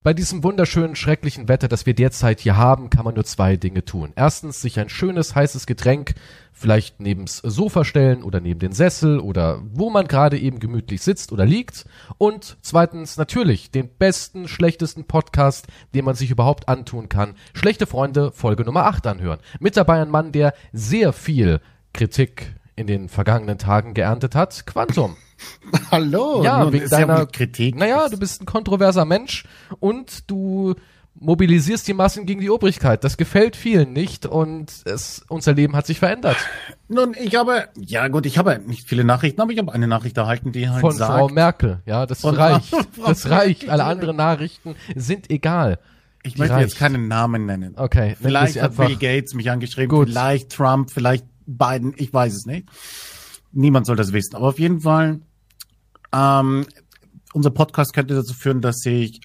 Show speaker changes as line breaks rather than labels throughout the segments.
Bei diesem wunderschönen, schrecklichen Wetter, das wir derzeit hier haben, kann man nur 2 Dinge tun. Erstens, sich ein schönes, heißes Getränk vielleicht neben's Sofa stellen oder neben den Sessel oder wo man gerade eben gemütlich sitzt oder liegt. Und zweitens, natürlich, den besten, schlechtesten Podcast, den man sich überhaupt antun kann. Schlechte Freunde, Folge Nummer 8 anhören. Mit dabei ein Mann, der sehr viel Kritik in den vergangenen Tagen geerntet hat. Quantum.
Hallo,
ja, wegen deiner
Kritik.
Naja, du bist ein kontroverser Mensch und du mobilisierst die Massen gegen die Obrigkeit. Das gefällt vielen nicht und unser Leben hat sich verändert.
Nun, ich habe nicht viele Nachrichten, aber ich habe eine Nachricht erhalten, die halt
von
sagt...
Frau Merkel, ja, das reicht. Das reicht. Alle anderen Nachrichten sind egal.
Ich möchte jetzt keinen Namen nennen.
Okay.
Vielleicht hat Bill Gates mich angeschrieben,
Gut.
vielleicht Trump, vielleicht Biden, ich weiß es nicht. Niemand soll das wissen. Aber auf jeden Fall, unser Podcast könnte dazu führen, dass sich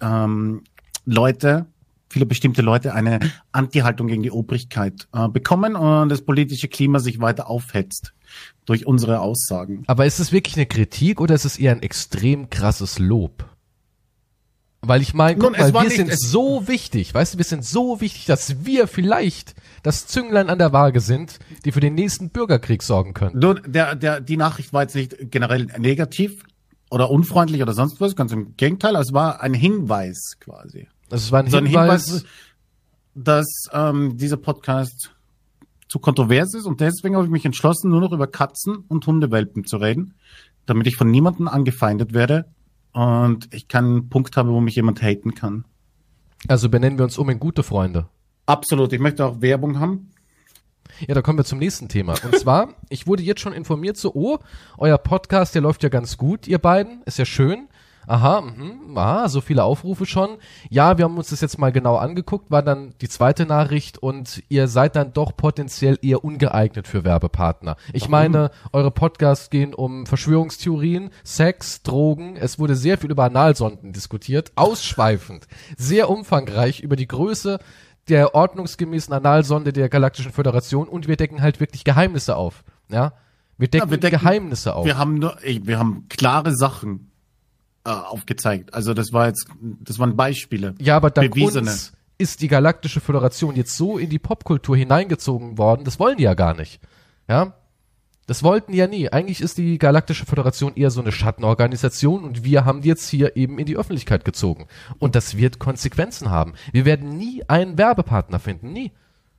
viele bestimmte Leute eine Anti-Haltung gegen die Obrigkeit bekommen und das politische Klima sich weiter aufhetzt durch unsere Aussagen.
Aber ist es wirklich eine Kritik oder ist es eher ein extrem krasses Lob? Weil ich meine, guck mal, wir sind so wichtig, weißt du, wir sind so wichtig, dass wir vielleicht das Zünglein an der Waage sind, die für den nächsten Bürgerkrieg sorgen können.
Die Nachricht war jetzt nicht generell negativ oder unfreundlich oder sonst was, ganz im Gegenteil, es war ein Hinweis quasi.
Es war ein Hinweis,
dass dieser Podcast zu kontrovers ist und deswegen habe ich mich entschlossen, nur noch über Katzen und Hundewelpen zu reden, damit ich von niemandem angefeindet werde und ich keinen Punkt habe, wo mich jemand haten kann.
Also benennen wir uns in gute Freunde.
Absolut, ich möchte auch Werbung haben.
Ja, da kommen wir zum nächsten Thema. Und zwar, ich wurde jetzt schon informiert, euer Podcast, der läuft ja ganz gut, ihr beiden, ist ja schön. Aha, so viele Aufrufe schon. Ja, wir haben uns das jetzt mal genau angeguckt, war dann die zweite Nachricht und ihr seid dann doch potenziell eher ungeeignet für Werbepartner. Ich meine, eure Podcasts gehen um Verschwörungstheorien, Sex, Drogen, es wurde sehr viel über Analsonden diskutiert, ausschweifend, sehr umfangreich über die Größe der ordnungsgemäßen Analsonde der Galaktischen Föderation und wir decken halt wirklich Geheimnisse auf, ja? Wir decken Geheimnisse auf.
Wir haben klare Sachen aufgezeigt. Also das waren Beispiele.
Ja, aber dank uns ist die Galaktische Föderation jetzt so in die Popkultur hineingezogen worden, das wollen die ja gar nicht. Ja? Das wollten die ja nie. Eigentlich ist die Galaktische Föderation eher so eine Schattenorganisation und wir haben die jetzt hier eben in die Öffentlichkeit gezogen. Und das wird Konsequenzen haben. Wir werden nie einen Werbepartner finden, nie.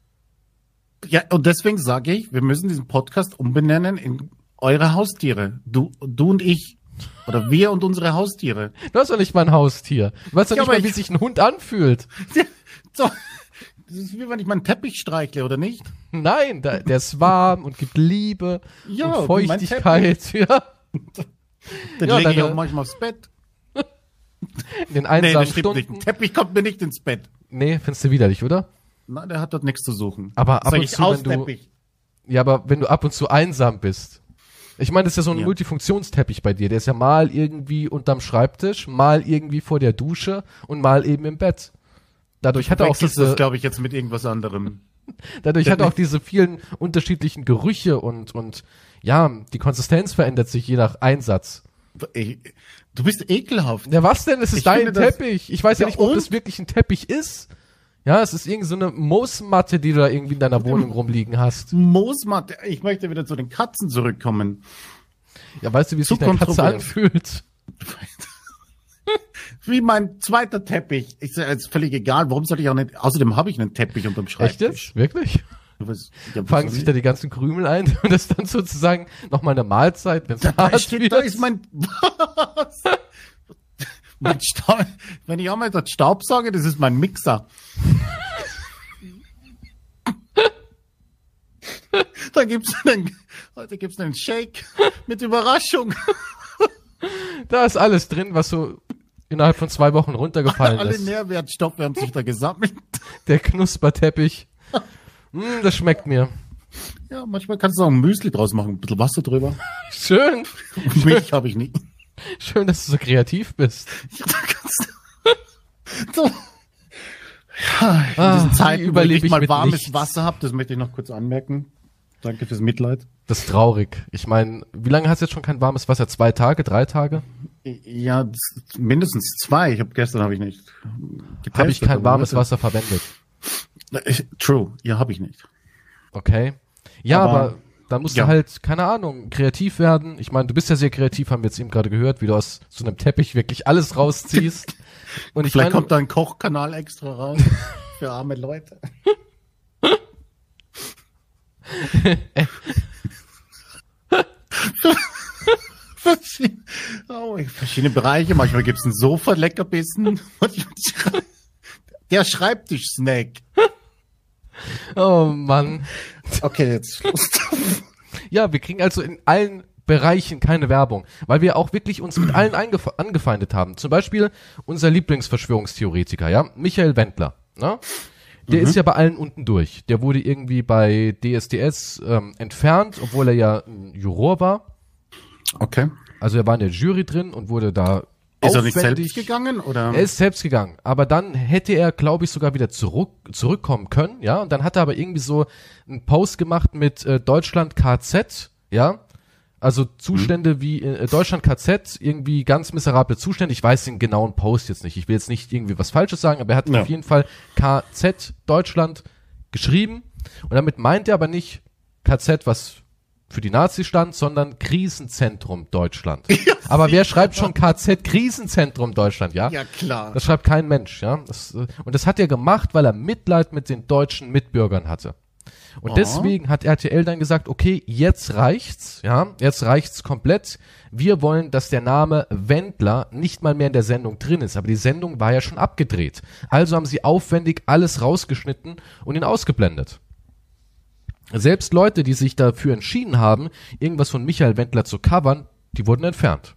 Ja, und deswegen sage ich, wir müssen diesen Podcast umbenennen in eure Haustiere. Du und ich. Oder wir und unsere Haustiere.
Du hast doch nicht mal ein Haustier. Du weißt doch nicht mal, wie sich ein Hund anfühlt.
So, das ist wie wenn ich meinen Teppich streichle, oder nicht?
Nein, der ist warm und gibt Liebe und Feuchtigkeit. Ja.
Den lege ich auch manchmal aufs Bett.
In den einsamen
Stunden. Nicht. Ein Teppich kommt mir nicht ins Bett.
Nee, findest du widerlich, oder?
Nein, der hat dort nichts zu suchen.
Aber ab und zu, wenn du ab und zu einsam bist. Ich meine, das ist ja so ein Multifunktionsteppich bei dir. Der ist ja mal irgendwie unterm Schreibtisch, mal irgendwie vor der Dusche und mal eben im Bett. Dadurch hat er auch
das, glaube ich, jetzt mit irgendwas anderem.
Dadurch hat er auch diese vielen unterschiedlichen Gerüche und ja, die Konsistenz verändert sich je nach Einsatz.
Du bist ekelhaft.
Ja, was denn? Es ist dein Teppich. Ich weiß ja nicht, ob das wirklich ein Teppich ist. Ja, es ist irgendwie so eine Moosmatte, die du da irgendwie in deiner Wohnung rumliegen hast.
Moosmatte? Ich möchte wieder zu den Katzen zurückkommen.
Ja, weißt du, wie sich eine Katze anfühlt?
Wie mein zweiter Teppich. Ist ja jetzt völlig egal. Warum soll ich auch nicht... Außerdem habe ich einen Teppich unterm Schreibtisch.
Echt jetzt? Wirklich? Fangen sich da die ganzen Krümel ein und das ist dann sozusagen nochmal eine Mahlzeit, wenn es hart wird.
Da ist mein... Was? Wenn ich auch mal dort Staub sage, das ist mein Mixer. Heute gibt's einen Shake mit Überraschung.
Da ist alles drin, was so innerhalb von 2 Wochen runtergefallen ist.
Alle Nährwertstoffe haben sich da gesammelt.
Der Knusperteppich. Das schmeckt mir.
Ja, manchmal kannst du auch ein Müsli draus machen, ein bisschen Wasser drüber.
Schön.
Milch habe ich nicht.
Schön, dass du so kreativ bist.
Ja, in diesen Zeiten, wo ich mal warmes Wasser habe, das möchte ich noch kurz anmerken. Danke fürs Mitleid.
Das ist traurig. Ich meine, wie lange hast du jetzt schon kein warmes Wasser? 2 Tage, 3 Tage?
Ja, mindestens 2. Gestern habe ich nicht getestet.
Habe ich kein warmes Wasser verwendet.
True, ja, habe ich nicht.
Okay. Ja, aber dann musst
ja.
du halt, keine Ahnung, kreativ werden. Ich meine, du bist ja sehr kreativ, haben wir jetzt eben gerade gehört, wie du aus so einem Teppich wirklich alles rausziehst. Und ich
Vielleicht kommt da ein Kochkanal extra raus für arme Leute. Verschiedene Bereiche. Manchmal gibt es einen Sofa-Leckerbissen. Der Schreibtisch-Snack.
Oh Mann.
Okay, jetzt Schluss.
Ja, wir kriegen also in allen Bereichen keine Werbung, weil wir auch wirklich uns mit allen angefeindet haben. Zum Beispiel unser Lieblingsverschwörungstheoretiker, ja, Michael Wendler, ne? Der ist ja bei allen unten durch. Der wurde irgendwie bei DSDS entfernt, obwohl er ja ein Juror war.
Okay.
Also er war in der Jury drin und wurde da
Ist er nicht selbst gegangen, oder?
Er ist selbst gegangen, aber dann hätte er, glaube ich, sogar wieder zurückkommen können, ja, und dann hat er aber irgendwie so einen Post gemacht mit Deutschland KZ, ja, also Zustände wie Deutschland KZ, irgendwie ganz miserable Zustände, ich weiß den genauen Post jetzt nicht, ich will jetzt nicht irgendwie was Falsches sagen, aber er hat auf jeden Fall KZ Deutschland geschrieben und damit meint er aber nicht KZ, was für die Nazis stand, sondern Krisenzentrum Deutschland. Ja, aber wer schreibt schon KZ Krisenzentrum Deutschland, ja?
Ja, klar.
Das schreibt kein Mensch, ja? Und das hat er gemacht, weil er Mitleid mit den deutschen Mitbürgern hatte. Und deswegen hat RTL dann gesagt, okay, jetzt reicht's, ja? Jetzt reicht's komplett. Wir wollen, dass der Name Wendler nicht mal mehr in der Sendung drin ist. Aber die Sendung war ja schon abgedreht. Also haben sie aufwendig alles rausgeschnitten und ihn ausgeblendet. Selbst Leute, die sich dafür entschieden haben, irgendwas von Michael Wendler zu covern, die wurden entfernt.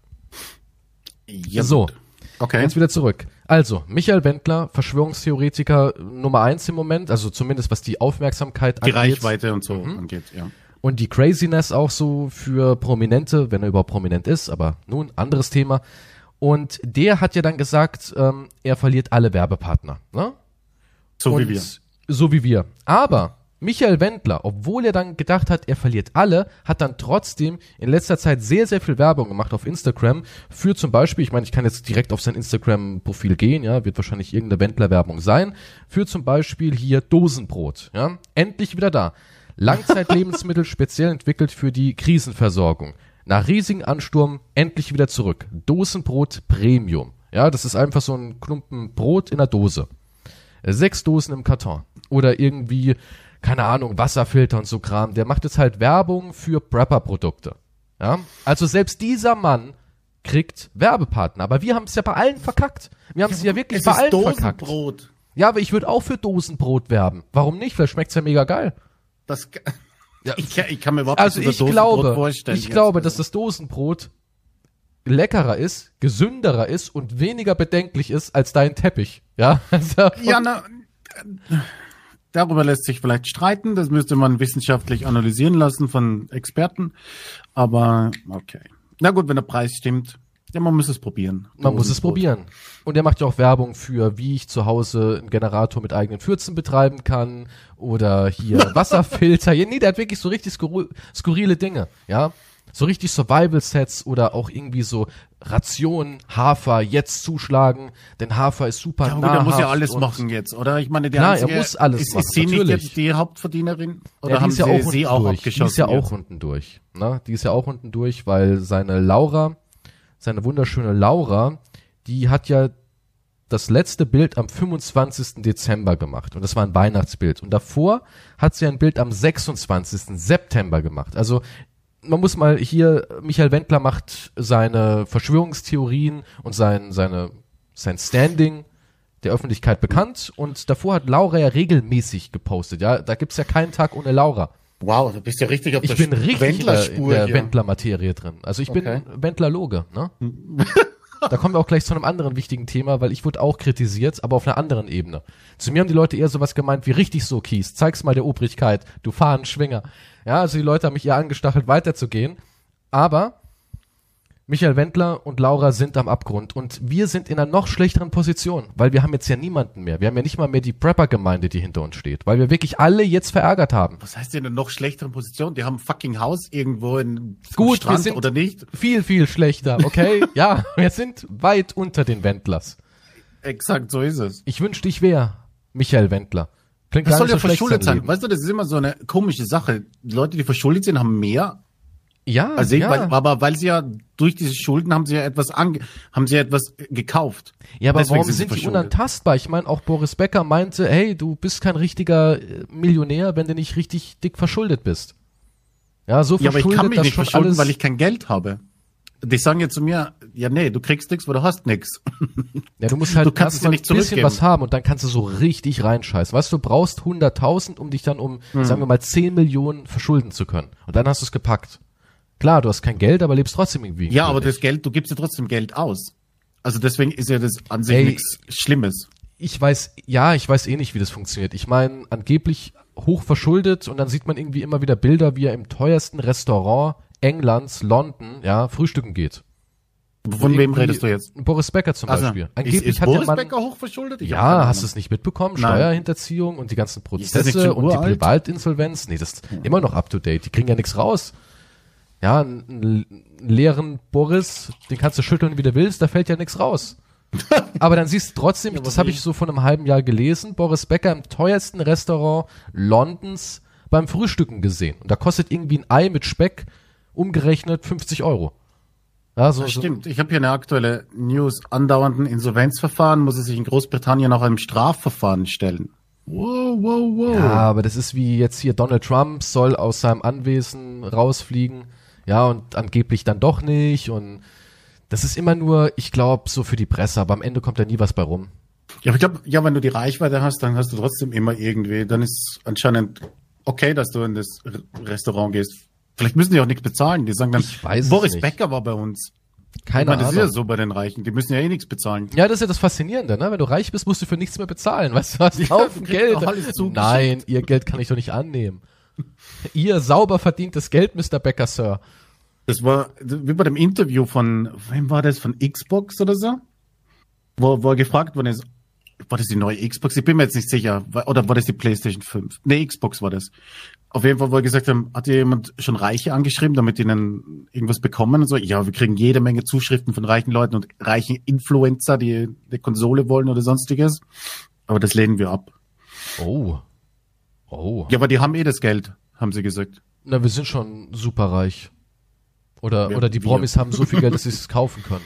Ja,
so,
okay.
Jetzt wieder zurück. Also, Michael Wendler, Verschwörungstheoretiker Nummer 1 im Moment, also zumindest was die Aufmerksamkeit
angeht. Die Reichweite und so angeht, ja.
Und die Craziness auch so für Prominente, wenn er überhaupt prominent ist, aber nun, anderes Thema. Und der hat ja dann gesagt, er verliert alle Werbepartner. Ne?
So wie wir.
So wie wir. Aber Michael Wendler, obwohl er dann gedacht hat, er verliert alle, hat dann trotzdem in letzter Zeit sehr, sehr viel Werbung gemacht auf Instagram für zum Beispiel, ich meine, ich kann jetzt direkt auf sein Instagram-Profil gehen, ja, wird wahrscheinlich irgendeine Wendler-Werbung sein, für zum Beispiel hier Dosenbrot, ja, endlich wieder da. Langzeitlebensmittel speziell entwickelt für die Krisenversorgung. Nach riesigen Ansturm endlich wieder zurück. Dosenbrot Premium. Ja, das ist einfach so ein Klumpen Brot in der Dose. 6 Dosen im Karton. Oder irgendwie, keine Ahnung, Wasserfilter und so Kram. Der macht jetzt halt Werbung für Prepper-Produkte. Ja? Also selbst dieser Mann kriegt Werbepartner. Aber wir haben es ja bei allen verkackt. Wir haben es ja wirklich bei allen verkackt.
Dosenbrot.
Ja, aber ich würde auch für Dosenbrot werben. Warum nicht? Vielleicht schmeckt's ja mega geil.
Ja. Ich kann mir überhaupt
also
nicht Dosenbrot vorstellen.
Ich glaube, dass das Dosenbrot leckerer ist, gesünderer ist und weniger bedenklich ist als dein Teppich. Ja, also,
ja, darüber lässt sich vielleicht streiten. Das müsste man wissenschaftlich analysieren lassen von Experten. Aber okay. Na gut, wenn der Preis stimmt. Ja, man muss es probieren.
Man muss es probieren. Und er macht ja auch Werbung für, wie ich zu Hause einen Generator mit eigenen Pfützen betreiben kann oder hier Wasserfilter. Nee, der hat wirklich so richtig skurrile Dinge, ja. So richtig Survival-Sets oder auch irgendwie so Rationen, Hafer, jetzt zuschlagen, denn Hafer ist super nahrhaft.
Ja, der muss ja alles machen jetzt, oder? Ich meine,
er muss alles machen,
ist sie
natürlich.
Nicht jetzt die Hauptverdienerin? Oder
ja,
haben sie auch abgeschossen?
Die ist ja auch unten durch, ne? Die ist ja auch unten durch, weil seine wunderschöne Laura, die hat ja das letzte Bild am 25. Dezember gemacht. Und das war ein Weihnachtsbild. Und davor hat sie ein Bild am 26. September gemacht. Also man muss mal hier, Michael Wendler macht seine Verschwörungstheorien und sein Standing der Öffentlichkeit bekannt. Und davor hat Laura ja regelmäßig gepostet. Ja, da gibt's ja keinen Tag ohne Laura.
Wow, du bist ja richtig auf
der Wendler-Spur in der Wendler-Materie drin. Also ich bin Wendler-Loge, ne? Da kommen wir auch gleich zu einem anderen wichtigen Thema, weil ich wurde auch kritisiert, aber auf einer anderen Ebene. Zu mir haben die Leute eher sowas gemeint wie richtig so, Kies, zeig's mal der Obrigkeit, du Fahnenschwinger. Ja, also die Leute haben mich eher angestachelt, weiterzugehen. Aber Michael Wendler und Laura sind am Abgrund und wir sind in einer noch schlechteren Position, weil wir haben jetzt ja niemanden mehr. Wir haben ja nicht mal mehr die Prepper-Gemeinde, die hinter uns steht, weil wir wirklich alle jetzt verärgert haben.
Was heißt denn eine noch schlechteren Position? Die haben ein fucking Haus irgendwo am
Gut,
Strand,
wir sind
oder nicht?
viel, viel schlechter, okay? Ja, wir sind weit unter den Wendlers.
Exakt, so ist es.
Ich wünschte, ich wäre Michael Wendler. Klingt
Das
gar
soll
nicht
ja
so schlecht
verschuldet sein.
Leben.
Weißt du, das ist immer so eine komische Sache. Die Leute, die verschuldet sind, haben mehr.
Ja,
Also
ja.
weil sie ja durch diese Schulden haben sie ja etwas gekauft.
Ja, aber
Deswegen
warum
sind sie
sind die
verschuldet.
unantastbar? Ich meine, auch Boris Becker meinte, hey, du bist kein richtiger Millionär, wenn du nicht richtig dick verschuldet bist. Ja, so
Ja, aber ich
verschuldet,
kann mich
dass
nicht
schon
verschulden,
alles...
weil ich kein Geld habe. Die sagen jetzt zu mir, ja nee, du kriegst nichts, weil du hast nichts.
Ja, du musst halt
Du kannst es ja
erstmal
nicht
ein bisschen
zurückgeben.
was haben und dann kannst du so richtig reinscheißen. Weißt du, du brauchst 100.000, um dich dann sagen wir mal, 10 Millionen verschulden zu können. Und dann hast du es gepackt. Klar, du hast kein Geld, aber lebst trotzdem irgendwie.
Ja, aber
glücklich.
das Geld, du gibst ja trotzdem Geld aus. Also deswegen ist ja das an sich
Ey,
nichts Schlimmes.
Ich weiß eh nicht, wie das funktioniert. Ich meine, angeblich hoch verschuldet und dann sieht man irgendwie immer wieder Bilder, wie er im teuersten Restaurant Englands, London, ja, frühstücken geht.
Von wem redest du jetzt?
Boris Becker zum
Also,
Beispiel. Angeblich
ist
hat
Boris
der Mann,
Becker hochverschuldet? Ich hab
ja,
keine
hast du
Ahnung.
es nicht mitbekommen?
Nein.
Steuerhinterziehung und die ganzen
Ist das nicht
Prozesse
schon
und die
uralt?
Privatinsolvenz. Nee, das ist immer noch up to date. Die kriegen ja nichts raus. Ja, einen leeren Boris, den kannst du schütteln, wie du willst, da fällt ja nichts raus. Aber dann siehst du trotzdem,
aber
das habe
wie?
ich so vor einem halben Jahr gelesen, Boris Becker im teuersten Restaurant Londons beim Frühstücken gesehen. Und da kostet irgendwie ein Ei mit Speck umgerechnet 50 Euro. Ja,
Das stimmt. Ich habe hier eine aktuelle News. Andauernden Insolvenzverfahren muss es sich in Großbritannien auch einem Strafverfahren stellen. Wow.
Ja, aber das ist wie jetzt hier Donald Trump soll aus seinem Anwesen rausfliegen. Ja, und angeblich dann doch nicht. Und das ist immer nur, ich glaube, so für die Presse, aber am Ende kommt da nie was bei rum.
Ja, aber ich glaube, ja, wenn du die Reichweite hast, dann hast du trotzdem immer irgendwie, dann ist anscheinend okay, dass du in das Restaurant gehst. Vielleicht müssen die auch nichts bezahlen. Die sagen dann,
Ich weiß es
Boris
nicht.
Becker war bei uns.
Keine
Ich meine, das ist
Ahnung.
ja so bei den Reichen. Die müssen ja eh nichts bezahlen.
Ja, das ist ja das Faszinierende, ne? Wenn du reich bist, musst du für nichts mehr bezahlen. Weißt du, du hast einen
Ja,
Haufen
du kriegst
Geld.
auch alles zugeschickt.
Nein, ihr Geld kann ich doch nicht annehmen. Ihr sauber verdientes Geld, Mr. Becker, Sir.
Das war wie bei dem Interview von, wem war das, von Xbox oder so? Wo er gefragt worden ist, war das die neue Xbox? Ich bin mir jetzt nicht sicher. Oder war das die PlayStation 5? Nee, Xbox war das. Auf jeden Fall, wo er gesagt haben, hat dir jemand schon Reiche angeschrieben, damit die dann irgendwas bekommen und so? Ja, wir kriegen jede Menge Zuschriften von reichen Leuten und reichen Influencer, die eine Konsole wollen oder sonstiges. Aber das lehnen wir ab.
Oh.
Ja, aber die haben eh das Geld, haben sie gesagt.
Na, wir sind schon superreich. Oder
Ja,
die
wir.
Promis haben so viel Geld, dass sie es kaufen können.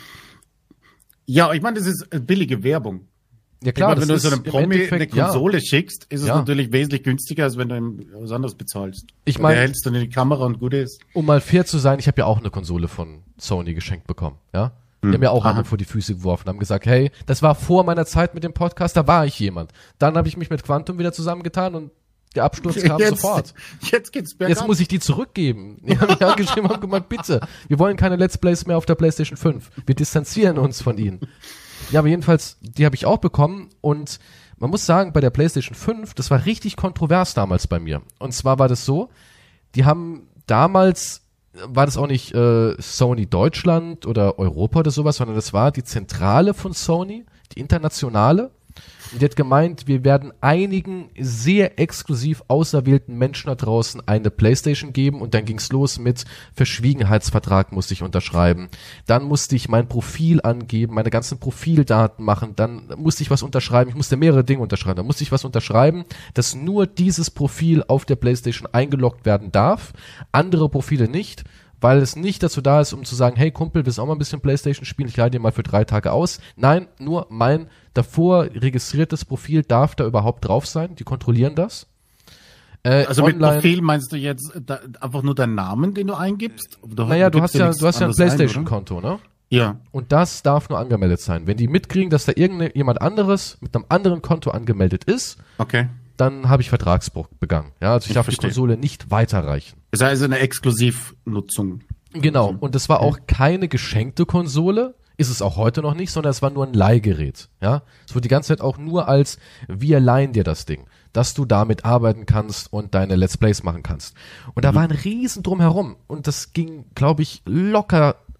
Ja, ich meine, das ist billige Werbung.
Ja klar,
Ich meine, wenn du
das
so
ist
einem
im
Promi eine
Endeffekt, ja.
Konsole schickst, ist es
Ja.
natürlich wesentlich günstiger, als wenn du ihm was anderes bezahlst.
Ich
Und
mein-
der hältst dann in die Kamera und gut ist.
Um mal fair zu sein, ich habe ja auch eine Konsole von Sony geschenkt bekommen, ja. Die haben mir auch
Aha.
eine vor die Füße geworfen, haben gesagt, hey, das war vor meiner Zeit mit dem Podcast, da war ich jemand. Dann habe ich mich mit Quantum wieder zusammengetan und der Absturz kam sofort.
Jetzt geht's bergab.
Jetzt muss ich die zurückgeben. Die haben mir angeschrieben und gemeint, bitte, wir wollen keine Let's Plays mehr auf der PlayStation 5. Wir distanzieren uns von ihnen. Ja, aber jedenfalls, die habe ich auch bekommen und man muss sagen, bei der PlayStation 5, das war richtig kontrovers damals bei mir. Und zwar war das so, die haben damals, war das auch nicht Sony Deutschland oder Europa oder sowas, sondern das war die Zentrale von Sony, die internationale. Und die hat gemeint, wir werden einigen sehr exklusiv auserwählten Menschen da draußen eine Playstation geben und dann ging's los mit Verschwiegenheitsvertrag musste ich unterschreiben. Dann musste ich mein Profil angeben, meine ganzen Profildaten machen, dann musste ich was unterschreiben, ich musste mehrere Dinge unterschreiben, dann musste ich was unterschreiben, dass nur dieses Profil auf der Playstation eingeloggt werden darf, andere Profile nicht, weil es nicht dazu da ist, um zu sagen, hey Kumpel, willst du auch mal ein bisschen Playstation spielen, ich leih dir mal für 3 Tage aus. Nein, nur mein davor registriertes Profil darf da überhaupt drauf sein, die kontrollieren das.
Also mit
online,
Profil meinst du jetzt einfach nur deinen Namen, den du eingibst?
naja, du hast ja
nichts
ein
anderes ein,
Playstation-Konto, ne?
oder? Ja.
Und das darf nur angemeldet sein. Wenn die mitkriegen, dass da jemand anderes mit einem anderen Konto angemeldet ist,
Okay.
dann habe ich Vertragsbruch begangen. Ja, also ich darf
verstehe.
die Konsole nicht weiterreichen.
Das heißt eine Exklusivnutzung.
Genau, und das war auch keine geschenkte Konsole, ist es auch heute noch nicht, sondern es war nur ein Leihgerät. Ja, es wurde die ganze Zeit auch nur als, wir leihen dir das Ding, dass du damit arbeiten kannst und deine Let's Plays machen kannst. Und da war ein Riesen drumherum und das ging, glaube ich, locker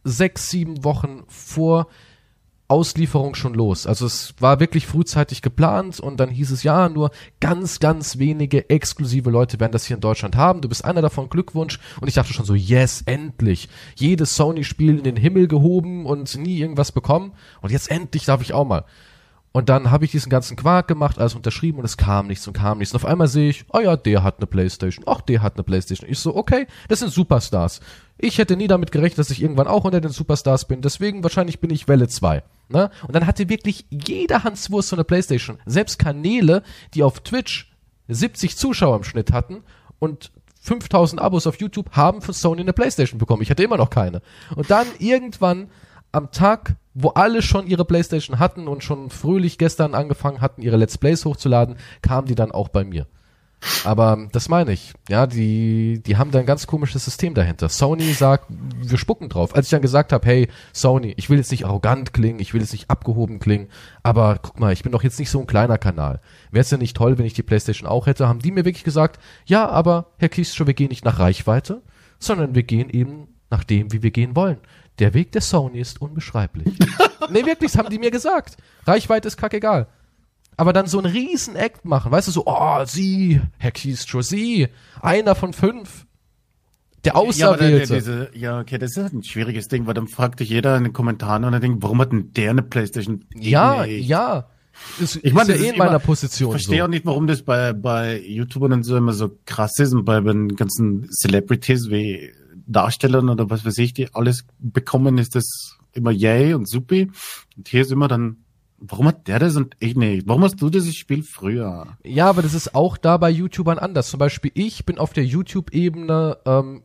6, 7 Wochen vor Auslieferung schon los. Also es war wirklich frühzeitig geplant und dann hieß es, ja, nur ganz, ganz wenige exklusive Leute werden das hier in Deutschland haben. Du bist einer davon, Glückwunsch. Und ich dachte schon so, yes, endlich. Jedes Sony-Spiel in den Himmel gehoben und nie irgendwas bekommen. Und jetzt endlich darf ich auch mal. Und dann habe ich diesen ganzen Quark gemacht, alles unterschrieben und es kam nichts und kam nichts. Und auf einmal sehe ich, oh ja, der hat eine Playstation, ach, der hat eine Playstation. Ich so, okay, das sind Superstars. Ich hätte nie damit gerechnet, dass ich irgendwann auch unter den Superstars bin, deswegen wahrscheinlich bin ich Welle 2. Ne? Und dann hatte wirklich jeder Hanswurst so eine Playstation. Selbst Kanäle, die auf Twitch 70 Zuschauer im Schnitt hatten und 5000 Abos auf YouTube, haben von Sony eine Playstation bekommen. Ich hatte immer noch keine. Und dann irgendwann am Tag, wo alle schon ihre Playstation hatten und schon fröhlich gestern angefangen hatten, ihre Let's Plays hochzuladen, kamen die dann auch bei mir. Aber das meine ich. Ja, die haben da ein ganz komisches System dahinter. Sony sagt, wir spucken drauf. Als ich dann gesagt habe, hey, Sony, ich will jetzt nicht arrogant klingen, ich will jetzt nicht abgehoben klingen, aber guck mal, ich bin doch jetzt nicht so ein kleiner Kanal. Wäre es ja nicht toll, wenn ich die Playstation auch hätte, haben die mir wirklich gesagt, ja, aber Herr Kiestrow, wir gehen nicht nach Reichweite, sondern wir gehen eben nach dem, wie wir gehen wollen. Der Weg der Sony ist unbeschreiblich. Nee, wirklich, das haben die mir gesagt. Reichweite ist kackegal. Aber dann so einen riesen Act machen, weißt du, so, oh, Sie, Herr Kiestrow, Sie, einer von 5, der Auserwählte.
Ja, okay, das ist halt ein schwieriges Ding, weil dann fragt dich jeder in den Kommentaren und dann denkt, warum hat denn der eine Playstation?
Ja.
Ich meine,
ist ja in meiner Position.
Ich verstehe auch nicht, warum das bei YouTubern und so immer so krass ist und bei den ganzen Celebrities wie Darstellern oder was weiß ich, die alles bekommen, ist das immer yay und supi. Und hier ist immer dann, warum hat der das und ich nicht? Warum hast du dieses Spiel früher?
Ja, aber das ist auch da bei YouTubern anders. Zum Beispiel ich bin auf der YouTube-Ebene,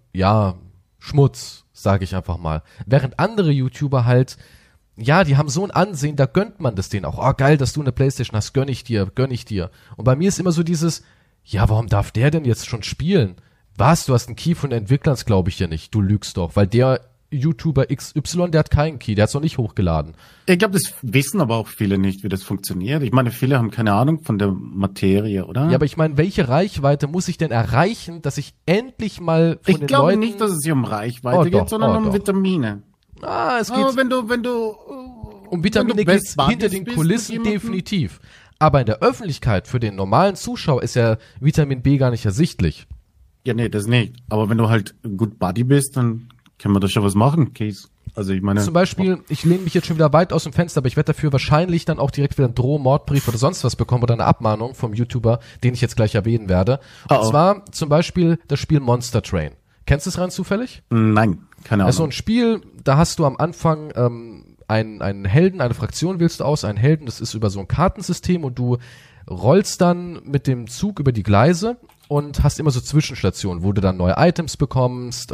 Schmutz, sage ich einfach mal. Während andere YouTuber halt, ja, die haben so ein Ansehen, da gönnt man das denen auch. Oh, geil, dass du eine Playstation hast, gönn ich dir. Und bei mir ist immer so dieses, ja, warum darf der denn jetzt schon spielen? Was? Du hast einen Key von Entwicklern, das glaube ich ja nicht. Du lügst doch, weil der YouTuber XY, der hat keinen Key, der hat's noch nicht hochgeladen.
Ich glaube, das wissen aber auch viele nicht, wie das funktioniert. Ich meine, viele haben keine Ahnung von der Materie, oder?
Ja, aber ich meine, welche Reichweite muss ich denn erreichen, dass ich endlich mal von den Leuten...
Ich glaube nicht, dass es hier um Reichweite geht, sondern um Vitamine.
Es geht...
Wenn du
um Vitamine geht's hinter den Kulissen definitiv. Aber in der Öffentlichkeit, für den normalen Zuschauer, ist ja Vitamin B gar nicht ersichtlich.
Ja, nee, das nicht. Aber wenn du halt gut Buddy bist, dann können wir da schon was machen, Case. Also ich meine...
Zum Beispiel, ich lehne mich jetzt schon wieder weit aus dem Fenster, aber ich werde dafür wahrscheinlich dann auch direkt wieder einen Droh-Mordbrief oder sonst was bekommen oder eine Abmahnung vom YouTuber, den ich jetzt gleich erwähnen werde. Und zwar zum Beispiel das Spiel Monster Train. Kennst du es rein zufällig?
Nein, keine Ahnung.
Das ist so ein Spiel, da hast du am Anfang einen Helden, eine Fraktion wählst du aus, einen Helden, das ist über so ein Kartensystem und du rollst dann mit dem Zug über die Gleise und hast immer so Zwischenstationen, wo du dann neue Items bekommst,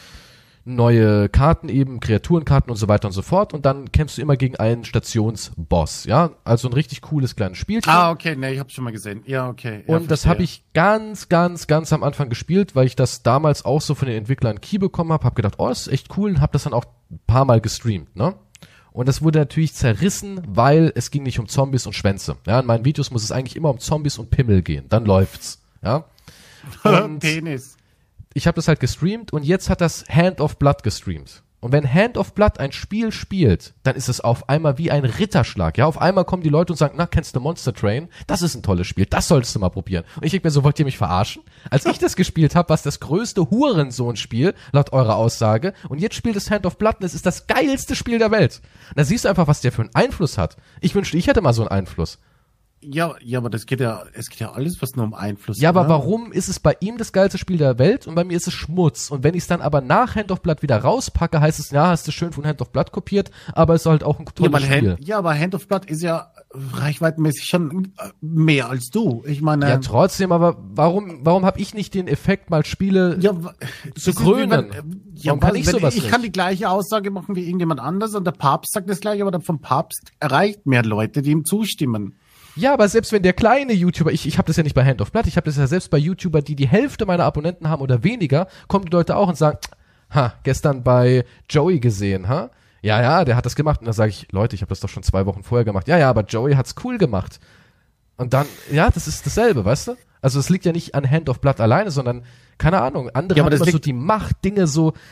neue Karten eben, Kreaturenkarten und so weiter und so fort und dann kämpfst du immer gegen einen Stationsboss, ja, also ein richtig cooles kleines Spielchen.
Okay, ne, ich hab's schon mal gesehen. Ja, okay. Ja,
und das habe ich ganz am Anfang gespielt, weil ich das damals auch so von den Entwicklern Key bekommen habe, gedacht, oh, das ist echt cool und habe das dann auch ein paar Mal gestreamt, ne? Und das wurde natürlich zerrissen, weil es ging nicht um Zombies und Schwänze. Ja, in meinen Videos muss es eigentlich immer um Zombies und Pimmel gehen, dann läuft's, ja. Und
Penis.
Ich habe das halt gestreamt und jetzt hat das Hand of Blood gestreamt. Und wenn Hand of Blood ein Spiel spielt, dann ist es auf einmal wie ein Ritterschlag. Ja, auf einmal kommen die Leute und sagen, na, kennst du Monster Train? Das ist ein tolles Spiel, das solltest du mal probieren. Und ich denke mir so, wollt ihr mich verarschen? Als ich das gespielt habe, war es das größte Hurensohn-Spiel, laut eurer Aussage. Und jetzt spielt es Hand of Blood und es ist das geilste Spiel der Welt. Und da siehst du einfach, was der für einen Einfluss hat. Ich wünschte, ich hätte mal so einen Einfluss.
Ja, aber es geht ja alles, was nur um Einfluss.
Ja, aber warum ist es bei ihm das geilste Spiel der Welt und bei mir ist es Schmutz? Und wenn ich es dann aber nach Hand of Blood wieder rauspacke, heißt es, ja, hast du schön von Hand of Blood kopiert, aber es ist halt auch ein tolles Spiel.
Aber Hand of Blood ist ja reichweitenmäßig schon mehr als du. Ich meine...
Ja, trotzdem, aber warum habe ich nicht den Effekt, mal Spiele zu krönen?
Warum kann ich sowas nicht? Ich kann die gleiche Aussage machen wie irgendjemand anders und der Papst sagt das gleiche, aber der vom Papst erreicht mehr Leute, die ihm zustimmen.
Ja, aber selbst wenn der kleine YouTuber, ich habe das ja nicht bei Hand of Blood, ich habe das ja selbst bei YouTuber, die Hälfte meiner Abonnenten haben oder weniger, kommen die Leute auch und sagen, gestern bei Joey gesehen, Ja, der hat das gemacht. Und dann sage ich, Leute, ich habe das doch schon 2 Wochen vorher gemacht. Ja, aber Joey hat's cool gemacht. Und dann, ja, das ist dasselbe, weißt du? Also es liegt ja nicht an Hand of Blood alleine, sondern, keine Ahnung, andere haben immer so die Macht, Dinge so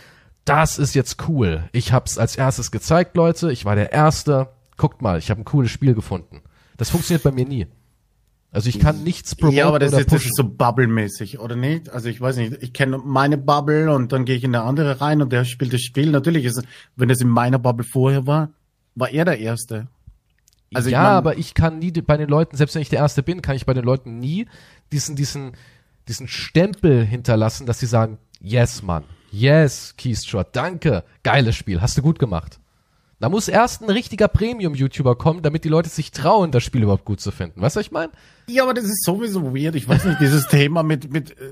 das ist jetzt cool. Ich hab's als erstes gezeigt, Leute. Ich war der Erste. Guckt mal, ich habe ein cooles Spiel gefunden. Das funktioniert bei mir nie. Also ich kann nichts promoten
Ja, aber das
oder
ist
pushen.
so Bubble-mäßig, oder nicht? Also ich weiß nicht, ich kenne meine Bubble und dann gehe ich in eine andere rein und der spielt das Spiel. Natürlich ist es, wenn das in meiner Bubble vorher war, war er der Erste. Also
ja,
ich mein,
aber ich kann nie bei den Leuten, selbst wenn ich der Erste bin, kann ich bei den Leuten nie diesen Stempel hinterlassen, dass sie sagen, yes, Mann, yes, Keystrat, danke, geiles Spiel, hast du gut gemacht. Da muss erst ein richtiger Premium-YouTuber kommen, damit die Leute sich trauen, das Spiel überhaupt gut zu finden. Weißt du, was ich meine?
Ja, aber das ist sowieso weird. Ich weiß nicht, dieses Thema mit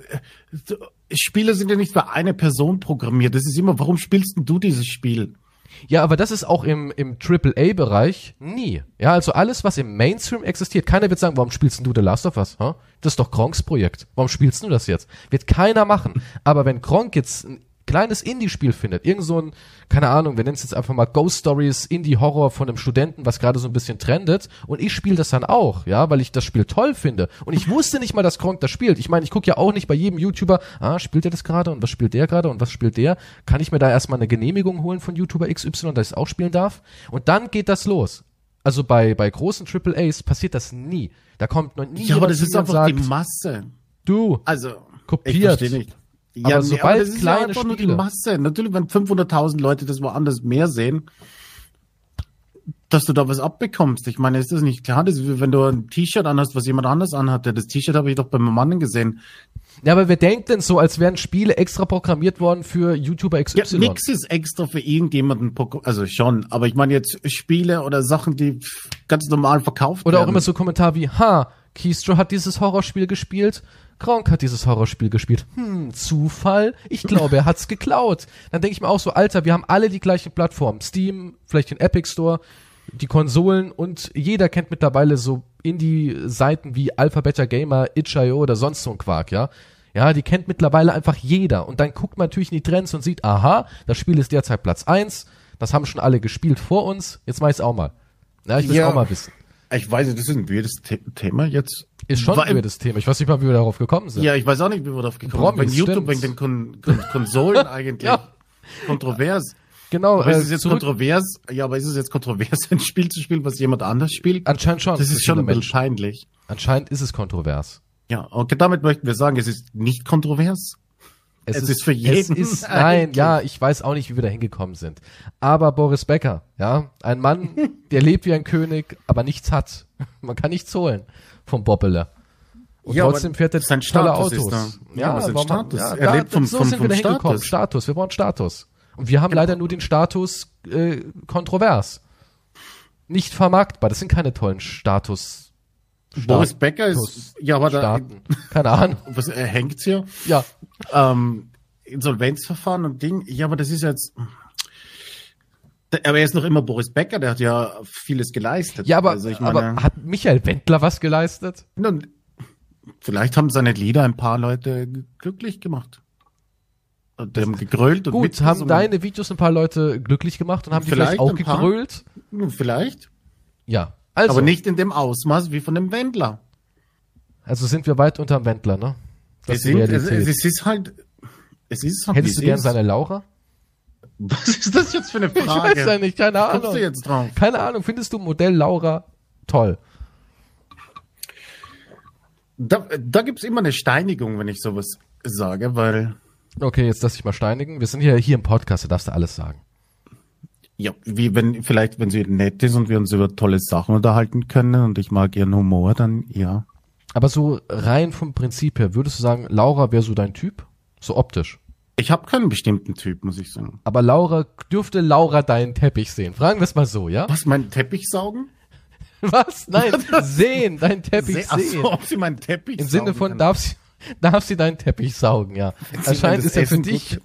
Spiele sind ja nicht für eine Person programmiert. Das ist immer, warum spielst denn du dieses Spiel?
Ja, aber das ist auch im AAA-Bereich nie. Ja, also alles, was im Mainstream existiert. Keiner wird sagen, warum spielst denn du The Last of Us? Huh? Das ist doch Gronks Projekt. Warum spielst du das jetzt? Wird keiner machen. Aber wenn Gronk jetzt ein kleines Indie-Spiel findet, irgend so ein, keine Ahnung, wir nennen es jetzt einfach mal Ghost Stories, Indie-Horror von einem Studenten, was gerade so ein bisschen trendet, und ich spiele das dann auch, ja, weil ich das Spiel toll finde. Und ich wusste nicht mal, dass Gronk das spielt. Ich meine, ich gucke ja auch nicht bei jedem YouTuber, spielt der das gerade und was spielt der gerade und was spielt der? Kann ich mir da erstmal eine Genehmigung holen von YouTuber XY, dass ich es auch spielen darf? Und dann geht das los. Also bei großen AAAs passiert das nie. Da kommt noch nie
Ja, aber das
jemand
ist einfach
sagt,
die Masse.
du,
Also, ich
kopiert.
verstehe nicht.
Aber sobald
das ist
kleine
ja einfach nur die
Spiele-
Masse. Natürlich, wenn 500.000 Leute das woanders mehr sehen, dass du da was abbekommst. Ich meine, ist das nicht klar? Das ist, wie wenn du ein T-Shirt anhast, was jemand anders anhatte. Das T-Shirt habe ich doch bei meinem Mann gesehen.
Ja, aber wer denkt denn so, als wären Spiele extra programmiert worden für YouTuber XY?
Ja, nix ist extra für irgendjemanden, also schon, aber ich meine jetzt Spiele oder Sachen, die ganz normal verkauft
Oder
werden.
auch immer so Kommentar wie, Keystro hat dieses Horrorspiel gespielt, Gronk hat dieses Horrorspiel gespielt. Zufall? Ich glaube, er hat's geklaut. Dann denke ich mir auch so, Alter, wir haben alle die gleiche Plattform. Steam, vielleicht den Epic Store, die Konsolen und jeder kennt mittlerweile so Indie-Seiten wie Alpha Beta Gamer, itch.io oder sonst so ein Quark, ja. Ja, die kennt mittlerweile einfach jeder. Und dann guckt man natürlich in die Trends und sieht, aha, das Spiel ist derzeit Platz 1, das haben schon alle gespielt vor uns, jetzt mach ich's auch mal. Ja, ich will's
Ja.
auch mal wissen.
Ich weiß nicht, das ist ein weirdes Thema jetzt.
Ist schon
Weil-
ein weirdes Thema. Ich weiß nicht mal, wie wir darauf gekommen sind.
Ja, ich weiß auch nicht, wie wir darauf gekommen sind. Wegen
Promis,
YouTube,
stimmt's.
wegen den Konsolen eigentlich.
Ja.
Kontrovers.
Genau,
Aber ist es jetzt
zurück,
kontrovers? Ja, aber ist es jetzt kontrovers, ein Spiel zu spielen, was jemand anders spielt?
anscheinend schon.
Das ist schon ein
viele
bisschen peinlich.
Anscheinend ist es kontrovers.
Ja, okay, damit möchten wir sagen, es ist nicht kontrovers. Es ist für jeden
Es ist, nein,
eigentlich.
ja, ich weiß auch nicht, wie wir da hingekommen sind. Aber Boris Becker, ja, ein Mann, der lebt wie ein König, aber nichts hat. Man kann nichts holen vom Bobbele. Und
Ja,
trotzdem
aber
fährt er
sein
tolle
Status ist
Autos.
da. Ja, sein
warum-
Status.
Ja,
Er lebt vom
so sind wir da hingekommen.
Status.
Status, wir brauchen Status. Und wir haben leider nur den Status kontrovers. Nicht vermarktbar. Das sind keine tollen Status.
Boris Becker ist, ja, aber da,
Staaten. Keine Ahnung.
was, er hängt hier.
Ja.
Insolvenzverfahren und Ding. Ja, aber das ist jetzt, aber er ist noch immer Boris Becker, der hat ja vieles geleistet.
Ja, aber,
also ich meine,
aber hat Michael Wendler was geleistet?
nun, vielleicht haben seine Lieder ein paar Leute glücklich gemacht. Und die haben gegrölt und
Gut,
mitgesungen.
haben deine Videos ein paar Leute glücklich gemacht und haben die
Vielleicht
vielleicht auch
ein paar.
gegrölt?
Nun, vielleicht,
Ja. Also,
aber nicht in dem Ausmaß wie von dem Wendler.
also sind wir weit unterm Wendler, ne? Das
Es
ist die Realität.
ist halt,
Hättest du
wie
gern
es
seine
ist.
Laura?
Was ist das jetzt für eine
Ich
Frage?
weiß ja nicht, keine
Kommst du
Ahnung.
jetzt drauf?
Keine Ahnung, findest du Modell Laura toll?
Da gibt's immer eine Steinigung, wenn ich sowas sage, weil,
Okay, jetzt lass dich mal steinigen. Wir sind hier im Podcast, da darfst du alles sagen.
ja, wie wenn sie nett ist und wir uns über tolle Sachen unterhalten können und ich mag ihren Humor, dann ja.
Aber so rein vom Prinzip her, würdest du sagen, Laura wäre so dein Typ? So optisch.
Ich habe keinen bestimmten Typ, muss ich sagen.
Aber dürfte Laura deinen Teppich sehen? Fragen wir es mal so, ja?
Was, meinen Teppich saugen?
Was? Nein, sehen, deinen Teppich
Ach
sehen.
so, ob sie meinen Teppich
Im Sinne
saugen
von,
kann.
darf sie deinen Teppich saugen, ja.
sie
Anscheinend
das
ist er für
Essen
dich.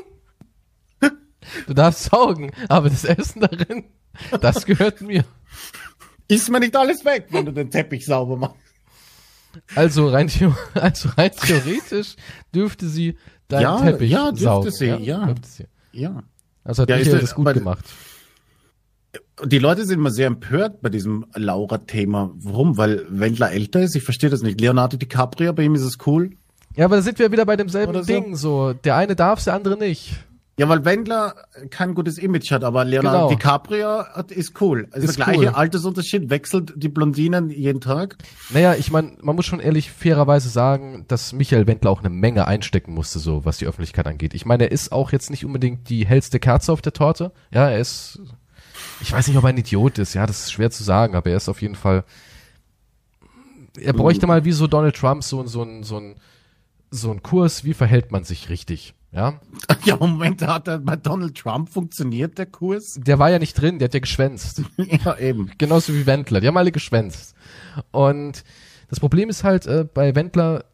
Du darfst saugen, aber das Essen darin, das gehört mir.
Ist mir nicht alles weg, wenn du den Teppich sauber machst.
Also rein theoretisch dürfte sie deinen
Ja,
Teppich
ja, dürfte
saugen.
sie, ja.
Dürfte sie.
Ja.
Also hat
Ja,
Michael
ist
das gut
aber-
gemacht.
Und die Leute sind immer sehr empört bei diesem Laura-Thema. Warum? Weil Wendler älter ist? Ich verstehe das nicht. Leonardo DiCaprio, bei ihm ist es cool.
Ja, aber da sind wir wieder bei demselben
Oder so.
Ding, so. Der eine darf's, der andere nicht.
Ja, weil Wendler kein gutes Image hat, aber Leonardo DiCaprio ist cool. Also
Ist
der gleiche
cool.
Altersunterschied, wechselt die Blondinen jeden Tag.
Naja, ich meine, man muss schon ehrlich fairerweise sagen, dass Michael Wendler auch eine Menge einstecken musste, so was die Öffentlichkeit angeht. Ich meine, er ist auch jetzt nicht unbedingt die hellste Kerze auf der Torte. Ja, er ist, ich weiß nicht, ob er ein Idiot ist, ja, das ist schwer zu sagen, aber er ist auf jeden Fall, er bräuchte mal wie so Donald Trump so ein Kurs, wie verhält man sich richtig, ja?
Ja, Moment, hat er bei Donald Trump funktioniert, der Kurs?
Der war ja nicht drin, der hat ja geschwänzt.
Ja, eben.
Genauso wie Wendler, die haben alle geschwänzt. Und das Problem ist halt bei Wendler,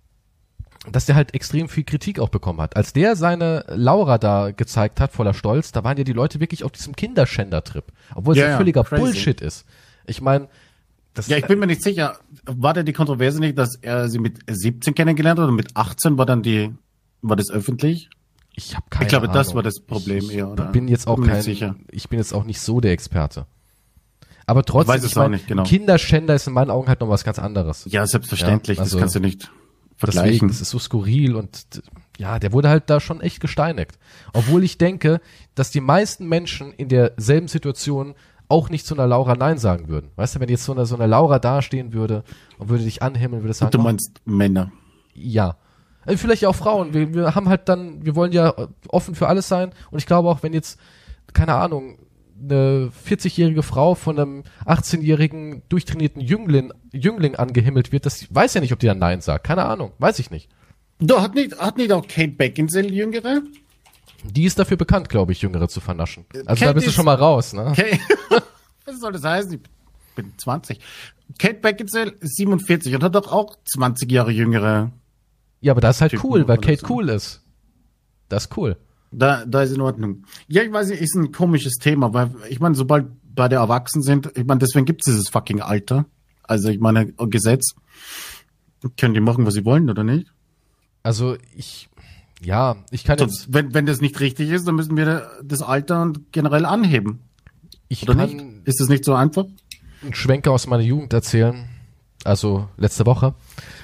dass der halt extrem viel Kritik auch bekommen hat. Als der seine Laura da gezeigt hat, voller Stolz, da waren ja die Leute wirklich auf diesem Kinderschänder-Trip. Obwohl es ja völliger
crazy.
Bullshit ist. Ich meine,
Ja, ich bin mir nicht sicher. War denn die Kontroverse nicht, dass er sie mit 17 kennengelernt hat oder mit 18 war das öffentlich?
ich habe keine
Ich glaube,
Ahnung.
das war das Problem eher, oder?
Bin jetzt auch
Bin mir nicht sicher.
ich bin jetzt auch nicht so der Experte. Aber trotzdem,
Ich weiß es auch nicht, genau.
Kinderschänder ist in meinen Augen halt noch was ganz anderes.
Ja, selbstverständlich.
Ja, also
das kannst du nicht
Deswegen,
vergleichen.
das ist so skurril und ja, der wurde halt da schon echt gesteinigt. Obwohl ich denke, dass die meisten Menschen in derselben Situation auch nicht zu einer Laura Nein sagen würden. Weißt du, wenn jetzt so eine Laura dastehen würde und würde dich anhimmeln, würde sagen,
Du meinst Männer.
ja. Vielleicht ja auch Frauen. Wir haben halt dann, wir wollen ja offen für alles sein. Und ich glaube auch, wenn jetzt, keine Ahnung, eine 40-jährige Frau von einem 18-jährigen durchtrainierten Jüngling angehimmelt wird, das weiß ja nicht, ob die dann Nein sagt. Keine Ahnung. Weiß ich nicht.
Du, hat nicht auch Kate Beckinsale Jüngere?
Die ist dafür bekannt, glaube ich, Jüngere zu vernaschen. Also
Kate
da bist du
ist-
schon mal raus, ne?
Okay. Was soll das heißen? Ich bin 20. Kate Beckinsale ist 47 und hat doch auch 20 Jahre Jüngere.
Ja, aber das ist halt
Typen
cool, weil
oder
Kate
so.
cool ist. Das ist cool.
Da ist in Ordnung. Ja, ich weiß nicht, ist ein komisches Thema, weil ich meine, sobald beide erwachsen sind, ich meine, deswegen gibt's dieses fucking Alter. Also ich meine, Gesetz. Können die machen, was sie wollen, oder nicht?
Also ich kann jetzt,
Sonst, wenn das nicht richtig ist, dann müssen wir das Alter und generell anheben.
ich
Oder
kann
nicht? Ist das nicht so einfach?
einen Schwenker aus meiner Jugend erzählen. Also letzte Woche.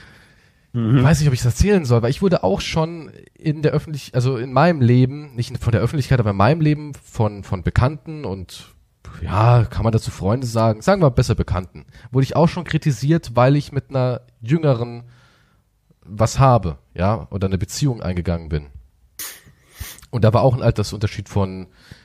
Ich weiß nicht, ob ich das erzählen soll, weil ich wurde auch schon in der also in meinem Leben, nicht von der Öffentlichkeit, aber in meinem Leben von Bekannten und ja, kann man dazu Freunde sagen, sagen wir besser Bekannten, wurde ich auch schon kritisiert, weil ich mit einer Jüngeren was habe, ja, oder eine Beziehung eingegangen bin. Und da war auch ein Altersunterschied von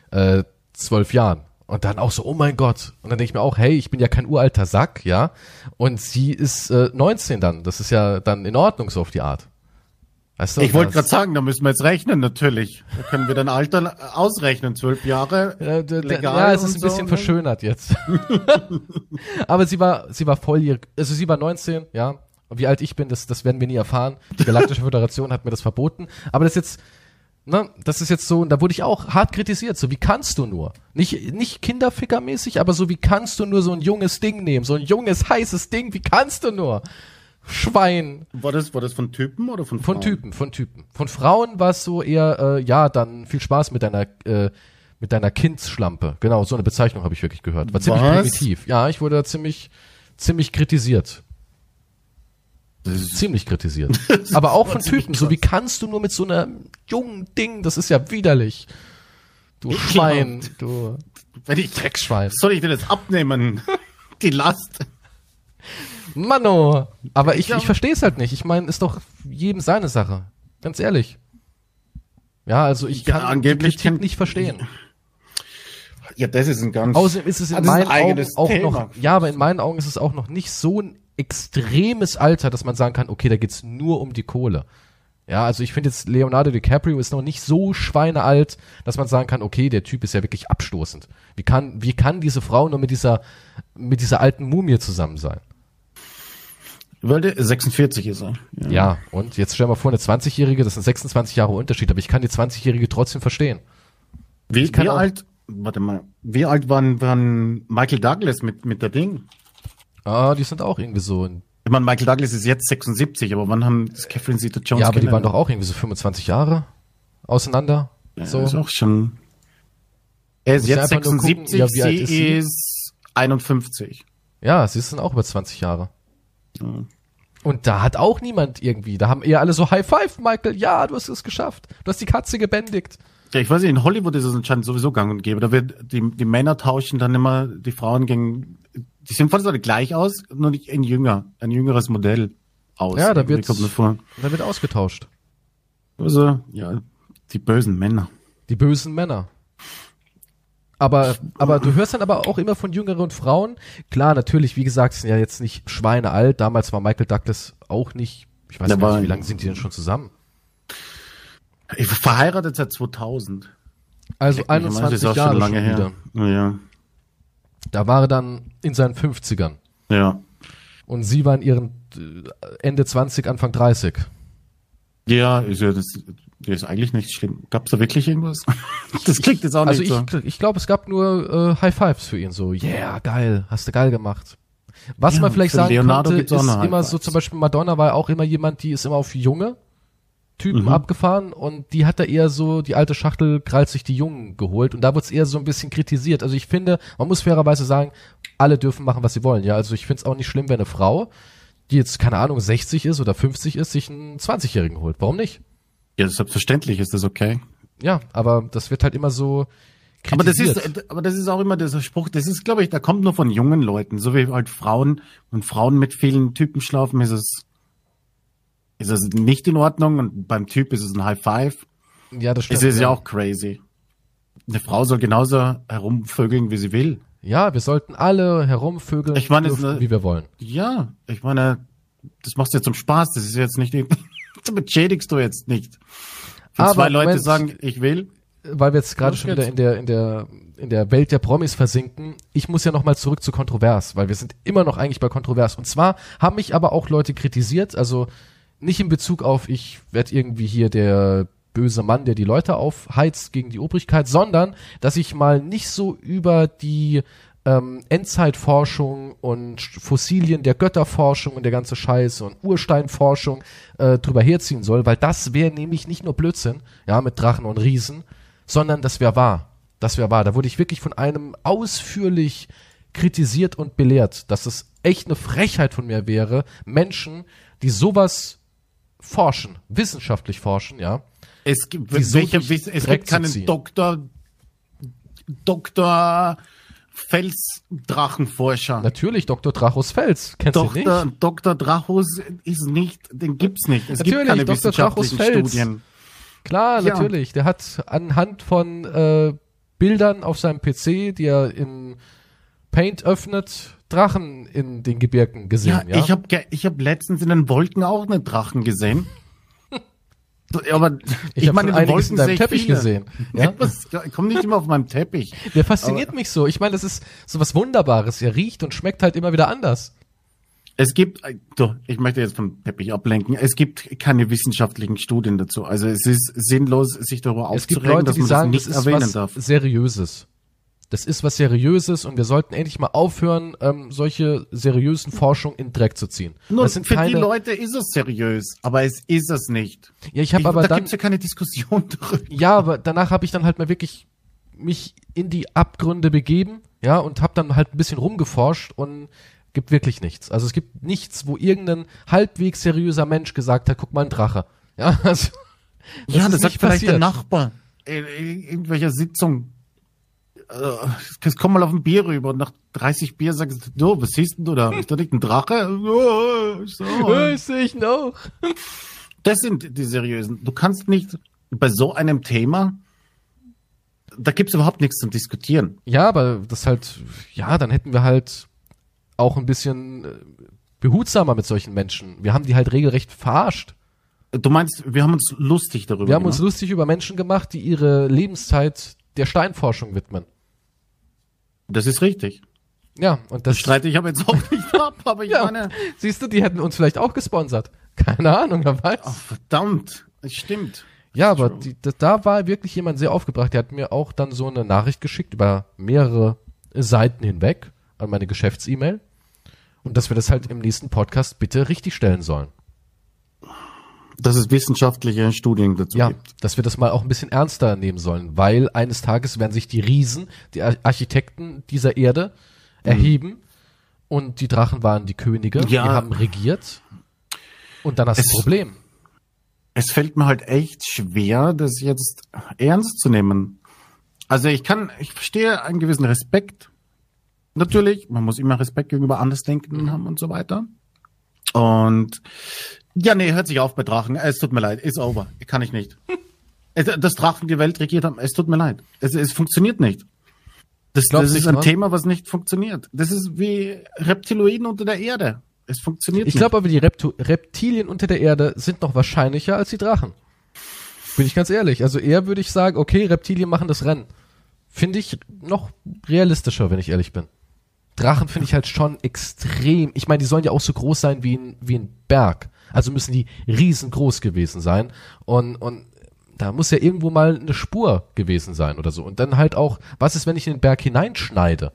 12 Jahren. Und dann auch so, oh mein Gott. Und dann denke ich mir auch, hey, ich bin ja kein uralter Sack, ja. Und sie ist 19 dann. Das ist ja dann in Ordnung so auf die Art. Weißt du?
Ich wollte
das-
gerade sagen, da müssen wir jetzt rechnen, natürlich. Da können wir dann Alter ausrechnen, 12 Jahre. Legal
ja, es ist
und
ein
so,
bisschen
ne?
verschönert jetzt. Aber sie war volljährig, also sie war 19, ja. Und wie alt ich bin, das werden wir nie erfahren. Die Galaktische Föderation hat mir das verboten. Aber das ist jetzt, ne, das ist jetzt so, und da wurde ich auch hart kritisiert. So, wie kannst du nur? Nicht Kinderfickermäßig, aber so, wie kannst du nur so ein junges Ding nehmen? So ein junges, heißes Ding, wie kannst du nur? Schwein.
War das von Typen oder von
Von
Frauen?
Typen. Von Frauen war es so eher, ja, dann viel Spaß mit deiner Kindsschlampe. Genau, so eine Bezeichnung habe ich wirklich gehört. War ziemlich
Was?
primitiv. Ja, ich wurde da ziemlich kritisiert. Ziemlich kritisiert. Aber auch von
ziemlich
Typen. So, wie kannst du nur mit so einem jungen Ding, das ist ja widerlich. Du Schwein, du
Wenn ich,
Dreckschwein.
soll ich denn jetzt abnehmen? Die Last.
Mano. Aber ich
Ja.
verstehe es halt nicht. Ich meine, ist doch jedem seine Sache. Ganz ehrlich. Ja, also ich
Ja,
kann
angeblich
die Kritik
kann-
nicht verstehen.
Ja, das ist ein ganz...
Außerdem ist es in
das ist ein
meinen Augen
eigenes
auch
Thema.
noch, ja, aber in meinen Augen ist es auch noch nicht so ein extremes Alter, dass man sagen kann, okay, da geht's nur um die Kohle. Ja, also ich finde jetzt Leonardo DiCaprio ist noch nicht so schweinealt, dass man sagen kann, okay, der Typ ist ja wirklich abstoßend. Wie kann diese Frau nur mit dieser alten Mumie zusammen sein?
46 ist er.
Ja, und jetzt stell mal vor, eine 20-Jährige, das sind 26 Jahre Unterschied, aber ich kann die 20-Jährige trotzdem verstehen.
Wie
kann auch-
alt, warte mal, wie alt waren Michael Douglas mit der Ding?
Ah, die sind auch irgendwie so in,
Ich meine, Michael Douglas ist jetzt 76, aber wann haben das Catherine Zeta-Jones
ja, aber die waren doch
kennengelernt?
auch irgendwie so 25 Jahre auseinander.
Ja,
So.
ist auch schon... Er ist
Muss ja
jetzt
einfach nur gucken,
76,
ja, wie alt ist
sie
sie?
ist 51.
Ja, sie sind auch über 20 Jahre.
Ja.
Und da hat auch niemand irgendwie, da haben eher alle so High Five, Michael, ja, du hast es geschafft. Du hast die Katze gebändigt.
Ja, ich weiß nicht, in Hollywood ist es anscheinend sowieso gang und gäbe. Da wird die Männer tauschen dann immer die Frauen gegen, die sehen fast alle gleich aus, nur nicht ein jüngeres Modell aus.
Ja, da wird
kommt
ausgetauscht.
Also, ja, die bösen Männer.
Die bösen Männer. Aber du hörst dann aber auch immer von jüngeren Frauen. Klar, natürlich, wie gesagt, sind ja jetzt nicht schweinealt. Damals war Michael Douglas auch nicht, ich weiß nicht, wie lange sind die denn schon zusammen?
Ich war verheiratet seit 2000.
Also 21 Jahre schon
lange
wieder.
Her. Ja.
Da war er dann in seinen 50ern.
Ja.
Und sie war in ihren Ende 20, Anfang 30.
Ja, das ist eigentlich nicht schlimm. Gab's da wirklich irgendwas? Das klingt jetzt auch nicht so.
Also ich glaube, es gab nur High Fives für ihn. So, yeah, geil, hast du geil gemacht. Was man vielleicht sagen
Leonardo
könnte, ist immer
so,
zum Beispiel Madonna war ja auch immer jemand, die ist immer auf junge Typen abgefahren und die hat da eher so, die alte Schachtel krallt sich die Jungen geholt und da wird's eher so ein bisschen kritisiert. Also ich finde, man muss fairerweise sagen, alle dürfen machen, was sie wollen. Ja, also ich find's auch nicht schlimm, wenn eine Frau, die jetzt, keine Ahnung, 60 ist oder 50 ist, sich einen 20-Jährigen holt. Warum nicht?
Ja, selbstverständlich ist das okay.
Ja, aber das wird halt immer so kritisiert.
Aber das ist auch immer dieser Spruch, das ist, glaube ich, da kommt nur von jungen Leuten, so wie halt Frauen und Frauen mit vielen Typen schlafen, ist es nicht in Ordnung und beim Typ ist es ein High Five.
Ja, das stimmt.
Es ist ja auch crazy. Eine Frau soll genauso herumvögeln, wie sie will.
Ja, wir sollten alle herumvögeln, wie wir wollen.
Ja, ich meine, das machst du jetzt zum Spaß, das ist jetzt nicht, damit schädigst du jetzt nicht. Wenn zwei Leute sagen, ich will.
Weil wir jetzt gerade schon wieder in der Welt der Promis versinken, ich muss ja nochmal zurück zu Kontrovers, weil wir sind immer noch eigentlich bei Kontrovers. Und zwar haben mich aber auch Leute kritisiert, also nicht in Bezug auf, ich werde irgendwie hier der böse Mann, der die Leute aufheizt gegen die Obrigkeit, sondern, dass ich mal nicht so über die Endzeitforschung und Fossilien der Götterforschung und der ganze Scheiß und Ursteinforschung drüber herziehen soll, weil das wäre nämlich nicht nur Blödsinn, ja, mit Drachen und Riesen, sondern das wäre wahr. Das wäre wahr. Da wurde ich wirklich von einem ausführlich kritisiert und belehrt, dass es echt eine Frechheit von mir wäre, Menschen, die sowas forschen, wissenschaftlich forschen, ja.
Es gibt keinen Doktor Felsdrachenforscher.
Natürlich, Dr. Drachus Fels. Kennst du nicht?
Dr. Drachus ist nicht, den gibt's nicht. Es
natürlich,
gibt keine
Dr.
wissenschaftlichen Studien.
Klar, ja. Natürlich. Der hat anhand von Bildern auf seinem PC, die er in Paint öffnet, Drachen in den Gebirgen gesehen. Ja,
ich hab letztens in den Wolken auch einen Drachen gesehen. Aber
ich meine, einiges in deinem Teppich gesehen. Ja?
Ich komme nicht immer auf meinem Teppich.
Der fasziniert mich so. Ich meine, das ist so was Wunderbares. Er riecht und schmeckt halt immer wieder anders.
Es gibt, ich möchte jetzt vom Teppich ablenken, es gibt keine wissenschaftlichen Studien dazu. Also es ist sinnlos, sich darüber aufzuregen, dass man das nicht erwähnen darf.
Seriöses. Das ist was Seriöses und wir sollten endlich mal aufhören, solche seriösen Forschungen in den Dreck zu ziehen.
Nur für die Leute ist es seriös, aber es ist es nicht.
Ja, da
gibt's ja keine Diskussion darüber.
Ja, aber danach habe ich dann halt mal wirklich mich in die Abgründe begeben, ja, und habe dann halt ein bisschen rumgeforscht und gibt wirklich nichts. Also es gibt nichts, wo irgendein halbwegs seriöser Mensch gesagt hat, guck mal, ein Drache. Ja, also,
das sagt vielleicht der Nachbar in irgendwelcher Sitzung. Es kommt mal auf ein Bier rüber und nach 30 Bier sagst du, was siehst denn du da? Ist da nicht ein Drache?
Sehe ich noch.
Das sind die seriösen. Du kannst nicht bei so einem Thema, da gibt's überhaupt nichts zum Diskutieren.
Ja, aber das halt, ja, dann hätten wir halt auch ein bisschen behutsamer mit solchen Menschen. Wir haben die halt regelrecht verarscht.
Du meinst, wir haben uns lustig darüber gemacht?
Wir haben uns lustig über Menschen gemacht, die ihre Lebenszeit der Steinforschung widmen.
Das ist richtig.
Ja, und das
streite ich aber jetzt auch nicht ab, aber ich meine...
Siehst du, die hätten uns vielleicht auch gesponsert. Keine Ahnung, wer weiß.
Oh, verdammt, das stimmt.
Ja, aber da war wirklich jemand sehr aufgebracht. Der hat mir auch dann so eine Nachricht geschickt über mehrere Seiten hinweg an meine Geschäfts-E-Mail und dass wir das halt im nächsten Podcast bitte richtig stellen sollen.
Dass es wissenschaftliche Studien dazu gibt.
Ja, dass wir das mal auch ein bisschen ernster nehmen sollen, weil eines Tages werden sich die Riesen, die Architekten dieser Erde erheben und die Drachen waren die Könige, die haben regiert. Und dann hast du ein Problem.
Es fällt mir halt echt schwer, das jetzt ernst zu nehmen. Also ich verstehe einen gewissen Respekt. Natürlich, man muss immer Respekt gegenüber Andersdenkenden haben und so weiter. Und ja, nee, hört sich auf bei Drachen. Es tut mir leid, ist over. Kann ich nicht. Dass Drachen die Welt regiert haben, es tut mir leid. Es funktioniert nicht. Das ist ein Thema, was nicht funktioniert. Das ist wie Reptiloiden unter der Erde. Es funktioniert nicht.
Ich glaube aber, die Reptilien unter der Erde sind noch wahrscheinlicher als die Drachen. Bin ich ganz ehrlich. Also eher würde ich sagen, okay, Reptilien machen das Rennen. Finde ich noch realistischer, wenn ich ehrlich bin. Drachen finde ich halt schon extrem. Ich meine, die sollen ja auch so groß sein wie ein Berg. Also müssen die riesengroß gewesen sein. Und da muss ja irgendwo mal eine Spur gewesen sein oder so. Und dann halt auch, was ist, wenn ich in den Berg hineinschneide?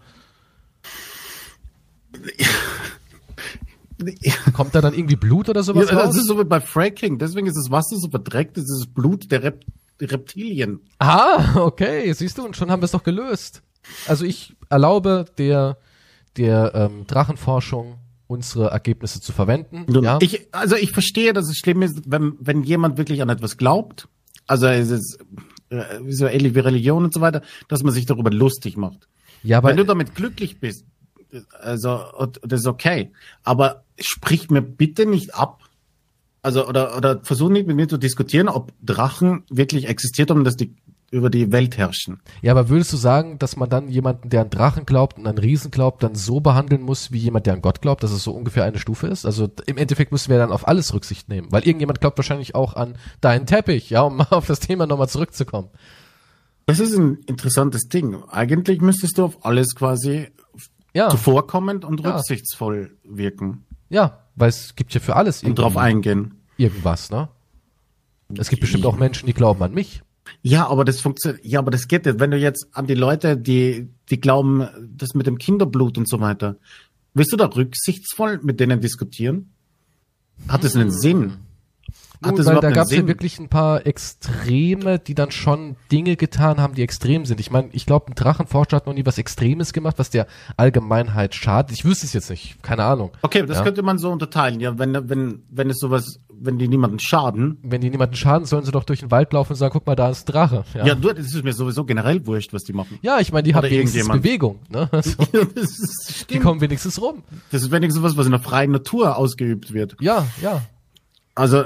Kommt da dann irgendwie Blut oder sowas raus?
Das ist so wie bei Fracking. Deswegen ist das Wasser so verdreckt. Das ist das Blut der Reptilien.
Ah, okay. Siehst du, und schon haben wir es doch gelöst. Also ich erlaube der Drachenforschung unsere Ergebnisse zu verwenden. Ja.
Ich verstehe, dass es schlimm ist, wenn jemand wirklich an etwas glaubt. Also es ist so ähnlich wie Religion und so weiter, dass man sich darüber lustig macht.
Ja, aber
wenn du damit glücklich bist, also das ist okay. Aber sprich mir bitte nicht ab. Also oder versuch nicht mit mir zu diskutieren, ob Drachen wirklich existiert haben und dass die über die Welt herrschen.
Ja, aber würdest du sagen, dass man dann jemanden, der an Drachen glaubt und an Riesen glaubt, dann so behandeln muss, wie jemand, der an Gott glaubt, dass es so ungefähr eine Stufe ist? Also im Endeffekt müssen wir dann auf alles Rücksicht nehmen, weil irgendjemand glaubt wahrscheinlich auch an deinen Teppich, ja, um mal auf das Thema nochmal zurückzukommen.
Das ist ein interessantes Ding. Eigentlich müsstest du auf alles quasi zuvorkommend und rücksichtsvoll wirken.
Ja, weil es gibt ja für alles
und drauf eingehen.
Irgendwas, ne? Es gibt bestimmt auch Menschen, die glauben an mich.
Ja, aber das funktioniert. Ja, aber das geht nicht. Wenn du jetzt an die Leute, die glauben, das mit dem Kinderblut und so weiter, willst du da rücksichtsvoll mit denen diskutieren? Hat das einen Sinn?
Hat das weil da gab es ja wirklich ein paar Extreme, die dann schon Dinge getan haben, die extrem sind. Ich meine, ich glaube, ein Drachenforscher hat noch nie was Extremes gemacht, was der Allgemeinheit schadet. Ich wüsste es jetzt nicht, keine Ahnung.
Okay, das könnte man so unterteilen. Ja, wenn es sowas, wenn die niemanden schaden.
Wenn die niemanden schaden, sollen sie doch durch den Wald laufen und sagen, guck mal, da ist ein Drache.
Ja, das ist mir sowieso generell wurscht, was die machen.
Ja, ich meine, die haben wenigstens Bewegung. Ne? Also, die kommen wenigstens rum.
Das ist wenigstens was in der freien Natur ausgeübt wird.
Ja.
Also,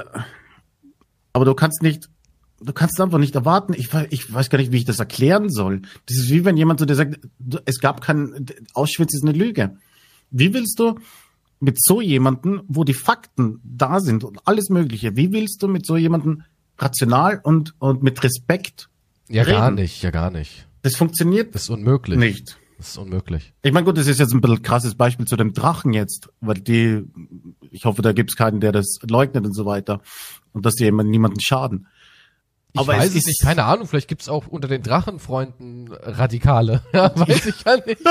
aber du kannst einfach nicht erwarten. Ich weiß gar nicht, wie ich das erklären soll. Das ist wie wenn jemand zu dir sagt, es gab Auschwitz ist eine Lüge. Wie willst du mit so jemanden, wo die Fakten da sind und alles Mögliche, wie willst du mit so jemanden rational und mit Respekt reden?
Gar nicht.
Das funktioniert.
Das ist unmöglich.
Nicht.
Das ist unmöglich.
Ich meine, gut, das ist jetzt ein bisschen krasses Beispiel zu dem Drachen jetzt, weil ich hoffe, da gibt es keinen, der das leugnet und so weiter und dass die niemanden schaden.
Aber ich weiß es nicht, keine Ahnung, vielleicht gibt es auch unter den Drachenfreunden Radikale. Ja, weiß ich ja nicht.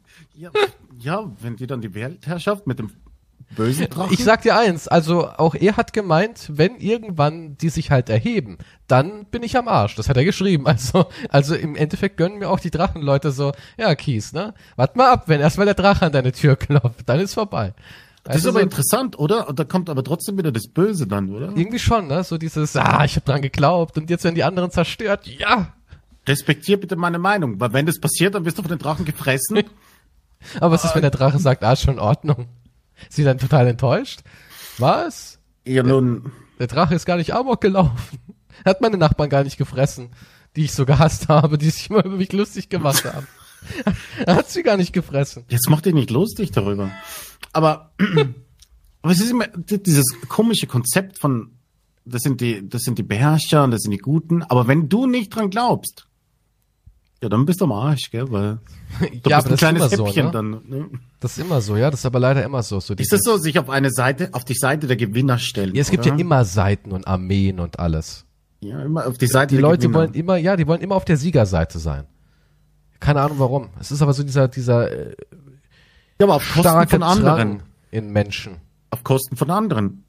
Ja, wenn die dann die Weltherrschaft mit dem bösen Drachen...
Ich sag dir eins, also auch er hat gemeint, wenn irgendwann die sich halt erheben, dann bin ich am Arsch. Das hat er geschrieben. Also im Endeffekt gönnen mir auch die Drachenleute so, ja, Kies, ne? Wart mal ab, wenn erstmal der Drache an deine Tür klopft, dann ist vorbei.
Das ist aber interessant, oder? Und da kommt aber trotzdem wieder das Böse dann, oder?
Irgendwie schon, ne? So dieses, ich hab dran geglaubt und jetzt werden die anderen zerstört. Ja!
Respektier bitte meine Meinung, weil wenn das passiert, dann wirst du von den Drachen gefressen.
Aber was ist, wenn der Drache sagt, ist schon in Ordnung? Ist sie dann total enttäuscht? Was?
Ja, nun.
Der Drache ist gar nicht Amok gelaufen. Hat meine Nachbarn gar nicht gefressen, die ich so gehasst habe, die sich immer über mich lustig gemacht haben. Er hat sie gar nicht gefressen.
Jetzt macht ihr nicht lustig darüber. Aber es ist immer dieses komische Konzept von, das sind die Beherrscher und das sind die Guten. Aber wenn du nicht dran glaubst, ja, dann bist du am Arsch, gell, weil du bist ein kleines Häppchen so, ne? Dann. Ne?
Das ist immer so, ja, das ist aber leider immer so.
Ist das so, sich auf die Seite der Gewinner stellen?
Ja, es gibt ja immer Seiten und Armeen und alles.
Ja, immer auf die Seite
der Leute Gewinner. Die wollen immer auf der Siegerseite sein. Keine Ahnung warum. Es ist aber so dieser
ja, aber auf Kosten von anderen
in Menschen.
Auf Kosten von anderen.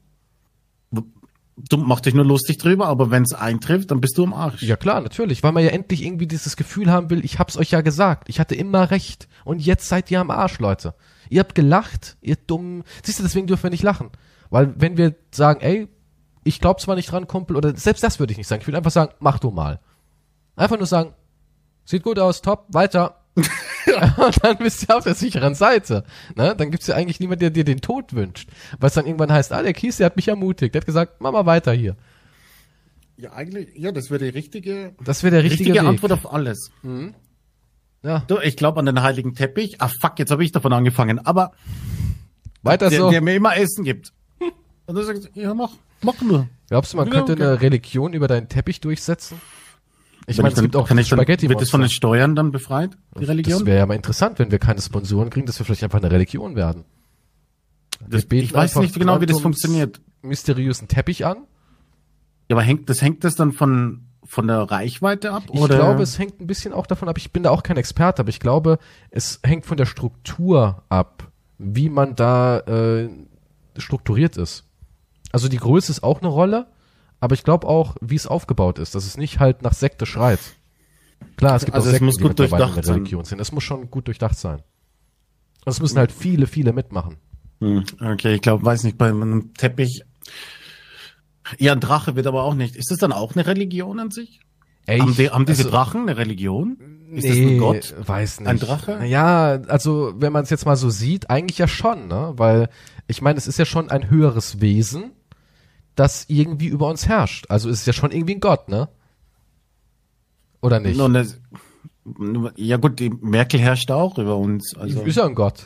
Du machst dich nur lustig drüber, aber wenn es eintrifft, dann bist du am Arsch.
Ja klar, natürlich, weil man ja endlich irgendwie dieses Gefühl haben will, ich hab's euch ja gesagt, ich hatte immer recht und jetzt seid ihr am Arsch, Leute. Ihr habt gelacht, ihr dummen, siehst du, deswegen dürfen wir nicht lachen, Weil wenn wir sagen, ey, ich glaube zwar nicht dran, Kumpel, oder selbst das würde ich nicht sagen. Ich würde einfach sagen, mach du mal. Einfach nur sagen, sieht gut aus, top, weiter. Und dann bist du auf der sicheren Seite. Ne? Dann gibt's ja eigentlich niemand, der dir den Tod wünscht. Was dann irgendwann heißt, der Kies, der hat mich ermutigt. Der hat gesagt, mach mal weiter hier.
Ja, eigentlich, ja, das wäre der richtige
Weg.
Antwort auf alles.
Mhm. Ja.
Du, ich glaube an den heiligen Teppich. Ah, fuck, jetzt habe ich davon angefangen. Aber
weiter so.
Der mir immer Essen gibt. Und du sagst, ja, mach nur.
Glaubst du, man könnte eine Religion über deinen Teppich durchsetzen? Ich meine, es gibt auch
Spaghetti. Wird das von den Steuern dann befreit, die Religion?
Das wäre ja mal interessant, wenn wir keine Sponsoren kriegen, dass wir vielleicht einfach eine Religion werden.
Ich weiß nicht genau, wie das funktioniert.
Mysteriösen Teppich an.
Ja, aber hängt das dann von der Reichweite ab?
Ich glaube, es hängt ein bisschen auch davon ab. Ich bin da auch kein Experte, aber ich glaube, es hängt von der Struktur ab, wie man da strukturiert ist. Also die Größe ist auch eine Rolle, aber ich glaube auch, wie es aufgebaut ist, dass es nicht halt nach Sekte schreit. Klar, es gibt auch Sekten, die mittlerweile eine Religion sind. Es muss schon gut durchdacht sein. Und es müssen halt viele, viele mitmachen.
Okay, ich glaube, weiß nicht, bei einem Teppich. Ja, ein Drache wird aber auch nicht. Ist das dann auch eine Religion an sich? Haben diese Drachen eine Religion? Ist das ein Gott?
Weiß nicht.
Ein Drache?
Ja, also wenn man es jetzt mal so sieht, eigentlich ja schon, ne? Weil ich meine, es ist ja schon ein höheres Wesen, das irgendwie über uns herrscht. Also es ist ja schon irgendwie ein Gott, ne? Oder nicht?
Ja gut, die Merkel herrscht auch über uns. Also.
Ist ja ein Gott.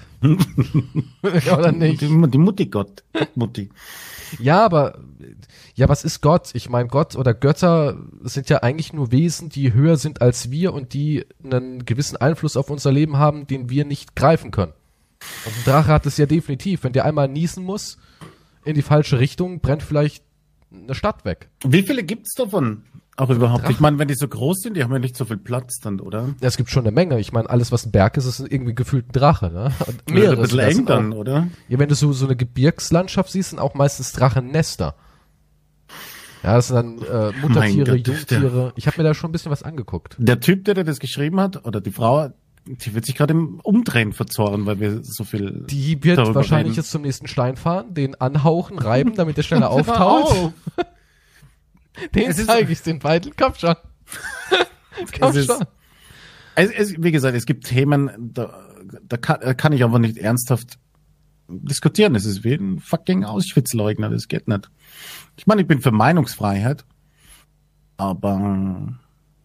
Oder nicht?
Die Mutti-Gott. Mutti.
Ja, aber ja, was ist Gott? Ich meine, Gott oder Götter sind ja eigentlich nur Wesen, die höher sind als wir und die einen gewissen Einfluss auf unser Leben haben, den wir nicht greifen können. Und ein Drache hat es ja definitiv. Wenn der einmal niesen muss in die falsche Richtung, brennt vielleicht eine Stadt weg.
Wie viele gibt's davon auch überhaupt? Drachen. Ich meine, wenn die so groß sind, die haben ja nicht so viel Platz dann, oder?
Ja, es gibt schon eine Menge. Ich meine, alles, was ein Berg ist, ist irgendwie gefühlt ein Drache, ne? Und
mehrere. Ein bisschen eng dann, oder?
Ja, wenn du so eine Gebirgslandschaft siehst, sind auch meistens Drachennester. Ja, das sind dann Muttertiere, Jungtiere. Ich habe mir da schon ein bisschen was angeguckt.
Der Typ, der das geschrieben hat, oder die Frau, die wird sich gerade im Umdrehen verzorren, weil wir so viel.
Die wird wahrscheinlich reden. Jetzt zum nächsten Stein fahren, den anhauchen, reiben, damit der schneller auftaut. Den zeige ich den beiden. Komm schon.
Komm schon. Wie gesagt, es gibt Themen, da kann ich aber nicht ernsthaft diskutieren. Es ist wie ein fucking Auschwitz-Leugner. Das geht nicht. Ich meine, ich bin für Meinungsfreiheit, aber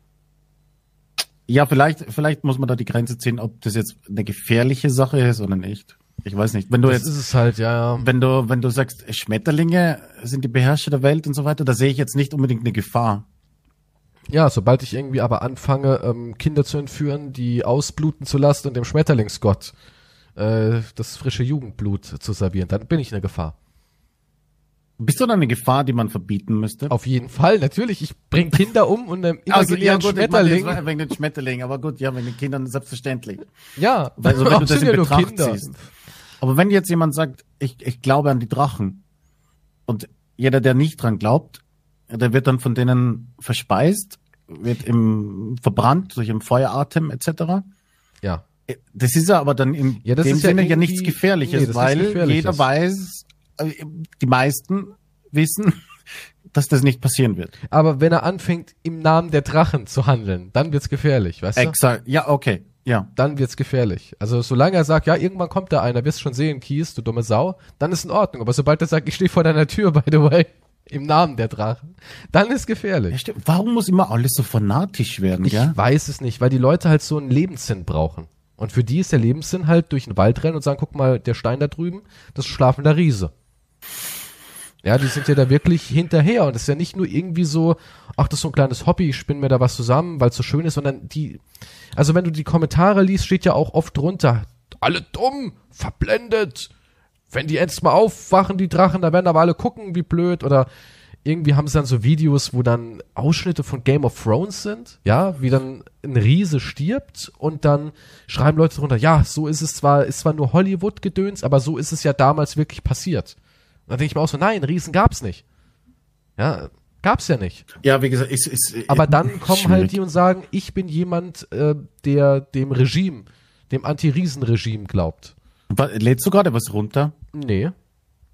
ja, vielleicht muss man da die Grenze ziehen, ob das jetzt eine gefährliche Sache ist oder nicht. Ich weiß nicht. Wenn du
das ist es halt, ja.
Wenn du sagst, Schmetterlinge sind die Beherrscher der Welt und so weiter, da sehe ich jetzt nicht unbedingt eine Gefahr.
Ja, sobald ich irgendwie aber anfange, Kinder zu entführen, die ausbluten zu lassen und dem Schmetterlingsgott das frische Jugendblut zu servieren, dann bin ich eine Gefahr.
Bist du dann eine Gefahr, die man verbieten müsste?
Auf jeden Fall, natürlich. Ich bringe Kinder um und einem imaginären Schmetterling.
Ich meine, wegen den Schmetterlingen, aber gut, ja, wegen den Kindern selbstverständlich.
Ja,
also wenn du das in Betracht ziehst. Aber wenn jetzt jemand sagt, ich glaube an die Drachen und jeder, der nicht dran glaubt, der wird dann von denen verspeist, wird verbrannt durch einen Feueratem etc.
Ja.
Das ist ja aber dann in dem Sinne ja nichts Gefährliches, weil jeder weiß, die meisten wissen, dass das nicht passieren wird.
Aber wenn er anfängt, im Namen der Drachen zu handeln, dann wird's gefährlich, weißt du?
Exakt, ja, okay. Ja.
Dann wird's gefährlich. Also solange er sagt, ja, irgendwann kommt da einer, wirst schon sehen, Kies, du dumme Sau, dann ist in Ordnung. Aber sobald er sagt, ich stehe vor deiner Tür, by the way, im Namen der Drachen, dann ist gefährlich.
Ja, stimmt. Warum muss immer alles so fanatisch werden,
Ich weiß es nicht, weil die Leute halt so einen Lebenssinn brauchen. Und für die ist der Lebenssinn halt durch den Wald rennen und sagen, guck mal, der Stein da drüben, das ist ein schlafender Riese. Ja, die sind ja da wirklich hinterher und es ist ja nicht nur irgendwie so, ach, das ist so ein kleines Hobby, ich spinne mir da was zusammen, weil es so schön ist, sondern also wenn du die Kommentare liest, steht ja auch oft drunter, alle dumm, verblendet, wenn die endlich mal aufwachen, die Drachen, da werden aber alle gucken, wie blöd, oder irgendwie haben sie dann so Videos, wo dann Ausschnitte von Game of Thrones sind, ja, wie dann ein Riese stirbt und dann schreiben Leute drunter, ja, so ist zwar nur Hollywood-Gedöns, aber so ist es ja damals wirklich passiert. Und dann denke ich mir auch so, nein, Riesen gab's nicht. Ja, gab's ja nicht.
Ja, wie gesagt,
aber dann kommen halt die und sagen, ich bin jemand, der dem Anti-Riesen-Regime glaubt.
Lädst du gerade was runter?
Nee.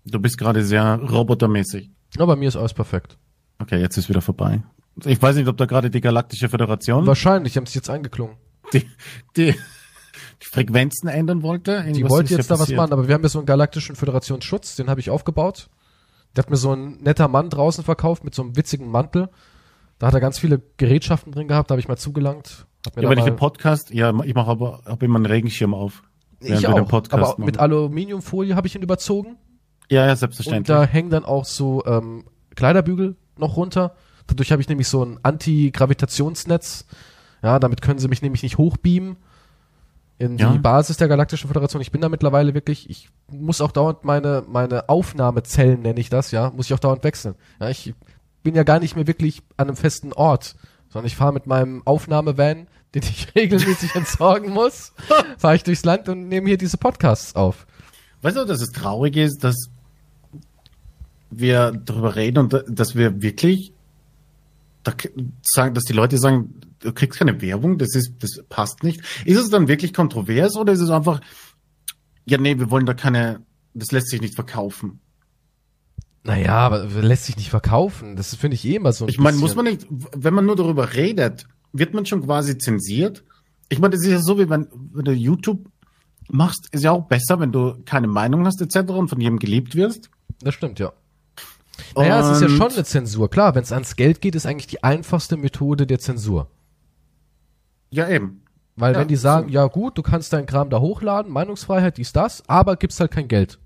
Du bist gerade sehr robotermäßig.
Ja, bei mir ist alles perfekt.
Okay, jetzt ist wieder vorbei. Ich weiß nicht, ob da gerade die Galaktische Föderation
Wahrscheinlich, haben sie jetzt eingeklungen.
die Frequenzen ändern wollte.
Die
Irgendwas
wollte
ist ja
jetzt da was
passiert.
machen, aber wir haben ja so einen galaktischen Föderationsschutz, den habe ich aufgebaut. Der hat mir so ein netter Mann draußen verkauft mit so einem witzigen Mantel. Da hat er ganz viele Gerätschaften drin gehabt, da habe ich mal zugelangt. Hab mir
Ja,
da
wenn ich
mal,
den Podcast, ja, ich mache aber hab immer einen Regenschirm auf. während
ich
wir den
auch,
Podcast
aber
machen.
mit Aluminiumfolie habe ich ihn überzogen.
Ja,
Und
selbstverständlich.
da hängen dann auch so Kleiderbügel noch runter. Dadurch habe ich nämlich so ein Anti-Gravitationsnetz. Ja, damit können sie mich nämlich nicht hochbeamen in
Ja.
die Basis der Galaktischen Föderation. Ich bin da mittlerweile wirklich, ich muss auch dauernd meine Aufnahmezellen, nenne ich das, ja, muss ich auch dauernd wechseln. Ja, ich bin ja gar nicht mehr wirklich an einem festen Ort, sondern ich fahre mit meinem Aufnahmevan, den ich regelmäßig entsorgen muss, fahre ich durchs Land und nehme hier diese Podcasts auf.
Weißt du, dass es traurig ist, dass wir darüber reden und dass wir wirklich sagen, dass die Leute sagen, du kriegst keine Werbung, das passt nicht. Ist es dann wirklich kontrovers oder ist es einfach, ja, nee, wir wollen da keine, das lässt sich nicht verkaufen?
Naja, aber lässt sich nicht verkaufen. Das finde ich eh immer so ein
Ich meine,
bisschen.
muss man nicht, wenn man nur darüber redet, wird man schon quasi zensiert? Ich meine, das ist ja so, wie wenn du YouTube machst, ist ja auch besser, wenn du keine Meinung hast etc. und von jedem geliebt wirst.
Das stimmt, ja. Naja, es ist ja
Und-
schon eine Zensur. Klar, wenn es ans Geld geht, ist eigentlich die einfachste Methode der Zensur.
Ja, eben.
Weil
Ja,
wenn die sagen,
so.
ja gut, du kannst deinen Kram da hochladen, Meinungsfreiheit, dies, das, aber gibt's halt kein Geld.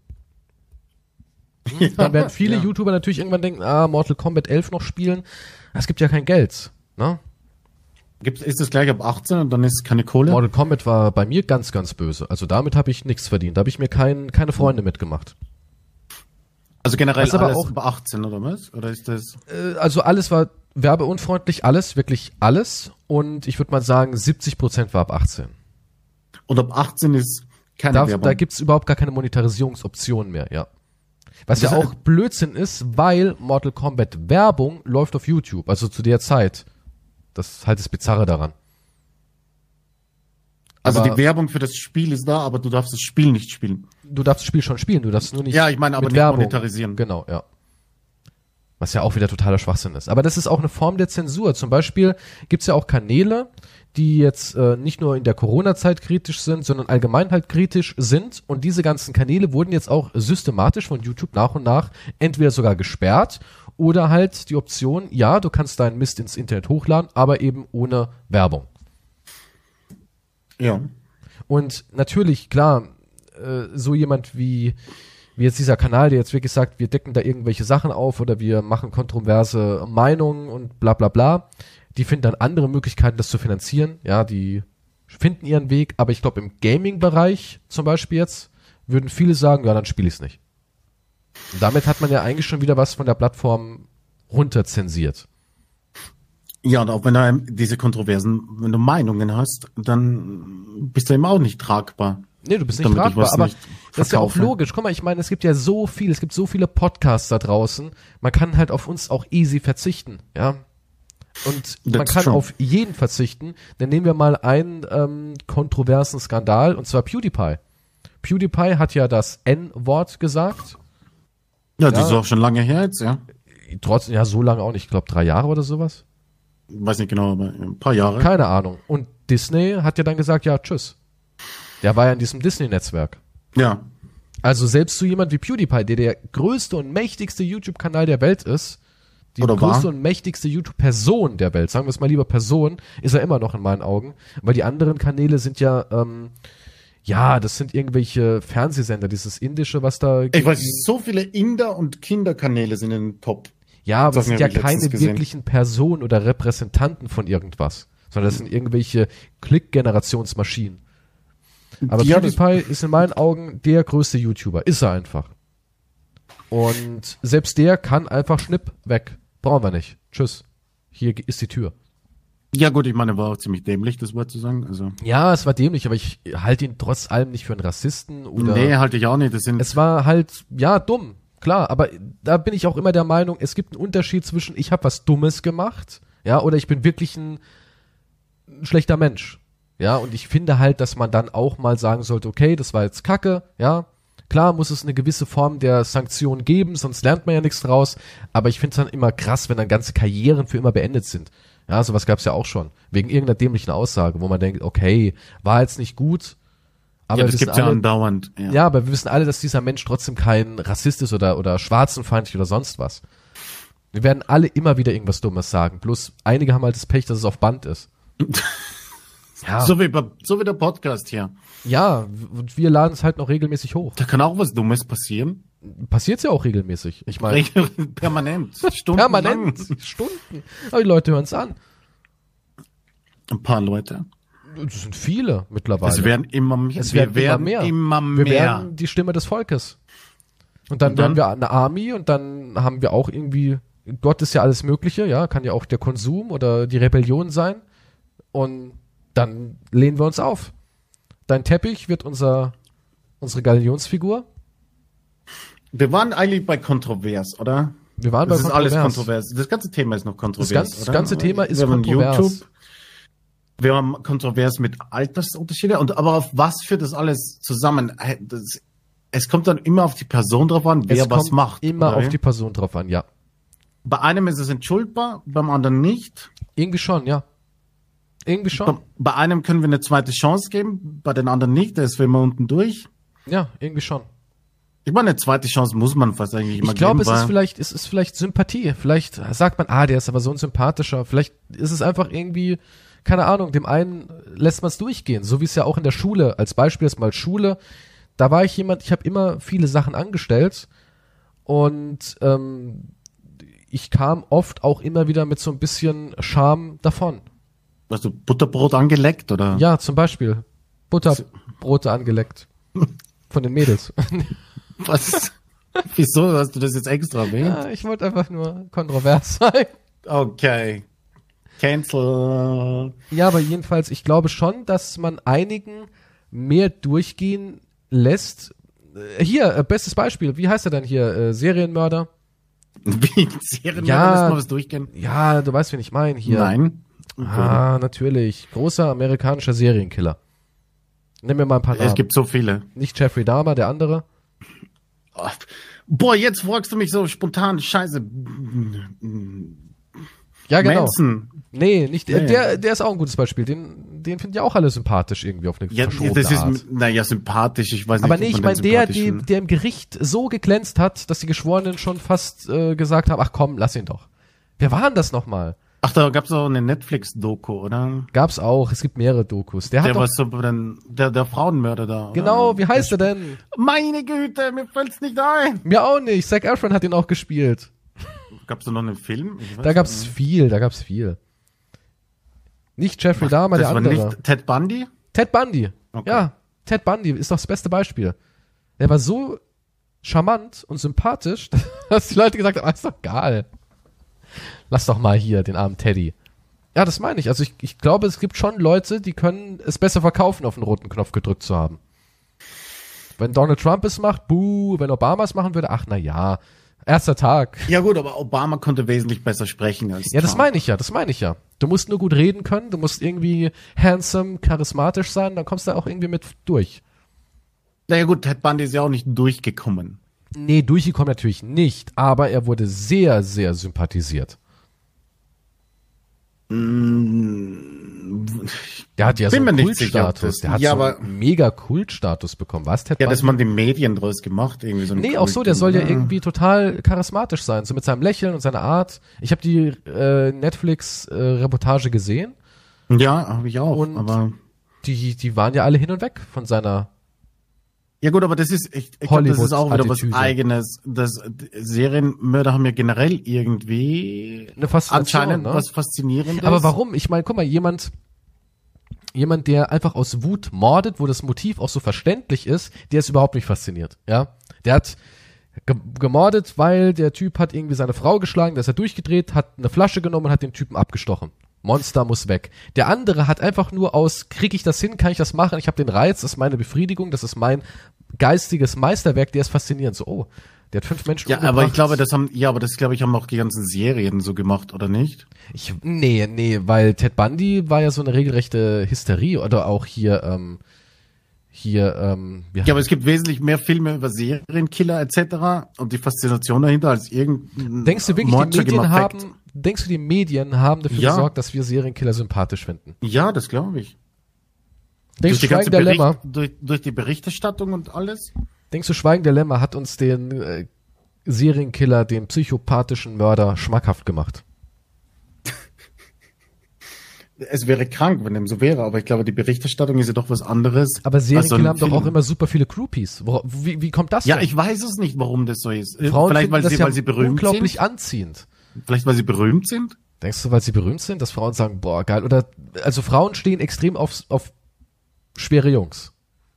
Dann werden viele
ja.
YouTuber natürlich irgendwann denken, Mortal Kombat 11 noch spielen. Es gibt ja kein Geld. Ne?
Ist das gleich ab 18 und dann ist keine Kohle?
Mortal Kombat war bei mir ganz, ganz böse. Also damit habe ich nichts verdient. Da habe ich mir keine Freunde mitgemacht.
Also generell
Was aber
alles
auch-
über 18 oder was? Oder ist das?
Also alles war werbeunfreundlich, alles, wirklich alles. Und ich würde mal sagen, 70% war ab 18.
Und ab 18 ist keine Werbung.
Da gibt's überhaupt gar keine Monetarisierungsoption mehr, ja. Was
Das
ja
ist-
auch Blödsinn ist, weil Mortal Kombat Werbung läuft auf YouTube, also zu der Zeit. Das ist halt das Bizarre daran.
also
aber-
die Werbung für das Spiel ist da, aber du darfst das Spiel nicht spielen.
Du darfst das Spiel schon spielen, du darfst nur nicht
Ja, ich meine, aber
mit
nicht
Werbung
monetarisieren.
Genau, ja. Was ja auch wieder totaler Schwachsinn ist. Aber das ist auch eine Form der Zensur. Zum Beispiel gibt's ja auch Kanäle, die jetzt nicht nur in der Corona-Zeit kritisch sind, sondern allgemein halt kritisch sind. Und diese ganzen Kanäle wurden jetzt auch systematisch von YouTube nach und nach entweder sogar gesperrt oder halt die Option, ja, du kannst deinen Mist ins Internet hochladen, aber eben ohne Werbung.
Ja.
Und natürlich, klar, so jemand wie jetzt dieser Kanal, der jetzt wirklich sagt, wir decken da irgendwelche Sachen auf oder wir machen kontroverse Meinungen und bla bla bla, die finden dann andere Möglichkeiten, das zu finanzieren. Ja, die finden ihren Weg, aber ich glaube, im Gaming-Bereich zum Beispiel jetzt würden viele sagen, ja, dann spiele ich es nicht. Und damit hat man ja eigentlich schon wieder was von der Plattform runterzensiert.
Ja, und auch wenn du diese Kontroversen, wenn du Meinungen hast, dann bist du eben auch nicht tragbar.
Nee, du bist nicht
Damit ich
tragbar,
was
aber
nicht
das ist ja auch
verkaufe.
logisch. Guck mal, ich meine, es gibt ja so viel, es gibt so viele Podcasts da draußen. Man kann halt auf uns auch easy verzichten, ja. Und man
That's
kann
true.
auf jeden verzichten. Dann nehmen wir mal einen kontroversen Skandal, und zwar PewDiePie. PewDiePie hat ja das N-Wort gesagt.
Ja, das
Ja.
ist auch schon lange her jetzt, ja.
Trotzdem, ja, so lange auch nicht. Ich glaube, 3 Jahre oder sowas.
Weiß nicht genau, aber ein paar Jahre.
Keine Ahnung. Und Disney hat ja dann gesagt, ja, tschüss. Der war ja in diesem Disney-Netzwerk.
Ja.
Also selbst so jemand wie PewDiePie, der größte und mächtigste YouTube-Kanal der Welt ist, die
Oder
größte
war.
und mächtigste YouTube-Person der Welt, sagen wir es mal lieber Person, ist er immer noch in meinen Augen, weil die anderen Kanäle sind ja, ja, das sind irgendwelche Fernsehsender, dieses Indische, was da...
Ich weiß nicht, so viele Inder- und Kinderkanäle sind in den Top.
Ja, aber
Das
das sind
haben
ja
wir letztens
keine
gesehen.
wirklichen Personen oder Repräsentanten von irgendwas, sondern das sind irgendwelche Klick-Generationsmaschinen. Aber
Ja,
PewDiePie ist in meinen Augen der größte YouTuber. Ist er einfach. Und selbst der kann einfach schnipp weg. Brauchen wir nicht. Tschüss. Hier ist die Tür.
Ja gut, ich meine, war auch ziemlich dämlich, das Wort zu sagen. Also
Ja, es war dämlich, aber ich halte ihn trotz allem nicht für einen Rassisten oder.
nee, halte ich auch nicht. Das sind
Es war halt, ja, dumm. Klar, aber da bin ich auch immer der Meinung, es gibt einen Unterschied zwischen ich habe was Dummes gemacht, ja, oder ich bin wirklich ein schlechter Mensch. Ja, und ich finde halt, dass man dann auch mal sagen sollte, okay, das war jetzt Kacke, ja, Klar muss es eine gewisse Form der Sanktion geben, sonst lernt man ja nichts draus. Aber ich finde es dann immer krass, wenn dann ganze Karrieren für immer beendet sind. Ja, sowas gab es ja auch schon. Wegen irgendeiner dämlichen Aussage, wo man denkt, okay, war jetzt nicht gut. Aber
ja, das gibt's ja andauernd.
Ja, aber wir wissen alle, dass dieser Mensch trotzdem kein Rassist ist oder schwarzenfeindlich oder sonst was. Wir werden alle immer wieder irgendwas Dummes sagen. Bloß einige haben halt das Pech, dass es auf Band ist. Ja.
So wie der Podcast hier.
Ja, und wir laden es halt noch regelmäßig hoch.
Da kann auch was Dummes passieren.
Passiert's ja auch regelmäßig. Ich meine,
Permanent. Stundenlang.
permanent. Stunden. Aber die Leute hören's an.
Ein paar Leute.
Das sind viele mittlerweile.
Es werden immer mehr.
Wir werden die Stimme des Volkes. Und dann werden wir eine Army und dann haben wir auch irgendwie, Gott ist ja alles Mögliche, ja, kann ja auch der Konsum oder die Rebellion sein. Und dann lehnen wir uns auf. Dein Teppich wird unsere Galionsfigur.
Wir waren eigentlich bei kontrovers, oder?
Wir waren bei
kontrovers. Das ist alles kontrovers.
Das
ganze Thema ist noch kontrovers,
das ganze Thema ist kontrovers.
YouTube, wir haben kontrovers mit Altersunterschiede aber auf was führt das alles zusammen? Es kommt dann immer auf die Person drauf an, wer was macht.
Immer auf die Person drauf an, ja.
Bei einem ist es entschuldbar, beim anderen nicht.
Irgendwie schon, ja. Irgendwie schon.
Bei einem können wir eine zweite Chance geben, bei den anderen nicht, der ist für immer unten durch.
Ja, irgendwie schon.
Ich meine, eine zweite Chance muss man fast eigentlich immer geben.
Ich glaube, es ist vielleicht Sympathie. Vielleicht sagt man, der ist aber so ein sympathischer. Vielleicht ist es einfach irgendwie, keine Ahnung, dem einen lässt man es durchgehen. So wie es ja auch in der Schule, als Beispiel ist mal Schule. Da war ich ich habe immer viele Sachen angestellt und ich kam oft auch immer wieder mit so ein bisschen Scham davon.
Hast du Butterbrot angeleckt, oder?
Ja, zum Beispiel. Butterbrote angeleckt. Von den Mädels.
Was? Wieso hast du das jetzt extra erwähnt?
Ja, ich wollte einfach nur kontrovers sein.
Okay. Cancel.
Ja, aber jedenfalls, ich glaube schon, dass man einigen mehr durchgehen lässt. Hier, bestes Beispiel. Wie heißt er denn hier? Serienmörder?
Wie Serienmörder?
Ja,
lässt man was durchgehen?
Ja, du weißt, wen ich meine hier.
Nein.
Ah, natürlich. Großer amerikanischer Serienkiller. Nimm mir mal ein paar Namen.
Es gibt so viele.
Nicht Jeffrey Dahmer, der andere.
Boah, jetzt fragst du mich so spontan, scheiße.
Ja, genau.
Manson.
Nee, nicht der ist auch ein gutes Beispiel. Den finden ja auch alle sympathisch irgendwie auf eine verschobene Art.
Sympathisch, ich weiß nicht.
Aber nee, ich meine, der im Gericht so geglänzt hat, dass die Geschworenen schon fast gesagt haben, ach komm, lass ihn doch. Wer war denn das nochmal?
Ach, da gab's auch eine Netflix-Doku, oder?
Gab's auch, es gibt mehrere Dokus. Der
war so der Frauenmörder da, oder?
Genau, wie heißt er denn?
Meine Güte, mir fällt's nicht ein.
Mir auch nicht, Zac Efron hat ihn auch gespielt.
Gab's da noch einen Film?
Da gab's viel. Nicht Jeffrey Dahmer, der andere.
Das war nicht Ted Bundy?
Ted Bundy,
okay.
Ja. Ted Bundy ist doch das beste Beispiel. Der war so charmant und sympathisch, dass die Leute gesagt haben, ist doch egal. Lass doch mal hier den armen Teddy. Ja, das meine ich. Also ich glaube, es gibt schon Leute, die können es besser verkaufen, auf den roten Knopf gedrückt zu haben. Wenn Donald Trump es macht, buh. Wenn Obama es machen würde, ach na ja, erster Tag.
Ja gut, aber Obama konnte wesentlich besser sprechen als
Ja, das meine ich ja. Du musst nur gut reden können, du musst irgendwie handsome, charismatisch sein, dann kommst du auch irgendwie mit durch.
Naja gut, Ted Bundy ist ja auch nicht durchgekommen.
Nee, durchgekommen natürlich nicht, aber er wurde sehr, sehr sympathisiert. Der hat ja so einen Kultstatus. Der hat so einen mega Kultstatus bekommen. Was, Ted Bundy?
Ja, dass man die Medien draus gemacht. Irgendwie so
auch so, der soll ja irgendwie total charismatisch sein. So mit seinem Lächeln und seiner Art. Ich habe die Netflix-Reportage gesehen.
Ja, habe ich auch.
Und
aber
die waren ja alle hin und weg von seiner
Ja gut, aber das ist, ich glaube, das ist auch wieder was Eigenes. Das Serienmörder haben ja generell irgendwie
eine Faszination,
anscheinend was Faszinierendes.
Aber warum? Ich meine, guck mal, jemand, der einfach aus Wut mordet, wo das Motiv auch so verständlich ist, der ist überhaupt nicht fasziniert. Ja, der hat gemordet, weil der Typ hat irgendwie seine Frau geschlagen, da ist er durchgedreht, hat eine Flasche genommen und hat den Typen abgestochen. Monster muss weg. Der andere hat einfach nur krieg ich das hin, kann ich das machen, ich habe den Reiz, das ist meine Befriedigung, das ist mein geistiges Meisterwerk, der ist faszinierend. So, der hat 5 Menschen
umgebracht. Aber ich glaube, haben auch die ganzen Serien so gemacht, oder nicht?
Nee, weil Ted Bundy war ja so eine regelrechte Hysterie, oder auch hier, hier,
Ja, aber es gibt wesentlich mehr Filme über Serienkiller etc. und die Faszination dahinter als irgendein
denkst du wirklich,
Monster gemacht.
die Medien haben dafür
Ja.
gesorgt, dass wir Serienkiller sympathisch finden?
Ja, das glaube ich.
Denkst du, Schweigen der Lämmer,
durch die Berichterstattung und alles?
Schweigen der Lämmer hat uns den Serienkiller, den psychopathischen Mörder schmackhaft gemacht?
Es wäre krank, wenn dem so wäre, aber ich glaube, die Berichterstattung ist ja doch was anderes.
Aber Serienkiller haben doch
Film.
auch immer super viele Groupies. Wie kommt das
Ja,
denn?
ich weiß es nicht, warum das so ist.
Frauen
Vielleicht,
finden das
weil sie berühmt
unglaublich
sind.
anziehend.
Vielleicht, weil sie berühmt sind?
Denkst du, weil sie berühmt sind, dass Frauen sagen, boah, geil? Oder, also Frauen stehen extrem auf schwere Jungs.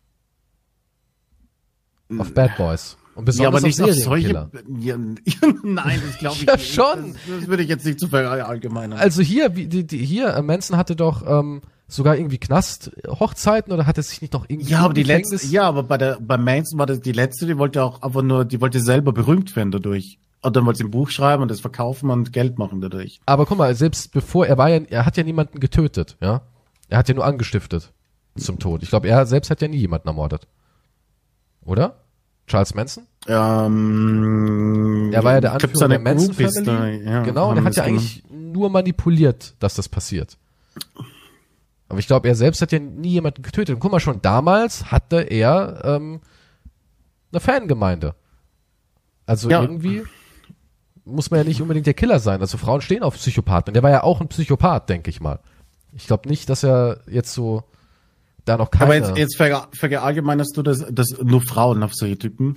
Auf Bad Boys. Und
Ja, aber
besonders
nicht
auf
auf solche.
Serienkiller.
Ja, nein, das glaube ich
Ja,
nicht.
schon.
Das würde ich jetzt nicht zu verallgemeinern.
Also hier, Manson hatte doch sogar irgendwie Knast-Hochzeiten oder hat er sich nicht noch irgendwie
Ja, aber
im Gefängnis-
aber bei Manson war das die letzte, die wollte auch einfach nur, die wollte selber berühmt werden dadurch. Und dann wollte sie ein Buch schreiben und das verkaufen und Geld machen dadurch.
Aber guck mal, selbst bevor er hat ja niemanden getötet, ja? Er hat ja nur angestiftet zum Tod. Ich glaube, er selbst hat ja nie jemanden ermordet. Oder? Charles Manson?
Er
Er war ja der Anführer der Manson
Groupies
Family.
da, ja,
Genau, und
haben
er hat
das
ja
gemacht.
eigentlich nur manipuliert, dass das passiert. Aber ich glaube, er selbst hat ja nie jemanden getötet. Und guck mal, schon damals hatte er eine Fangemeinde. Also
Ja.
irgendwie muss man ja nicht unbedingt der Killer sein. Also Frauen stehen auf Psychopathen. Und der war ja auch ein Psychopath, denke ich mal. Ich glaube nicht, dass er jetzt so da noch keine...
Aber jetzt verallgemeinerst du dass nur Frauen auf solche Typen?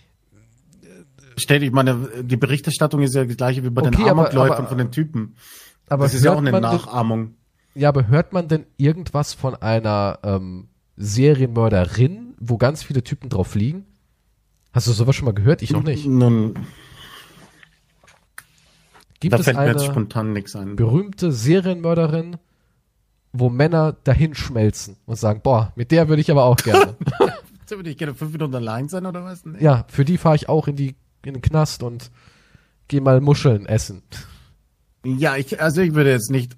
Ich meine, die Berichterstattung ist ja die gleiche wie bei den
Okay, aber-
Amokläufern von den Typen.
aber
Das ist ja auch
hört
eine
man
Nachahmung.
Ja, aber hört man denn irgendwas von einer Serienmörderin, wo ganz viele Typen drauf liegen? Hast du sowas schon mal gehört? Ich noch nicht.
Nun,
Gibt
da
es
fällt mir jetzt
eine
spontan nichts ein.
berühmte Serienmörderin, wo Männer dahin schmelzen und sagen, boah, mit der würde ich aber auch gerne.
Würde ich gerne 5 Minuten allein sein oder was? Nee.
Ja, für die fahre ich auch in den Knast und gehe mal Muscheln essen.
Ja, ich würde jetzt nicht.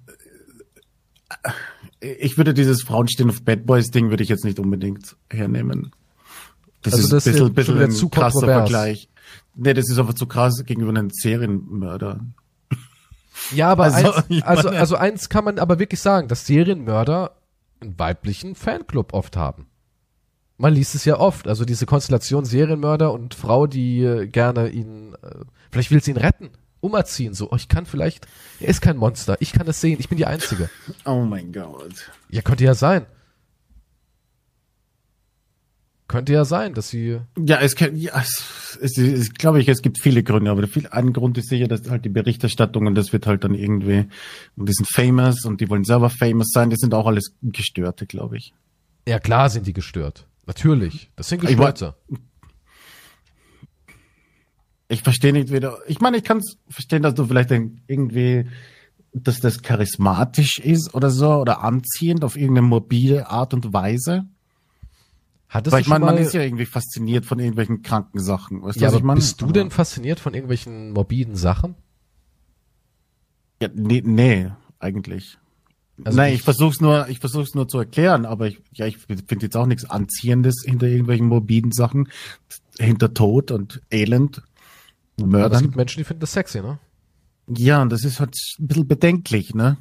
Ich würde dieses Frauenstehen auf Bad Boys Ding würde ich jetzt nicht unbedingt hernehmen. Das
Also
ist
das
ein
ist
bisschen,
schon
bisschen
wieder
ein
zu
krasser
kontrovers.
Vergleich. Nee, das ist einfach zu krass gegenüber einem Serienmörder.
Ja, aber
Also,
also eins kann man aber wirklich sagen, dass Serienmörder einen weiblichen Fanclub oft haben. Man liest es ja oft, also diese Konstellation Serienmörder und Frau, die gerne ihn, vielleicht will sie ihn retten, umerziehen, so, er ist kein Monster, ich kann das sehen, ich bin die Einzige.
Oh mein Gott.
Ja, könnte ja sein. Könnte ja sein, dass sie,
Ja, es glaube ich, es gibt viele Gründe, aber ein Grund ist sicher, dass halt die Berichterstattung und das wird halt dann irgendwie, und die sind famous und die wollen selber famous sein, das sind auch alles Gestörte, glaube ich.
ja klar sind die gestört. Natürlich, das sind
Ich war-
Gestörte.
Ich verstehe nicht wieder. Ich meine, ich kann es verstehen, dass du vielleicht irgendwie, dass das charismatisch ist oder so oder anziehend auf irgendeine mobile Art und Weise.
Hattest
Weil
du
ich meine,
schon
man
mal,
ist ja irgendwie fasziniert von irgendwelchen kranken Sachen. Weißt du,
ja,
was
aber
ich meine?
bist du denn fasziniert von irgendwelchen morbiden Sachen?
Ja, nee, eigentlich.
Also
Nein, ich versuch's nur zu erklären, aber ich finde jetzt auch nichts Anziehendes hinter irgendwelchen morbiden Sachen, hinter Tod und Elend,
Aber es
Mördern.
gibt Menschen, die finden das sexy, ne?
Ja, und das ist halt ein bisschen bedenklich, ne?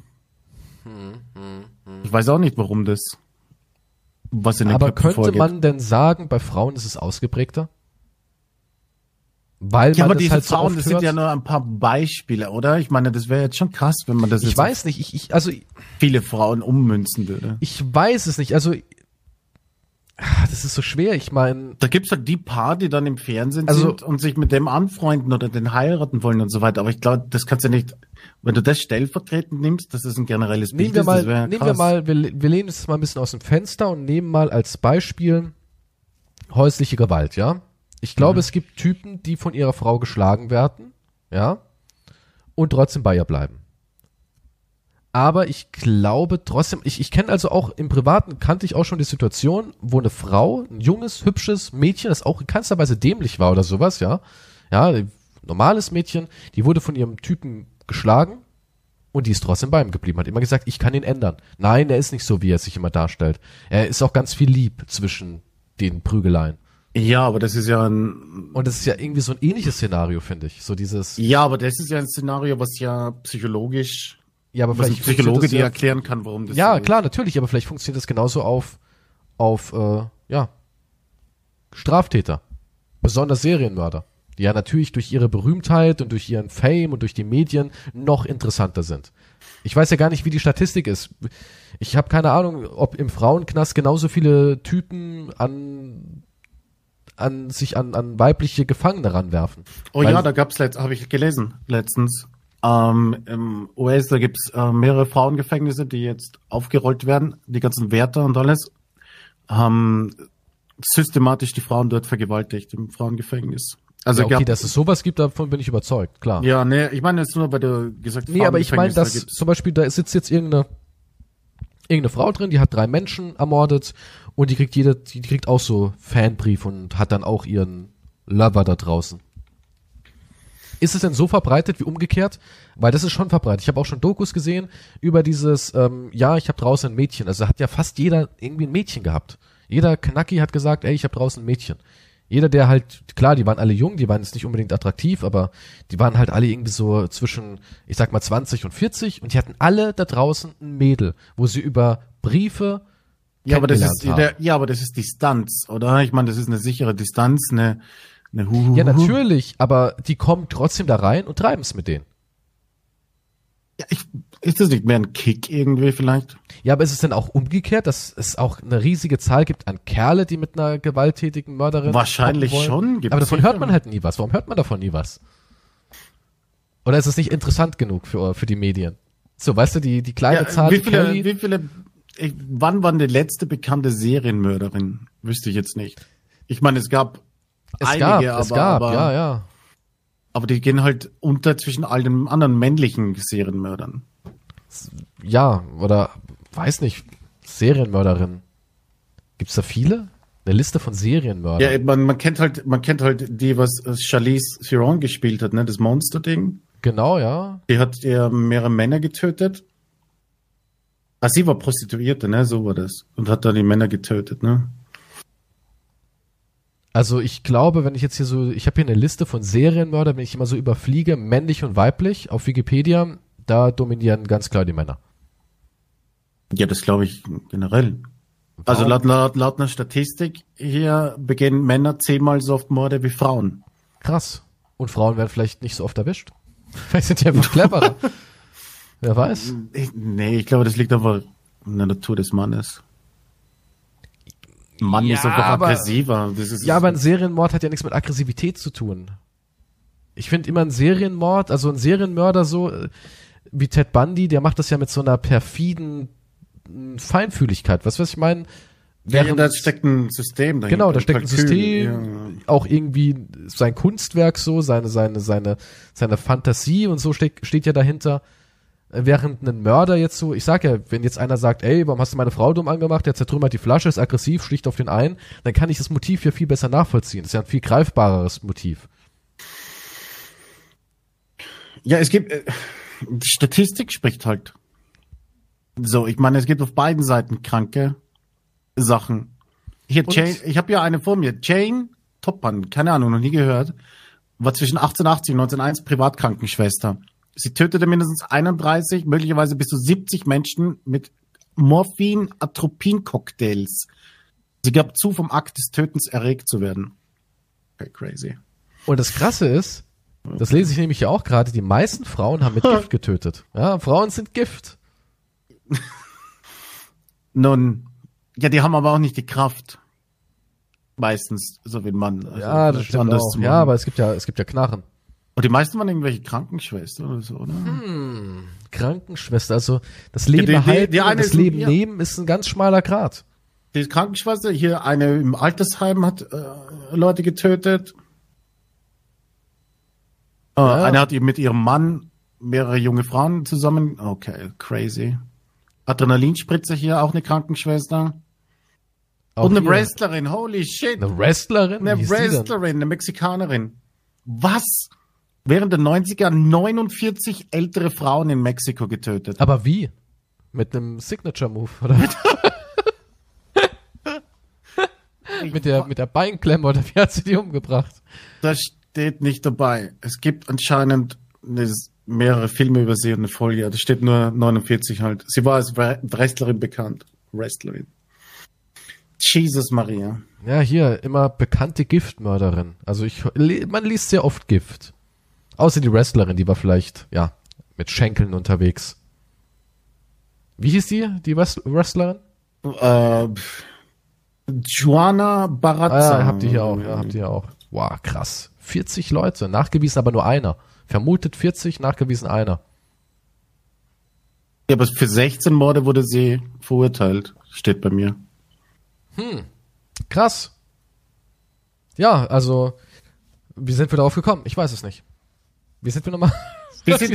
Ich weiß auch nicht, warum das, was in den
Aber
Köpfen
könnte
vorgeht.
man denn sagen, bei Frauen ist es ausgeprägter? Weil
Ja,
man
aber
das
diese
halt so
Frauen,
oft
das
hört?
sind ja nur ein paar Beispiele, oder? Ich meine, das wäre jetzt schon krass, wenn man das
Ich
jetzt
weiß nicht, also
viele Frauen ummünzen würde.
ich weiß es nicht, also das ist so schwer, ich meine,
Da gibt's halt die Paar, die dann im Fernsehen
Also-
sind und sich mit dem anfreunden oder den heiraten wollen und so weiter. Aber ich glaube, das kannst du nicht, wenn du das stellvertretend nimmst, dass das ein generelles Bild ist, das wäre krass.
wir lehnen es mal ein bisschen aus dem Fenster und nehmen mal als Beispiel häusliche Gewalt, ja? Ich glaube, es gibt Typen, die von ihrer Frau geschlagen werden, ja? Und trotzdem bei ihr bleiben. Aber ich glaube trotzdem, ich kenne also auch im Privaten, kannte ich auch schon die Situation, wo eine Frau, ein junges, hübsches Mädchen, das auch in keinster Weise dämlich war oder sowas, ja, normales Mädchen, die wurde von ihrem Typen geschlagen Und die ist trotzdem bei ihm geblieben, hat immer gesagt, ich kann ihn ändern. Nein, er ist nicht so, wie er sich immer darstellt. Er ist auch ganz viel lieb zwischen den Prügeleien.
Ja, aber das ist ja ein...
Und das ist ja irgendwie so ein ähnliches Szenario, finde ich. So dieses...
Ja, aber das ist ja ein Szenario, was ja psychologisch...
Ja, aber
was ein
vielleicht
Psychologe dir
ja,
erklären kann, warum das
ja,
so ist.
klar, natürlich, aber vielleicht funktioniert das genauso auf Straftäter. Besonders Serienmörder. Die ja natürlich durch ihre Berühmtheit und durch ihren Fame und durch die Medien noch interessanter sind. Ich weiß ja gar nicht, wie die Statistik ist. Ich habe keine Ahnung, ob im Frauenknast genauso viele Typen an weibliche Gefangene ranwerfen.
Oh ja, da gab's habe ich gelesen letztens. Im US, da gibt's mehrere Frauengefängnisse, die jetzt aufgerollt werden. Die ganzen Wärter und alles haben systematisch die Frauen dort vergewaltigt im Frauengefängnis. Also
ja, okay, dass es sowas gibt, davon bin ich überzeugt, klar.
Ja, nee, ich meine jetzt nur, weil du gesagt hast,
nee, aber ich meine, dass zum Beispiel, da sitzt jetzt irgendeine Frau drin, die hat 3 Menschen ermordet und die kriegt auch so Fanbrief und hat dann auch ihren Lover da draußen. Ist es denn so verbreitet wie umgekehrt? Weil das ist schon verbreitet. Ich habe auch schon Dokus gesehen über dieses, ich habe draußen ein Mädchen. Also hat ja fast jeder irgendwie ein Mädchen gehabt. Jeder Knacki hat gesagt, ey, ich habe draußen ein Mädchen. Jeder, der halt, klar, die waren alle jung, die waren jetzt nicht unbedingt attraktiv, aber die waren halt alle irgendwie so zwischen, ich sag mal 20 und 40 und die hatten alle da draußen ein Mädel, wo sie über Briefe
aber das ist Distanz, oder? Ich meine, das ist eine sichere Distanz, eine
Ja, natürlich, aber die kommen trotzdem da rein und treiben es mit denen.
Ja, ist das nicht mehr ein Kick irgendwie vielleicht?
Ja, aber ist es denn auch umgekehrt, dass es auch eine riesige Zahl gibt an Kerle, die mit einer gewalttätigen Mörderin
wahrscheinlich schon.
Aber davon hört man halt nie was. Warum hört man davon nie was? Oder ist es nicht interessant genug für die Medien? So, weißt du, die kleine Zahl.
Wann war die letzte bekannte Serienmörderin? Wüsste ich jetzt nicht. Ich meine, es gab,
ja.
Aber die gehen halt unter zwischen all den anderen männlichen Serienmördern.
Ja, oder, weiß nicht, Serienmörderin. Gibt's da viele? Eine Liste von Serienmördern.
Ja, man kennt halt die, was Charlize Theron gespielt hat, ne, das Monster-Ding.
Genau, ja.
Die hat ja mehrere Männer getötet. Ah, sie war Prostituierte, ne, so war das. Und hat da die Männer getötet, ne.
Also ich glaube, wenn ich jetzt hier ich habe hier eine Liste von Serienmördern, wenn ich immer so überfliege, männlich und weiblich auf Wikipedia, da dominieren ganz klar die Männer.
Ja, das glaube ich generell. Also laut einer Statistik hier begehen Männer 10-mal so oft Morde wie Frauen.
Krass. Und Frauen werden vielleicht nicht so oft erwischt. Vielleicht sind die einfach cleverer. Wer weiß.
Ich glaube, das liegt einfach in der Natur des Mannes. Mann ist einfach aggressiver.
Aber ein Serienmord hat ja nichts mit Aggressivität zu tun. Ich finde immer ein Serienmörder so, wie Ted Bundy, der macht das ja mit so einer perfiden Feinfühligkeit. Weißt du, was ich meine?
Da steckt ein System dahinter.
Genau, da steckt ein System, auch irgendwie sein Kunstwerk so, seine Fantasie und so steht ja dahinter. Während ein Mörder jetzt so, ich sag ja, wenn jetzt einer sagt, ey, warum hast du meine Frau dumm angemacht, der zertrümmert die Flasche, ist aggressiv, sticht auf den ein, dann kann ich das Motiv ja viel besser nachvollziehen. Das ist ja ein viel greifbareres Motiv.
Ja, es gibt, die Statistik spricht halt. So, ich meine, es gibt auf beiden Seiten kranke Sachen. Hier, Jane, ich habe ja eine vor mir, Jane Toppan, keine Ahnung, noch nie gehört, war zwischen 1880 und 1901 Privatkrankenschwester. Sie tötete mindestens 31, möglicherweise bis zu 70 Menschen mit Morphin-Atropin-Cocktails. Sie gab zu, vom Akt des Tötens erregt zu werden. Okay, crazy.
Und das Krasse ist, das lese ich nämlich ja auch gerade, die meisten Frauen haben mit Gift getötet. Ja, Frauen sind Gift.
Nun, ja, die haben aber auch nicht die Kraft. Meistens, so wie ein Mann. Also
ja, das stimmt auch. Ja, aber es gibt ja Knarren.
Und die meisten waren irgendwelche Krankenschwestern oder so, oder?
Krankenschwester, also das Leben halten und das Leben nehmen ist ein ganz schmaler Grat.
Die Krankenschwester, hier eine im Altersheim hat Leute getötet. Eine hat mit ihrem Mann mehrere junge Frauen zusammen. Okay, crazy. Adrenalinspritzer hier, auch eine Krankenschwester.
Auch
und eine
hier.
Wrestlerin, holy shit.
Eine Wrestlerin?
Eine Wrestlerin, eine Mexikanerin. Was? während der 90er 49 ältere Frauen in Mexiko getötet.
Aber wie? Mit einem Signature-Move, oder? mit der Beinklemme, oder wie hat sie die umgebracht?
Das steht nicht dabei. Es gibt anscheinend mehrere Filme über sie und eine Folge. Da steht nur 49 halt. Sie war als Wrestlerin bekannt. Wrestlerin. Jesus Maria.
Ja, hier, immer bekannte Giftmörderin. Also man liest sehr oft Gift. Außer die Wrestlerin, die war vielleicht, ja, mit Schenkeln unterwegs. Wie hieß die Wrestlerin?
Joanna Barraza.
Ja, habt ihr hier auch. Wow, krass. 40 Leute, nachgewiesen aber nur einer. Vermutet 40, nachgewiesen einer.
Ja, aber für 16 Morde wurde sie verurteilt. Steht bei mir.
Krass. Ja, also, wie sind wir darauf gekommen? Ich weiß es nicht. Wie sind wir nochmal?
Wie sind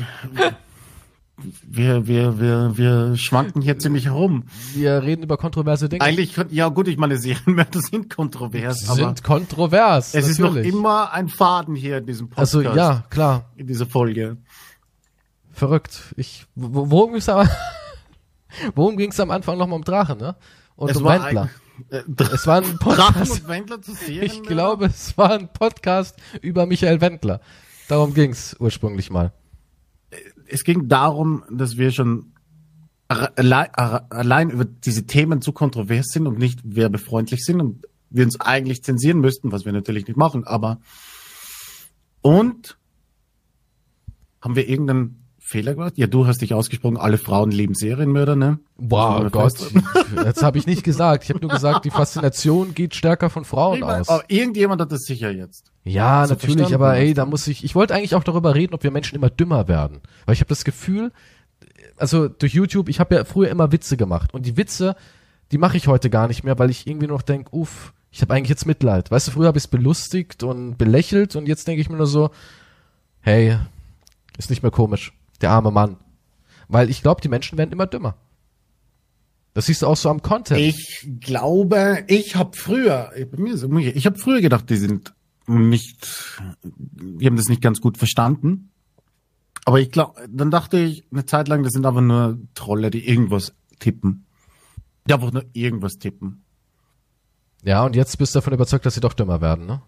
wir schwanken hier ziemlich herum.
Wir reden über kontroverse Dinge.
Eigentlich, ja gut, ich meine, Serienmörder sind kontrovers.
Sind kontrovers,
es ist noch
natürlich.
immer ein Faden hier in diesem Podcast.
Also, ja, klar.
In dieser Folge.
Verrückt. Worum ging's am Anfang nochmal um Drachen, ne? Und um Wendler. Es war ein Podcast.
Drachen und Wendler zu Serienmörder?
Ich glaube, es war ein Podcast über Michael Wendler. Darum ging's ursprünglich mal.
Es ging darum, dass wir schon allein über diese Themen zu kontrovers sind und nicht werbefreundlich sind und wir uns eigentlich zensieren müssten, was wir natürlich nicht machen, aber und haben wir irgendeinen Fehler gemacht? Ja, du hast dich ausgesprochen, alle Frauen lieben Serienmörder, ne?
Wow, Gott, das habe ich nicht gesagt. Ich habe nur gesagt, die Faszination geht stärker von Frauen aus.
Aber irgendjemand hat das sicher jetzt.
Ja,
Hast du
natürlich,
verstanden?
aber ey, da muss ich wollte eigentlich auch darüber reden, ob wir Menschen immer dümmer werden. Weil ich habe das Gefühl, also durch YouTube, ich habe ja früher immer Witze gemacht. Und die Witze, die mache ich heute gar nicht mehr, weil ich irgendwie noch denke, ich habe eigentlich jetzt Mitleid. Weißt du, früher habe ich es belustigt und belächelt und jetzt denke ich mir nur so, hey, ist nicht mehr komisch. Der arme Mann. Weil ich glaube, die Menschen werden immer dümmer. Das siehst du auch so am Content.
Ich glaube, ich habe früher gedacht, die haben das nicht ganz gut verstanden. Aber ich glaube, dann dachte ich eine Zeit lang, das sind aber nur Trolle, die irgendwas tippen. Die einfach nur irgendwas tippen.
Ja, und jetzt bist du davon überzeugt, dass sie doch dümmer werden, ne?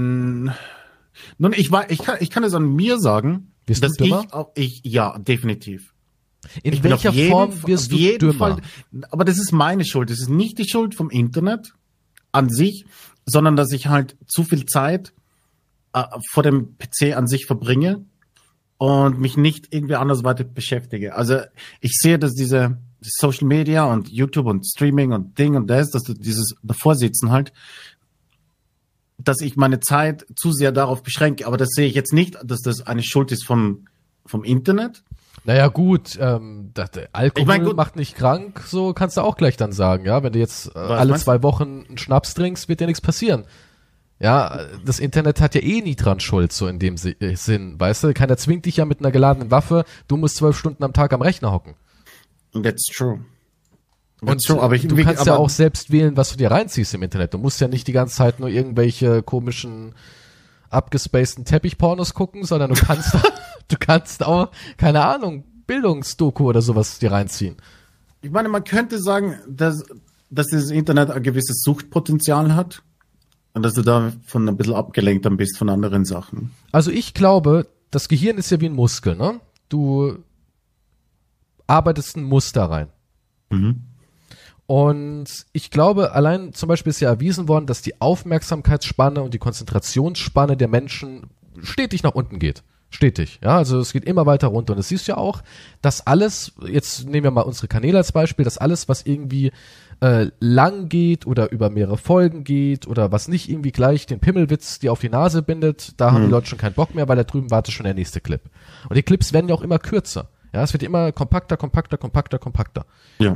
Nun, ich kann es an mir sagen,
Wirst du
dass
dümmer?
ja, definitiv.
In
Ich bin
welcher
auf jeden
Form wirst
auf
du
jeden
dümmer?
Fall, aber das ist meine Schuld. Das ist nicht die Schuld vom Internet an sich, sondern dass ich halt zu viel Zeit vor dem PC an sich verbringe und mich nicht irgendwie andersweitig beschäftige. Also ich sehe, dass diese Social Media und YouTube und Streaming und Ding und das, dass du dieses Davorsitzen halt, dass ich meine Zeit zu sehr darauf beschränke. Aber das sehe ich jetzt nicht, dass das eine Schuld ist vom Internet.
Naja, gut, Alkohol
gut.
macht nicht krank, so kannst du auch gleich dann sagen, ja. Wenn du jetzt alle
meinst du?
2 Wochen einen Schnaps trinkst, wird dir nichts passieren. Ja, das Internet hat ja eh nie dran Schuld, so in dem Sinn, weißt du? Keiner zwingt dich ja mit einer geladenen Waffe, du musst 12 Stunden am Tag am Rechner hocken.
That's true.
Und du kannst ja auch selbst wählen, was du dir reinziehst im Internet. Du musst ja nicht die ganze Zeit nur irgendwelche komischen, abgespaceden Teppichpornos gucken, sondern du kannst auch, keine Ahnung, Bildungsdoku oder sowas dir reinziehen.
Ich meine, man könnte sagen, dass dieses Internet ein gewisses Suchtpotenzial hat und dass du davon ein bisschen abgelenkt dann bist von anderen Sachen.
Also ich glaube, das Gehirn ist ja wie ein Muskel, ne? Du arbeitest ein Muster rein.
Mhm.
Und ich glaube, allein zum Beispiel ist ja erwiesen worden, dass die Aufmerksamkeitsspanne und die Konzentrationsspanne der Menschen stetig nach unten geht. Stetig, ja, also es geht immer weiter runter. Und es siehst ja auch, dass alles, jetzt nehmen wir mal unsere Kanäle als Beispiel, dass alles, was irgendwie lang geht oder über mehrere Folgen geht oder was nicht irgendwie gleich den Pimmelwitz dir auf die Nase bindet, da haben die Leute schon keinen Bock mehr, weil da drüben wartet schon der nächste Clip. Und die Clips werden ja auch immer kürzer. Ja, es wird immer kompakter.
Ja.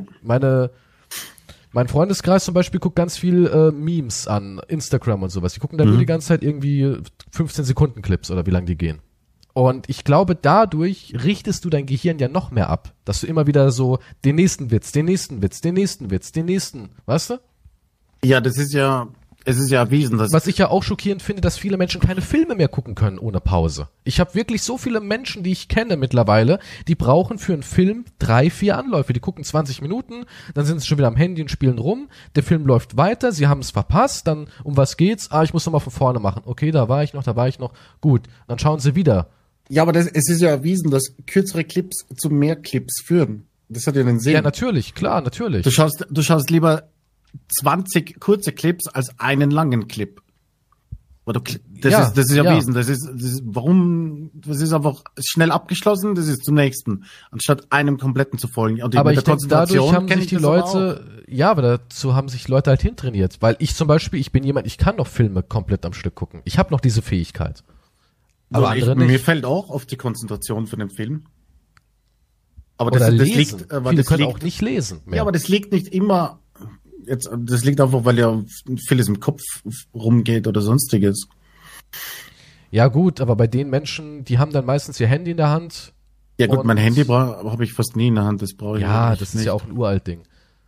Mein Freundeskreis zum Beispiel guckt ganz viel Memes an, Instagram und sowas. Die gucken da nur die ganze Zeit irgendwie 15 Sekunden Clips oder wie lang die gehen. Und ich glaube, dadurch richtest du dein Gehirn ja noch mehr ab, dass du immer wieder so den nächsten Witz, weißt du?
Ja, das ist ja es ist ja erwiesen, dass...
Was ich ja auch schockierend finde, dass viele Menschen keine Filme mehr gucken können ohne Pause. Ich habe wirklich so viele Menschen, die ich kenne mittlerweile, die brauchen für einen Film 3-4 Anläufe. Die gucken 20 Minuten, dann sind sie schon wieder am Handy und spielen rum. Der Film läuft weiter, sie haben es verpasst, dann um was geht's? Ich muss nochmal von vorne machen. Okay, da war ich noch. Gut, dann schauen sie wieder.
Ja, aber es ist ja erwiesen, dass kürzere Clips zu mehr Clips führen. Das hat ja den Sinn.
Ja, natürlich, klar, natürlich.
Du schaust lieber 20 kurze Clips als einen langen Clip. Das ist erwiesen. Das ist einfach schnell abgeschlossen, das ist zum nächsten, anstatt einem kompletten zu folgen. Und
aber ich denke, dadurch haben sich die Leute, aber dazu haben sich Leute halt hintrainiert. Weil ich zum Beispiel, ich bin jemand, ich kann noch Filme komplett am Stück gucken. Ich habe noch diese Fähigkeit. Aber andere nicht.
Mir fällt auch oft die Konzentration von dem Film. Aber
das
liegt,
viele können auch nicht lesen mehr.
Ja, aber das liegt nicht immer, das liegt einfach, weil ja vieles im Kopf rumgeht oder sonstiges.
Ja gut, aber bei den Menschen, die haben dann meistens ihr Handy in der Hand.
Ja gut, mein Handy habe ich fast nie in der Hand, das brauche ich
ja, das ist ja auch ein uralt Ding.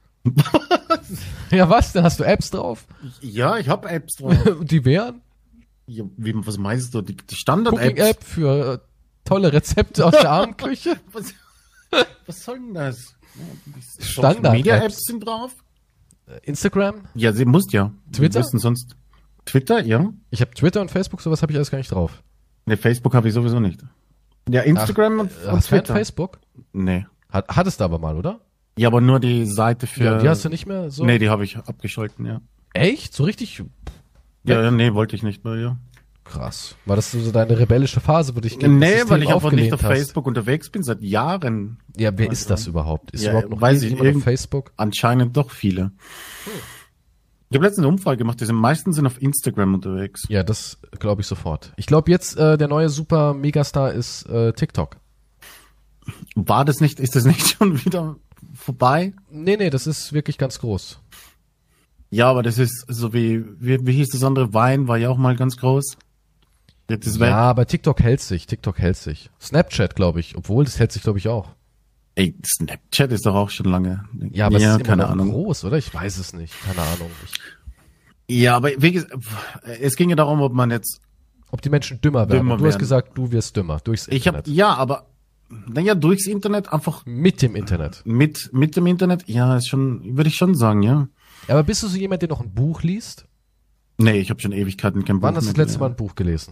Ja, was? Dann hast du Apps drauf?
Ja, ich habe Apps drauf.
Die wären?
Ja, was meinst du? Die Standard-Apps?
Cooking-App für tolle Rezepte aus der Abendküche?
Was soll denn das?
Standard-Apps
sind drauf.
Instagram?
Ja, sie muss ja.
Twitter?
Wir sonst Twitter, ja.
Ich habe Twitter und Facebook, sowas habe ich alles gar nicht drauf.
Ne, Facebook habe ich sowieso nicht. Ja, Instagram und
Twitter. Hast du Facebook?
Nee.
Hattest du aber mal, oder?
Ja, aber nur die Seite für...
Ja, die hast du nicht mehr so?
Nee, die habe ich abgeschalten, ja.
Echt? So richtig?
Ja, nee, wollte ich nicht mehr, ja.
Krass. War das so deine rebellische Phase, wo dich
Nee, weil ich einfach nicht auf Facebook unterwegs bin, seit Jahren.
Ja, wer ist das überhaupt? Ist
ja,
überhaupt noch
jemand
auf Facebook?
Anscheinend doch viele. Ich habe letztens eine Umfrage gemacht, die meisten sind auf Instagram unterwegs.
Ja, das glaube ich sofort. Ich glaube jetzt, der neue super Megastar ist TikTok.
Ist das nicht schon wieder vorbei?
Nee, das ist wirklich ganz groß.
Ja, aber das ist so wie hieß das andere? Wein war ja auch mal ganz groß.
Ja, aber TikTok hält sich. Snapchat, glaube ich. Obwohl, das hält sich, glaube ich, auch.
Ey, Snapchat ist doch auch schon lange.
Ja, aber es ist immer noch groß, oder? Ich weiß es nicht. Keine Ahnung.
Ja, aber wie gesagt, es ging ja darum, ob
die Menschen dümmer werden. Du hast gesagt, du wirst dümmer durchs Internet.
Durchs Internet einfach.
Mit dem Internet.
Mit dem Internet, ja, würde ich schon sagen, ja.
Aber bist du so jemand, der noch ein Buch liest?
Nee, ich habe schon Ewigkeiten kein Buch.
Wann hast du das letzte Mal ein Buch gelesen?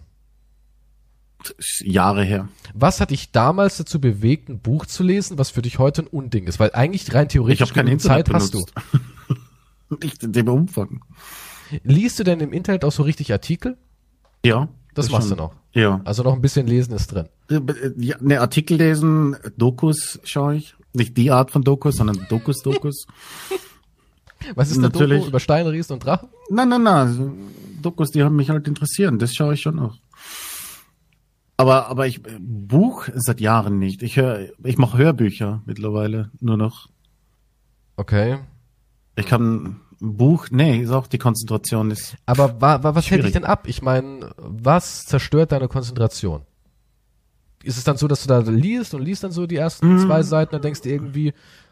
Jahre her.
Was hat dich damals dazu bewegt, ein Buch zu lesen, was für dich heute ein Unding ist? Weil eigentlich rein theoretisch
ich keine
Zeit hast du.
Nicht in dem Umfang.
Liest du denn im Internet auch so richtig Artikel?
Ja.
Das machst du noch?
Ja.
Also noch ein bisschen lesen ist drin?
Ja, ne, Artikel lesen, Dokus schaue ich. Nicht die Art von Dokus, sondern Dokus.
Was ist natürlich der Doku über Steine, Riesen und Drachen?
Nein. Dokus, die haben mich halt interessieren. Das schaue ich schon noch. Aber Buch seit Jahren nicht. Ich mache Hörbücher mittlerweile nur noch.
Okay.
Ich kann Buch, ist auch die Konzentration ist.
Aber was hält dich denn ab? Ich meine, was zerstört deine Konzentration? Ist es dann so, dass du da liest dann so die ersten 2 Seiten, dann denkst du irgendwie,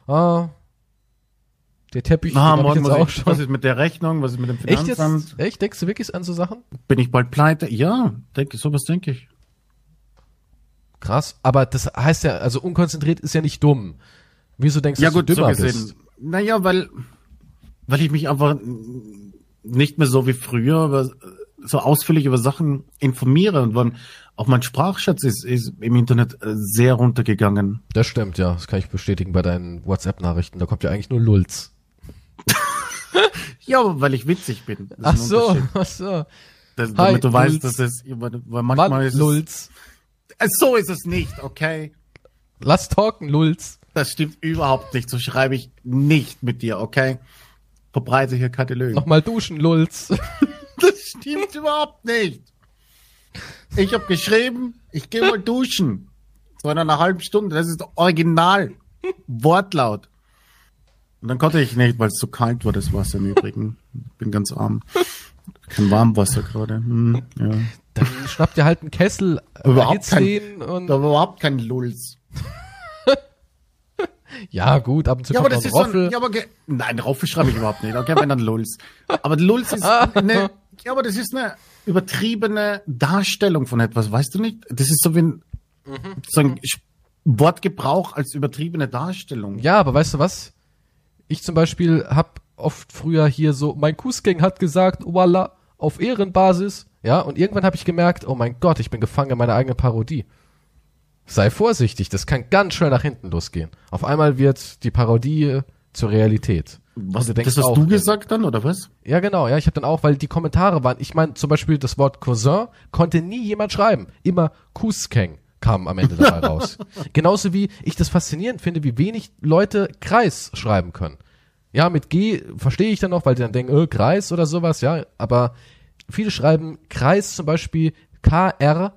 der Teppich,
morgen muss ich, was ist mit der Rechnung, was ist mit dem Finanzamt?
Echt? Denkst du wirklich an so Sachen?
Bin ich bald pleite? Ja, sowas denke ich.
Krass, aber das heißt ja, also unkonzentriert ist ja nicht dumm. Wieso denkst du, dass du dümmer bist?
Naja, weil ich mich einfach nicht mehr so wie früher so ausführlich über Sachen informiere und auch mein Sprachschatz ist im Internet sehr runtergegangen.
Das stimmt, ja. Das kann ich bestätigen bei deinen WhatsApp-Nachrichten. Da kommt ja eigentlich nur Lulz.
Ja, weil ich witzig bin.
Ach so.
Damit du weißt, dass es, weil manchmal
Mann,
ist es...
Lulz.
So ist es nicht, okay?
Lass talken, Lulz.
Das stimmt überhaupt nicht. So schreibe ich nicht mit dir, okay? Verbreite hier keine Lügen.
Nochmal duschen, Lulz.
Das stimmt überhaupt nicht. Ich habe geschrieben, ich gehe mal duschen. So in einer halben Stunde. Das ist original. Wortlaut. Und dann konnte ich nicht, weil es zu kalt war, das Wasser im Übrigen. Ich bin ganz arm. Kein Warmwasser gerade. Ja.
Dann schnappt ihr halt einen Kessel,
überhaupt kein Lulz.
Ja, gut, ab und zu
Ja, aber
kommt
das
noch
ist
ein Roffel.
nein, Roffel schreibe ich überhaupt nicht. Okay, wenn dann Lulz. Aber Lulz ist aber das ist eine übertriebene Darstellung von etwas, weißt du nicht? Das ist so wie so ein Wortgebrauch als übertriebene Darstellung.
Ja, aber weißt du was? Ich zum Beispiel hab oft früher hier so, mein Cousin hat gesagt, voila, auf Ehrenbasis. Ja, und irgendwann habe ich gemerkt, oh mein Gott, ich bin gefangen in meiner eigenen Parodie. Sei vorsichtig, das kann ganz schnell nach hinten losgehen. Auf einmal wird die Parodie zur Realität.
Was,
du denkst
das hast
auch,
du gesagt dann, oder was?
Ja, genau, ja, ich habe dann auch, weil die Kommentare waren, ich meine, zum Beispiel das Wort Cousin konnte nie jemand schreiben. Immer Cousin kam am Ende dabei raus. Genauso wie ich das faszinierend finde, wie wenig Leute Kreis schreiben können. Ja, mit G verstehe ich dann noch, weil die dann denken, Kreis oder sowas, ja, aber viele schreiben Kreis zum Beispiel K-R-E-U-S.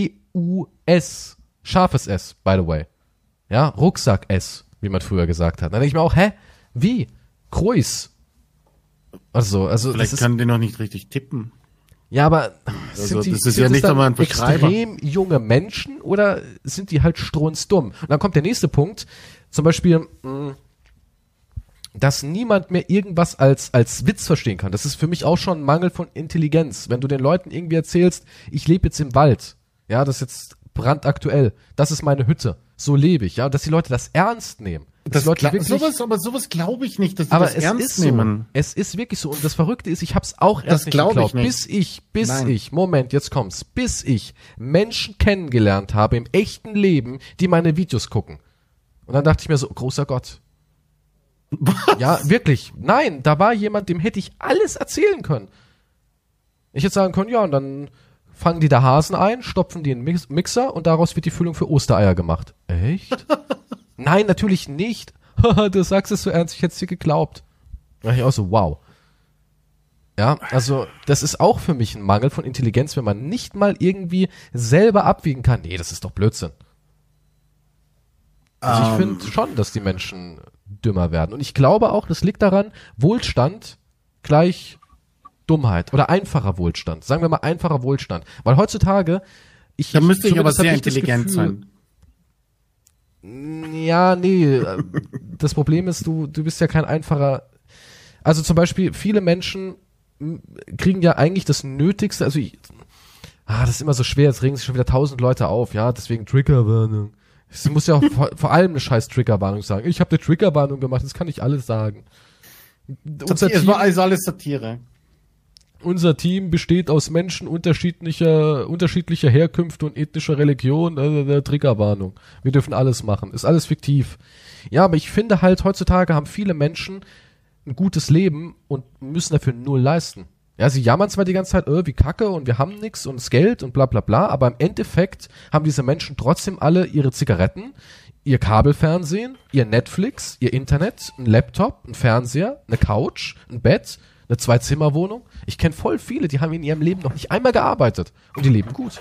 Scharfes S, by the way. Ja, Rucksack S, wie man früher gesagt hat. Dann denke ich mir auch, wie? Kreuz. Also
Vielleicht
das
kann die noch nicht richtig tippen.
ja, aber
Also,
sind
das ist ja nicht
dann
einmal ein Verschreiber.
extrem junge Menschen oder sind die halt strunzdumm? Und dann kommt der nächste Punkt, zum Beispiel, dass niemand mehr irgendwas als Witz verstehen kann. Das ist für mich auch schon ein Mangel von Intelligenz. Wenn du den Leuten irgendwie erzählst, ich lebe jetzt im Wald, ja, das ist jetzt brandaktuell, das ist meine Hütte, so lebe ich, ja, dass die Leute das ernst nehmen. Dass die Leute wirklich,
sowas glaube ich nicht, dass die
aber
das
es
ernst
ist so.
nehmen.
Es ist wirklich so. Und das Verrückte ist, ich habe es auch
Das
erst nicht
glaub ich
geglaubt,
nicht.
bis ich, Moment, jetzt kommt's, bis ich Menschen kennengelernt habe im echten Leben, die meine Videos gucken. Und dann dachte ich mir so, großer Gott.
Was?
Ja, wirklich. Nein, da war jemand, dem hätte ich alles erzählen können. Ich hätte sagen können, ja, und dann fangen die da Hasen ein, stopfen die in den Mixer und daraus wird die Füllung für Ostereier gemacht. Echt? Nein, natürlich nicht. Du sagst es so ernst, ich hätte es dir geglaubt. Da dachte ich auch so, wow. Ja, also das ist auch für mich ein Mangel von Intelligenz, wenn man nicht mal irgendwie selber abwiegen kann. Nee, das ist doch Blödsinn. Also ich finde schon, dass die Menschen dümmer werden. Und ich glaube auch, das liegt daran, Wohlstand gleich Dummheit oder einfacher Wohlstand. Sagen wir mal einfacher Wohlstand. Weil heutzutage,
Da müsste ich aber
zumindest hab
sehr
ich das
intelligent
Gefühl,
sein.
Ja, nee. Das Problem ist, du bist ja kein einfacher. Also zum Beispiel, viele Menschen kriegen ja eigentlich das Nötigste, das ist immer so schwer, jetzt regen sich schon wieder 1000 Leute auf, ja, deswegen Triggerwarnung. Es muss ja auch vor allem eine scheiß Triggerwarnung sagen. Ich habe eine Triggerwarnung gemacht, das kann ich alles sagen.
Es war also alles Satire.
Unser Team besteht aus Menschen unterschiedlicher Herkünfte und ethnischer Religion. Triggerwarnung. Wir dürfen alles machen. Ist alles fiktiv. Ja, aber ich finde halt, heutzutage haben viele Menschen ein gutes Leben und müssen dafür null leisten. Ja, sie jammern zwar die ganze Zeit, wie kacke und wir haben nix und das Geld und bla bla bla, aber im Endeffekt haben diese Menschen trotzdem alle ihre Zigaretten, ihr Kabelfernsehen, ihr Netflix, ihr Internet, ein Laptop, ein Fernseher, eine Couch, ein Bett, eine Zwei-Zimmer-Wohnung. Ich kenne voll viele, die haben in ihrem Leben noch nicht einmal gearbeitet und die leben gut.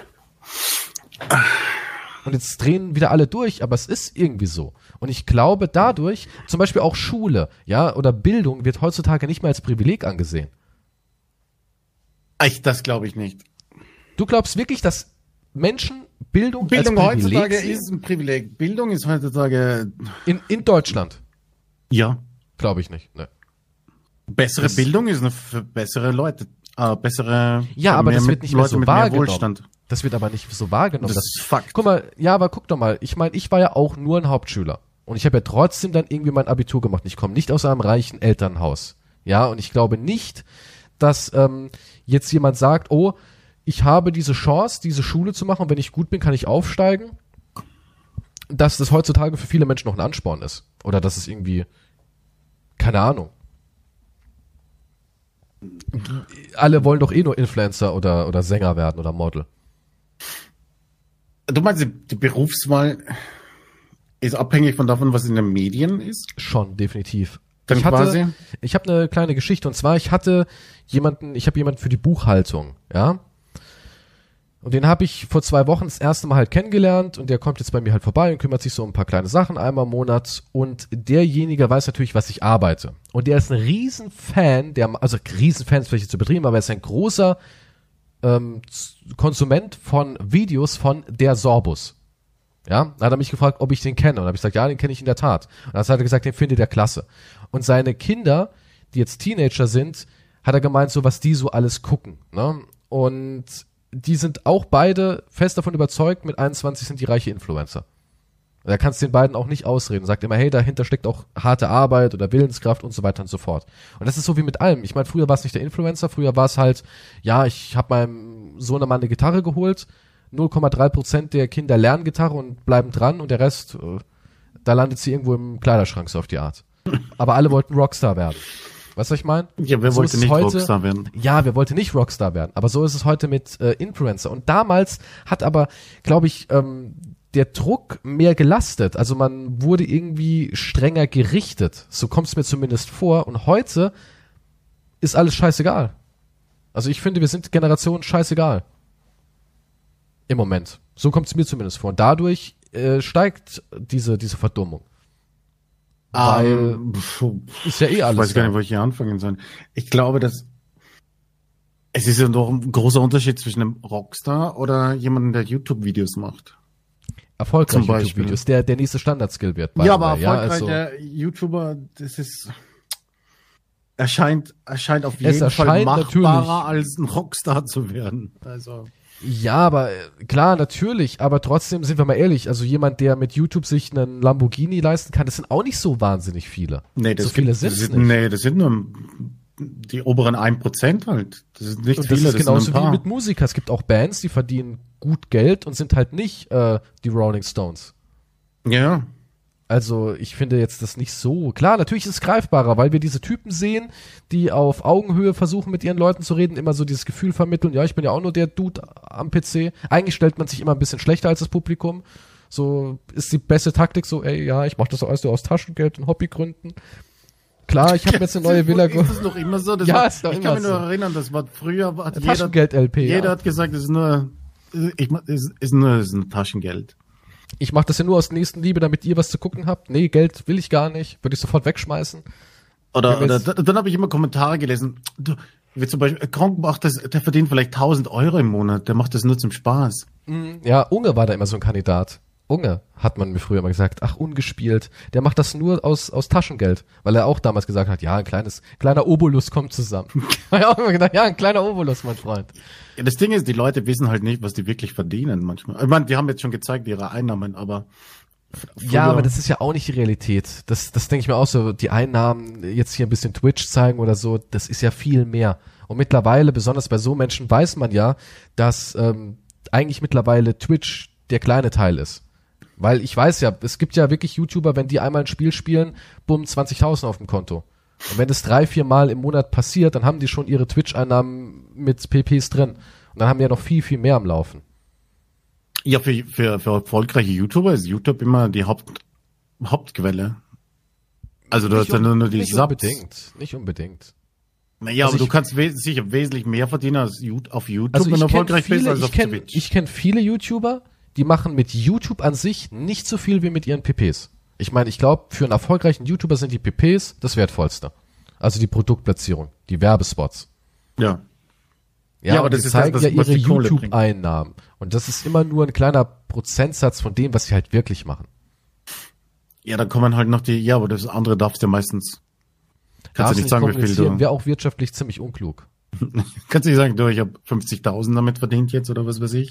Und jetzt drehen wieder alle durch, aber es ist irgendwie so. Und ich glaube dadurch, zum Beispiel auch Schule, ja, oder Bildung wird heutzutage nicht mehr als Privileg angesehen.
Echt, das glaube ich nicht.
Du glaubst wirklich, dass Menschen Bildung als Privileg
heutzutage
sehen?
ist ein Privileg. Bildung ist heutzutage...
In Deutschland?
Ja.
Glaube ich nicht, ne.
Bessere Bildung ist für bessere Leute. Bessere...
Ja, aber das wird nicht mehr so
mit mehr
wahrgenommen.
Wohlstand.
Das wird aber nicht so wahrgenommen.
Das ist Fakt.
Guck mal, ja, aber guck doch mal. Ich meine, ich war ja auch nur ein Hauptschüler. Und ich habe ja trotzdem dann irgendwie mein Abitur gemacht. Ich komme nicht aus einem reichen Elternhaus. Ja, und ich glaube nicht, dass jetzt jemand sagt, oh, ich habe diese Chance, diese Schule zu machen und wenn ich gut bin, kann ich aufsteigen. Dass das heutzutage für viele Menschen noch ein Ansporn ist. Oder dass es irgendwie, keine Ahnung. Alle wollen doch eh nur Influencer oder Sänger werden oder Model.
Du meinst, die Berufswahl ist abhängig von davon, was in den Medien ist?
Schon, definitiv.
Dann quasi?
Ich habe eine kleine Geschichte und zwar, ich habe jemanden für die Buchhaltung, ja. Und den habe ich vor 2 Wochen das erste Mal halt kennengelernt und der kommt jetzt bei mir halt vorbei und kümmert sich so um ein paar kleine Sachen einmal im Monat und derjenige weiß natürlich, was ich arbeite. Und der ist ein Riesenfan, Riesenfan ist vielleicht zu übertrieben, aber er ist ein großer Konsument von Videos von der Sorbus. Ja, dann hat er mich gefragt, ob ich den kenne. Und dann habe ich gesagt, ja, den kenne ich in der Tat. Und dann hat er gesagt, den findet er klasse. Und seine Kinder, die jetzt Teenager sind, hat er gemeint, so was die so alles gucken. Ne? Und die sind auch beide fest davon überzeugt, mit 21 sind die reiche Influencer. Und da kannst du den beiden auch nicht ausreden. Sagt immer, hey, dahinter steckt auch harte Arbeit oder Willenskraft und so weiter und so fort. Und das ist so wie mit allem. Ich meine, früher war es nicht der Influencer, früher war es halt, ja, ich habe meinem Sohn mal eine Gitarre geholt, 0,3% der Kinder lernen Gitarre und bleiben dran und der Rest, da landet sie irgendwo im Kleiderschrank, so auf die Art. Aber alle wollten Rockstar werden. Weißt du, was ich meine?
Ja, wer wollte nicht Rockstar werden?
Ja, wer wollte nicht Rockstar werden? Aber so ist es heute mit Influencer. Und damals hat aber, glaube ich, der Druck mehr gelastet. Also man wurde irgendwie strenger gerichtet. So kommt es mir zumindest vor. Und heute ist alles scheißegal. Also ich finde, wir sind Generation scheißegal. Im Moment. So kommt es mir zumindest vor. Und dadurch steigt diese Verdummung. Weil ist ja eh alles.
Ich weiß gar nicht, wo ich hier anfangen soll. Ich glaube, dass es ist ja doch ein großer Unterschied zwischen einem Rockstar oder jemandem, der YouTube-Videos macht.
Erfolgreiche YouTube-Videos, der nächste Standard-Skill wird.
Ja, aber erfolgreicher YouTuber, das ist erscheint auf jeden Fall machbarer als ein Rockstar zu werden. Also
ja, aber klar, natürlich, aber trotzdem sind wir mal ehrlich, also jemand, der mit YouTube sich einen Lamborghini leisten kann, das sind auch nicht so wahnsinnig viele.
Nee, das
so viele sind es nicht.
Nee, das sind nur die oberen 1% halt. Das sind nicht
und
viele.
Das ist genauso wie mit Musikern. Es gibt auch Bands, die verdienen gut Geld und sind halt nicht die Rolling Stones.
Ja.
Also ich finde jetzt das nicht so. Klar, natürlich ist es greifbarer, weil wir diese Typen sehen, die auf Augenhöhe versuchen, mit ihren Leuten zu reden, immer so dieses Gefühl vermitteln, ja, ich bin ja auch nur der Dude am PC. Eigentlich stellt man sich immer ein bisschen schlechter als das Publikum. So ist die beste Taktik so, ey, ja, ich mach das alles aus Taschengeld und Hobbygründen. Klar, ich habe jetzt eine neue Villa.
Ist das noch immer so? Das
ja,
war,
ist doch
ich
immer
kann mich
so.
nur erinnern, das war früher. Hat
Taschengeld-LP.
Jeder hat gesagt, das ist nur, ist ein Taschengeld.
Ich mache das ja nur aus Nächstenliebe, damit ihr was zu gucken habt. Nee, Geld will ich gar nicht. Würde ich sofort wegschmeißen.
Oder dann habe ich immer Kommentare gelesen. Wie zum Beispiel, Kronk macht das, der verdient vielleicht 1.000 Euro im Monat. Der macht das nur zum Spaß.
Ja, Unge war da immer so ein Kandidat. Unge, hat man mir früher mal gesagt. Ach, ungespielt. Der macht das nur aus Taschengeld. Weil er auch damals gesagt hat, ja, ein kleiner Obolus kommt zusammen. Habe ich auch immer gedacht, ja, ein kleiner Obolus, mein Freund.
Ja, das Ding ist, die Leute wissen halt nicht, was die wirklich verdienen manchmal. Ich meine, die haben jetzt schon gezeigt, ihre Einnahmen, aber
ja, aber das ist ja auch nicht die Realität. Das denke ich mir auch so, die Einnahmen jetzt hier ein bisschen Twitch zeigen oder so, das ist ja viel mehr. Und mittlerweile, besonders bei so Menschen, weiß man ja, dass eigentlich mittlerweile Twitch der kleine Teil ist. Weil ich weiß ja, es gibt ja wirklich YouTuber, wenn die einmal ein Spiel spielen, bumm, 20.000 auf dem Konto. Und wenn das 3-4 Mal im Monat passiert, dann haben die schon ihre Twitch-Einnahmen mit PPs drin. Und dann haben die ja noch viel, viel mehr am Laufen.
Ja, für erfolgreiche YouTuber ist YouTube immer die Hauptquelle. Also du hast dann nur die Subs.
Nicht unbedingt.
Naja, also aber du kannst sicher wesentlich mehr verdienen als auf YouTube,
also
wenn du erfolgreich bist, als auf Twitch.
Ich kenne viele YouTuber, die machen mit YouTube an sich nicht so viel wie mit ihren PPs. Ich meine, ich glaube, für einen erfolgreichen YouTuber sind die PPs das Wertvollste. Also die Produktplatzierung, die Werbespots.
Ja.
Ja, aber das ist zeigen ja ihre YouTube-Einnahmen. Und das ist immer nur ein kleiner Prozentsatz von dem, was sie halt wirklich machen.
Ja, da kommen halt noch aber das andere darfst du meistens. Kannst du nicht sagen, wie viel du.
Wäre auch wirtschaftlich ziemlich unklug.
Kannst du nicht sagen, ich habe 50.000 damit verdient jetzt oder was weiß ich.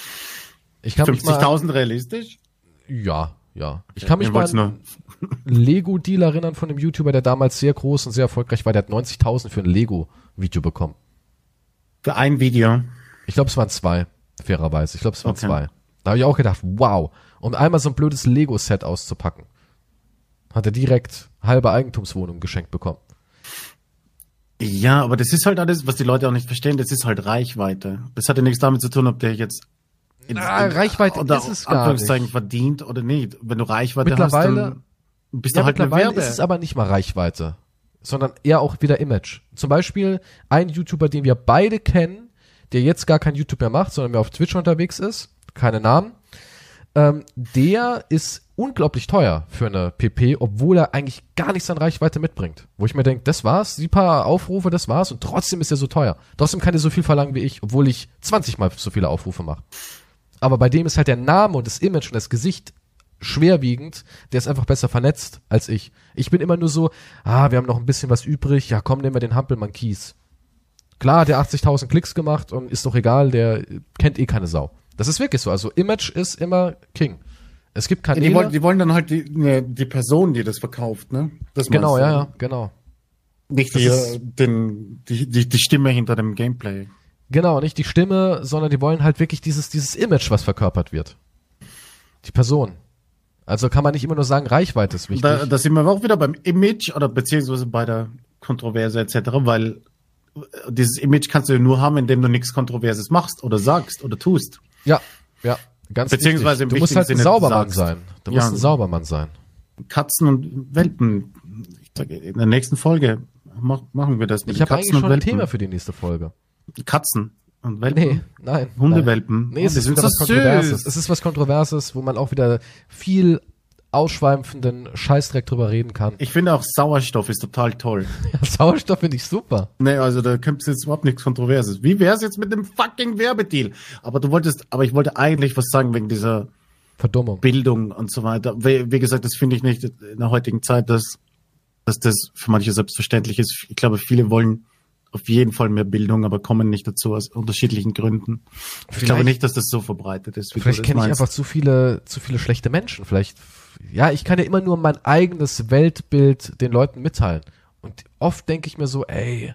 Ich kann
50.000 realistisch?
Ja. Ich kann mich mal an einen Lego-Deal erinnern von einem YouTuber, der damals sehr groß und sehr erfolgreich war. Der hat 90.000 für ein Lego-Video bekommen.
Für ein Video?
Ich glaube, es waren 2, fairerweise. Ich glaube, es waren 2. Da habe ich auch gedacht, wow. Um einmal so ein blödes Lego-Set auszupacken, hat er direkt halbe Eigentumswohnung geschenkt bekommen.
Ja, aber das ist halt alles, was die Leute auch nicht verstehen, das ist halt Reichweite. Das hat ja nichts damit zu tun, ob der jetzt
Reichweite ist es gar
Anführungszeichen
nicht.
verdient oder nicht. Wenn du Reichweite hast, dann bist du halt
mittlerweile ist es aber nicht mal Reichweite, sondern eher auch wieder Image. Zum Beispiel ein YouTuber, den wir beide kennen, der jetzt gar kein YouTube mehr macht, sondern mehr auf Twitch unterwegs ist, keine Namen, der ist unglaublich teuer für eine PP, obwohl er eigentlich gar nichts an Reichweite mitbringt. Wo ich mir denke, das war's, die paar Aufrufe, das war's und trotzdem ist er so teuer. Trotzdem kann er so viel verlangen wie ich, obwohl ich 20 mal so viele Aufrufe mache. Aber bei dem ist halt der Name und das Image und das Gesicht schwerwiegend, der ist einfach besser vernetzt als ich. Ich bin immer nur so, wir haben noch ein bisschen was übrig, ja komm, nehmen wir den Hampelmann Kies. Klar hat der 80.000 Klicks gemacht und ist doch egal, der kennt eh keine Sau. Das ist wirklich so, also Image ist immer King. Es gibt Kanäle.
Die wollen dann halt die Person, die das verkauft, ne? Das
Genau, ja, genau.
Nicht die Stimme hinter dem Gameplay.
Genau, nicht die Stimme, sondern die wollen halt wirklich dieses Image, was verkörpert wird. Die Person. Also kann man nicht immer nur sagen, Reichweite ist wichtig.
Da sind wir auch wieder beim Image oder beziehungsweise bei der Kontroverse etc., weil dieses Image kannst du ja nur haben, indem du nichts Kontroverses machst oder sagst oder tust.
Ja, ganz
beziehungsweise
wichtig. Du musst halt ein Saubermann sein. Du musst ein Saubermann sein.
Katzen und Welpen. Ich sage, in der nächsten Folge machen wir das mit
Ich habe
Katzen
eigentlich schon
und
ein
Welpen.
Thema für die nächste Folge.
Katzen und Welpen.
Nee, nein.
Hundewelpen.
Nee, es ist wieder was Kontroverses. Es ist was Kontroverses, wo man auch wieder viel ausschweifenden Scheißdreck drüber reden kann.
Ich finde auch Sauerstoff ist total toll.
Ja, Sauerstoff finde ich super.
Nee, also da kommt jetzt überhaupt nichts Kontroverses. Wie wär's jetzt mit dem fucking Werbedeal? Aber ich wollte eigentlich was sagen wegen dieser
Verdummung.
Bildung und so weiter. Wie gesagt, das finde ich nicht in der heutigen Zeit, dass das für manche selbstverständlich ist. Ich glaube, viele wollen auf jeden Fall mehr Bildung, aber kommen nicht dazu aus unterschiedlichen Gründen. Ich glaube nicht, dass das so verbreitet ist.
Vielleicht kenne ich einfach zu viele schlechte Menschen. Vielleicht, ja, ich kann ja immer nur mein eigenes Weltbild den Leuten mitteilen. Und oft denke ich mir so, ey.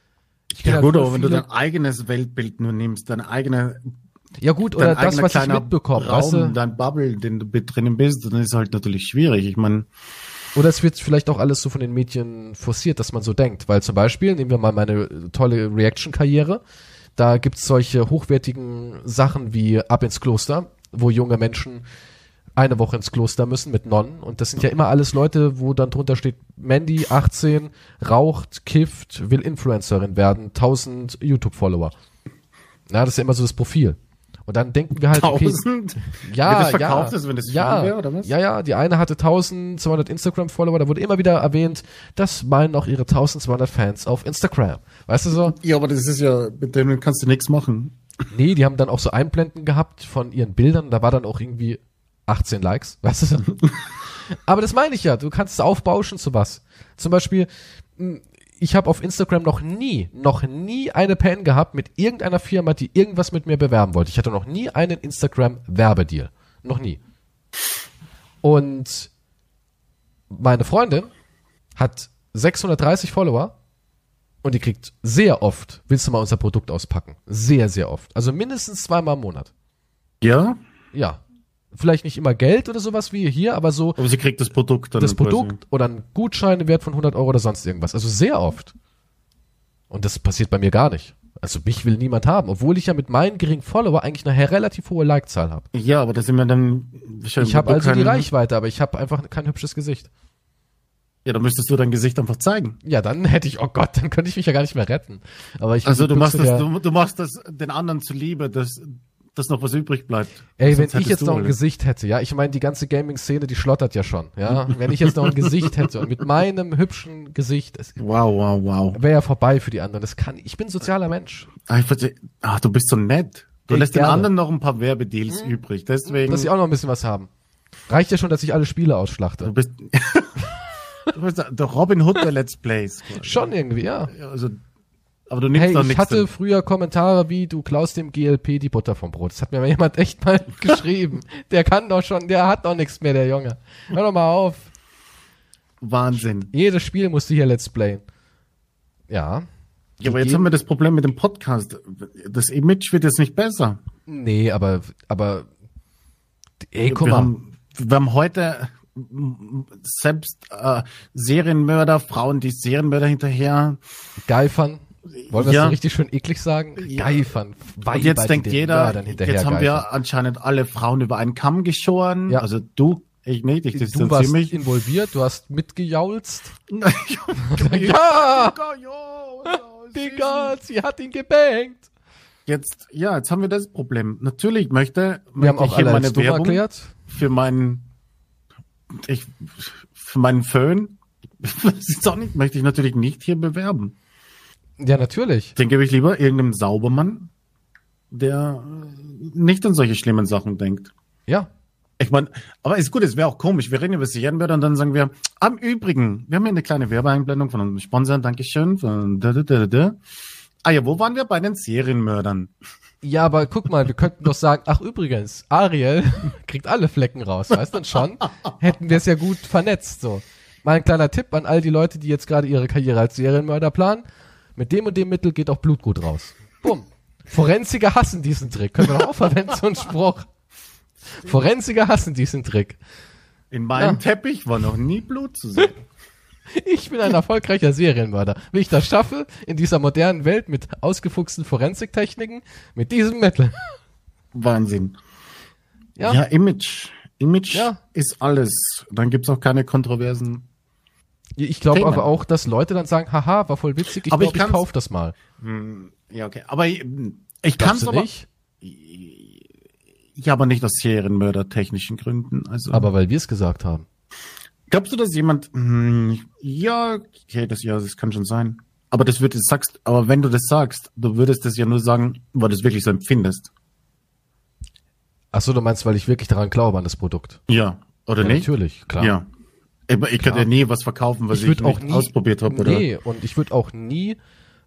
Ja gut, aber wenn du dein eigenes Weltbild nur nimmst, deine eigene.
Ja gut, oder das, was ich mitbekomme,
Raum,
weißt du?
Dein Bubble, den du drinnen bist, dann ist halt natürlich schwierig. Ich meine.
Oder es wird vielleicht auch alles so von den Medien forciert, dass man so denkt. Weil zum Beispiel, nehmen wir mal meine tolle Reaction-Karriere, da gibt's solche hochwertigen Sachen wie Ab ins Kloster, wo junge Menschen eine Woche ins Kloster müssen mit Nonnen. Und das sind ja immer alles Leute, wo dann drunter steht, Mandy, 18, raucht, kifft, will Influencerin werden, 1000 YouTube-Follower. Ja, das ist ja immer so das Profil. Und dann denken wir halt,
1000?
Ja,
wird das verkauft, also wenn das viel wäre, oder was?
Ja, die eine hatte 1200 Instagram-Follower, da wurde immer wieder erwähnt, das meinen auch ihre 1200 Fans auf Instagram. Weißt du so?
Ja, aber das ist ja, mit dem kannst du nichts machen.
Nee, die haben dann auch so Einblenden gehabt von ihren Bildern, da war dann auch irgendwie 18 Likes, weißt du so? Aber das meine ich ja, du kannst es aufbauschen zu was. Zum Beispiel, ich habe auf Instagram noch nie eine Pen gehabt mit irgendeiner Firma, die irgendwas mit mir bewerben wollte. Ich hatte noch nie einen Instagram-Werbedeal. Noch nie. Und meine Freundin hat 630 Follower und die kriegt sehr oft, willst du mal unser Produkt auspacken? Sehr, sehr oft. Also mindestens 2-mal im Monat.
Ja?
Ja. Vielleicht nicht immer Geld oder sowas wie hier, aber so.
Aber sie kriegt das Produkt dann.
Das Produkt oder ein Gutschein im Wert von 100 Euro oder sonst irgendwas. Also sehr oft. Und das passiert bei mir gar nicht. Also mich will niemand haben, obwohl ich ja mit meinen geringen Follower eigentlich eine relativ hohe Like-Zahl habe.
Ja, aber das sind wir dann.
Ich habe also die Reichweite, aber ich habe einfach kein hübsches Gesicht.
Ja, dann müsstest du dein Gesicht einfach zeigen.
Ja, dann hätte ich, oh Gott, dann könnte ich mich ja gar nicht mehr retten. Aber ich
also du machst das den anderen zuliebe, dass noch was übrig bleibt.
Ey, wenn ich jetzt noch ein Gesicht hätte, ja, ich meine, die ganze Gaming-Szene, die schlottert ja schon, ja. Wenn ich jetzt noch ein Gesicht hätte und mit meinem hübschen Gesicht,
wow.
wäre ja vorbei für die anderen. Ich bin ein sozialer Mensch.
Du bist so nett. Du lässt den anderen noch ein paar Werbedeals übrig, deswegen.
Dass sie auch noch ein bisschen was haben. Reicht ja schon, dass ich alle Spiele ausschlachte.
Du bist der Robin Hood der Let's Plays.
Schon irgendwie, ja.
Also, aber du nimmst doch nichts.
Ich hatte früher Kommentare wie, du klaust dem GLP die Butter vom Brot. Das hat mir mal jemand echt mal geschrieben. Der hat doch nichts mehr, der Junge. Hör doch mal auf.
Wahnsinn.
Jedes Spiel musst du hier Let's Playen. Ja.
Ja, aber jetzt haben wir das Problem mit dem Podcast. Das Image wird jetzt nicht besser.
Nee, aber ey, guck mal.
Wir haben heute selbst Serienmörder, Frauen, die Serienmörder hinterher
geifern. Wollen wir das so richtig schön eklig sagen?
Ja.
Geifern.
Und jetzt denkt jeder, jetzt haben wir anscheinend alle Frauen über einen Kamm geschoren. Ja. Also du, ich nicht, ich
distanziere mich. Du warst involviert, du hast mitgejaulzt.
Ja!
Digga, sie hat ihn gebankt.
Jetzt haben wir das Problem. Natürlich möchte
haben auch
ich hier meine Werbung
erklärt.
Für meinen Föhn. Möchte ich natürlich nicht hier bewerben.
Ja, natürlich.
Den gebe ich lieber irgendeinem Saubermann, der nicht an solche schlimmen Sachen denkt.
Ja.
Ich meine, aber ist gut, es wäre auch komisch. Wir reden über Serienmörder und dann sagen wir, am Übrigen, wir haben hier eine kleine Werbeeinblendung von unserem Sponsor, Dankeschön. Ah ja, wo waren wir bei den Serienmördern?
Ja, aber guck mal, wir könnten doch sagen, ach übrigens, Ariel kriegt alle Flecken raus, weißt du schon? Hätten wir es ja gut vernetzt, so. Mal ein kleiner Tipp an all die Leute, die jetzt gerade ihre Karriere als Serienmörder planen. Mit dem und dem Mittel geht auch Blutgut raus. Bumm. Forensiker hassen diesen Trick. Können wir doch auch verwenden, so ein Spruch. Forensiker hassen diesen Trick.
In meinem Teppich war noch nie Blut zu sehen.
Ich bin ein erfolgreicher Serienmörder. Wie ich das schaffe, in dieser modernen Welt mit ausgefuchsten Forensiktechniken, mit diesem Mittel.
Wahnsinn. Ja, Image. Image ist alles. Dann gibt's auch keine Kontroversen.
Ich glaube aber auch, dass Leute dann sagen, haha, war voll witzig, ich glaube, ich kauf das mal.
Ja, okay. Aber ich kann es aber nicht. Ja, aber nicht aus serienmördertechnischen Gründen. Also.
Aber weil wir es gesagt haben.
Glaubst du, dass jemand, ja, okay, das kann schon sein. Aber aber wenn du das sagst, du würdest das ja nur sagen, weil du es wirklich so empfindest.
Ach so, du meinst, weil ich wirklich daran glaube, an das Produkt.
Ja, oder
ja,
nicht?
Natürlich, klar.
Ja. Ich könnte ja nie was verkaufen, was ich nicht ausprobiert habe.
Nee, und ich würde auch nie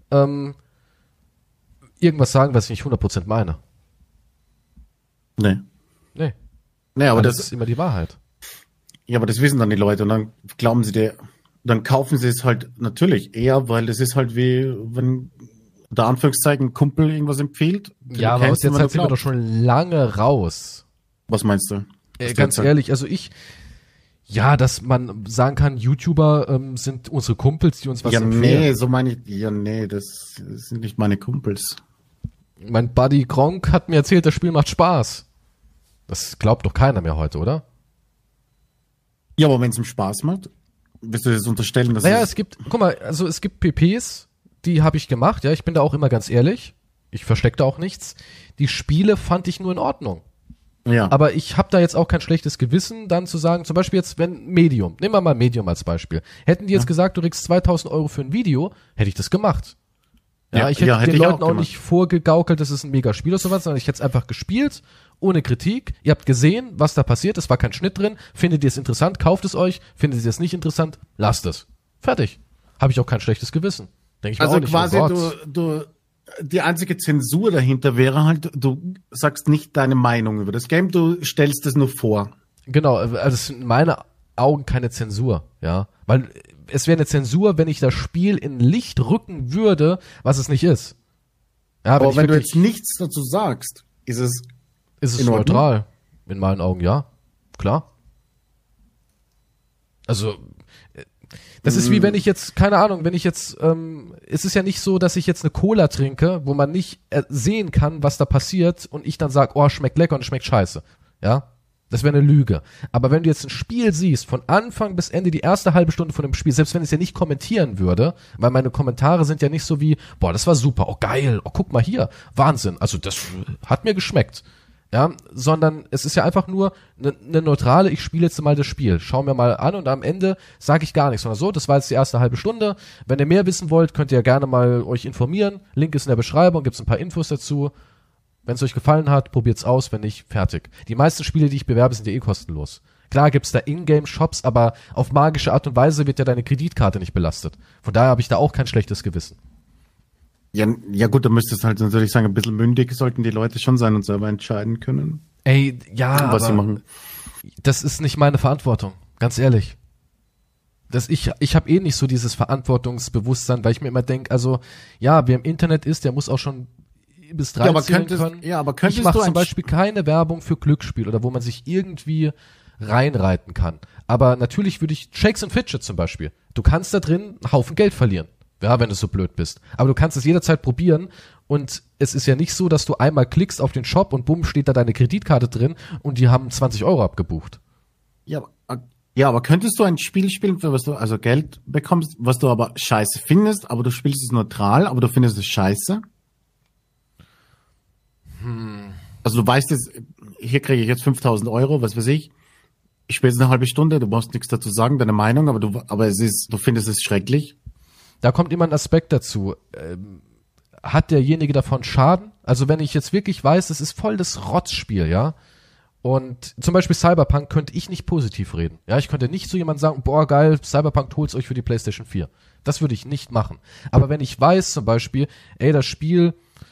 irgendwas sagen, was ich nicht 100% meine.
Nee.
Nee, aber das ist immer die Wahrheit.
Ja, aber das wissen dann die Leute und dann glauben sie dir, dann kaufen sie es halt natürlich eher, weil das ist halt wie, wenn unter Anführungszeichen ein Kumpel irgendwas empfiehlt.
Ja, aber aus der Zeit sind wir doch schon lange raus.
Was meinst du?
Ganz ehrlich, also dass man sagen kann, YouTuber sind unsere Kumpels, die uns was empfehlen.
Nee, so meine ich, das sind nicht meine Kumpels.
Mein Buddy Gronk hat mir erzählt, das Spiel macht Spaß. Das glaubt doch keiner mehr heute, oder?
Ja, aber wenn es ihm Spaß macht, wirst du das unterstellen, dass
es gibt PPs, die habe ich gemacht, ja, ich bin da auch immer ganz ehrlich. Ich verstecke da auch nichts. Die Spiele fand ich nur in Ordnung. Ja. Aber ich habe da jetzt auch kein schlechtes Gewissen, dann zu sagen, zum Beispiel jetzt, wenn Medium, nehmen wir mal Medium als Beispiel. Hätten die jetzt gesagt, du kriegst 2.000 Euro für ein Video, hätte ich das gemacht. Ja, ich hätte den Leuten auch nicht vorgegaukelt, das ist ein mega Spiel oder sowas, sondern ich hätte es einfach gespielt, ohne Kritik. Ihr habt gesehen, was da passiert, es war kein Schnitt drin. Findet ihr es interessant, kauft es euch. Findet ihr es nicht interessant, lasst es. Fertig. Habe ich auch kein schlechtes Gewissen. Denke ich mir auch nicht.
Also quasi die einzige Zensur dahinter wäre halt, du sagst nicht deine Meinung über das Game, du stellst es nur vor.
Genau, also es sind in meinen Augen keine Zensur, ja. Weil es wäre eine Zensur, wenn ich das Spiel in Licht rücken würde, was es nicht ist. Ja,
aber wenn du jetzt nichts dazu sagst, ist es
neutral. In meinen Augen, ja. Klar. Also, das ist wie wenn ich jetzt, keine Ahnung, es ist ja nicht so, dass ich jetzt eine Cola trinke, wo man nicht sehen kann, was da passiert und ich dann sage, oh, schmeckt lecker und schmeckt scheiße. Ja? Das wäre eine Lüge. Aber wenn du jetzt ein Spiel siehst, von Anfang bis Ende, die erste halbe Stunde von dem Spiel, selbst wenn ich es ja nicht kommentieren würde, weil meine Kommentare sind ja nicht so wie, boah, das war super, oh geil, oh guck mal hier, Wahnsinn, also das hat mir geschmeckt. Ja, sondern es ist ja einfach nur eine neutrale, ich spiele jetzt mal das Spiel, schau mir mal an und am Ende sage ich gar nichts, sondern so, das war jetzt die erste halbe Stunde. Wenn ihr mehr wissen wollt, könnt ihr gerne mal euch informieren. Link ist in der Beschreibung, gibt's ein paar Infos dazu. Wenn es euch gefallen hat, probiert's aus, wenn nicht, fertig. Die meisten Spiele, die ich bewerbe, sind ja eh kostenlos. Klar gibt's da Ingame-Shops, aber auf magische Art und Weise wird ja deine Kreditkarte nicht belastet. Von daher habe ich da auch kein schlechtes Gewissen.
Ja gut, da müsstest du halt natürlich sagen, ein bisschen mündig sollten die Leute schon sein und selber entscheiden können.
Ey, ja,
was sie machen.
Das ist nicht meine Verantwortung, ganz ehrlich. Ich habe eh nicht so dieses Verantwortungsbewusstsein, weil ich mir immer denke, also, ja, wer im Internet ist, der muss auch schon bis 3 zählen können.
Ja, aber könntest
ich mache zum Beispiel keine Werbung für Glücksspiel oder wo man sich irgendwie reinreiten kann. Aber natürlich würde ich, Shakes and Fidget zum Beispiel, du kannst da drin einen Haufen Geld verlieren. Ja, wenn du so blöd bist. Aber du kannst es jederzeit probieren und es ist ja nicht so, dass du einmal klickst auf den Shop und bumm, steht da deine Kreditkarte drin und die haben 20 Euro abgebucht.
Ja, aber könntest du ein Spiel spielen, für was du also Geld bekommst, was du aber scheiße findest, aber du spielst es neutral, aber du findest es scheiße? Also du weißt jetzt, hier kriege ich jetzt 5.000 Euro, was weiß ich. Ich spiele jetzt eine halbe Stunde, du brauchst nichts dazu sagen, deine Meinung, aber du findest es schrecklich.
Da kommt immer ein Aspekt dazu. hat derjenige davon Schaden? Also wenn ich jetzt wirklich weiß, es ist voll das Rotzspiel, ja, und zum Beispiel Cyberpunk könnte ich nicht positiv reden. Ja, ich könnte nicht zu jemandem sagen, boah, geil, Cyberpunk holt's euch für die PlayStation 4. Das würde ich nicht machen. Aber wenn ich weiß zum Beispiel, ey, das Spiel,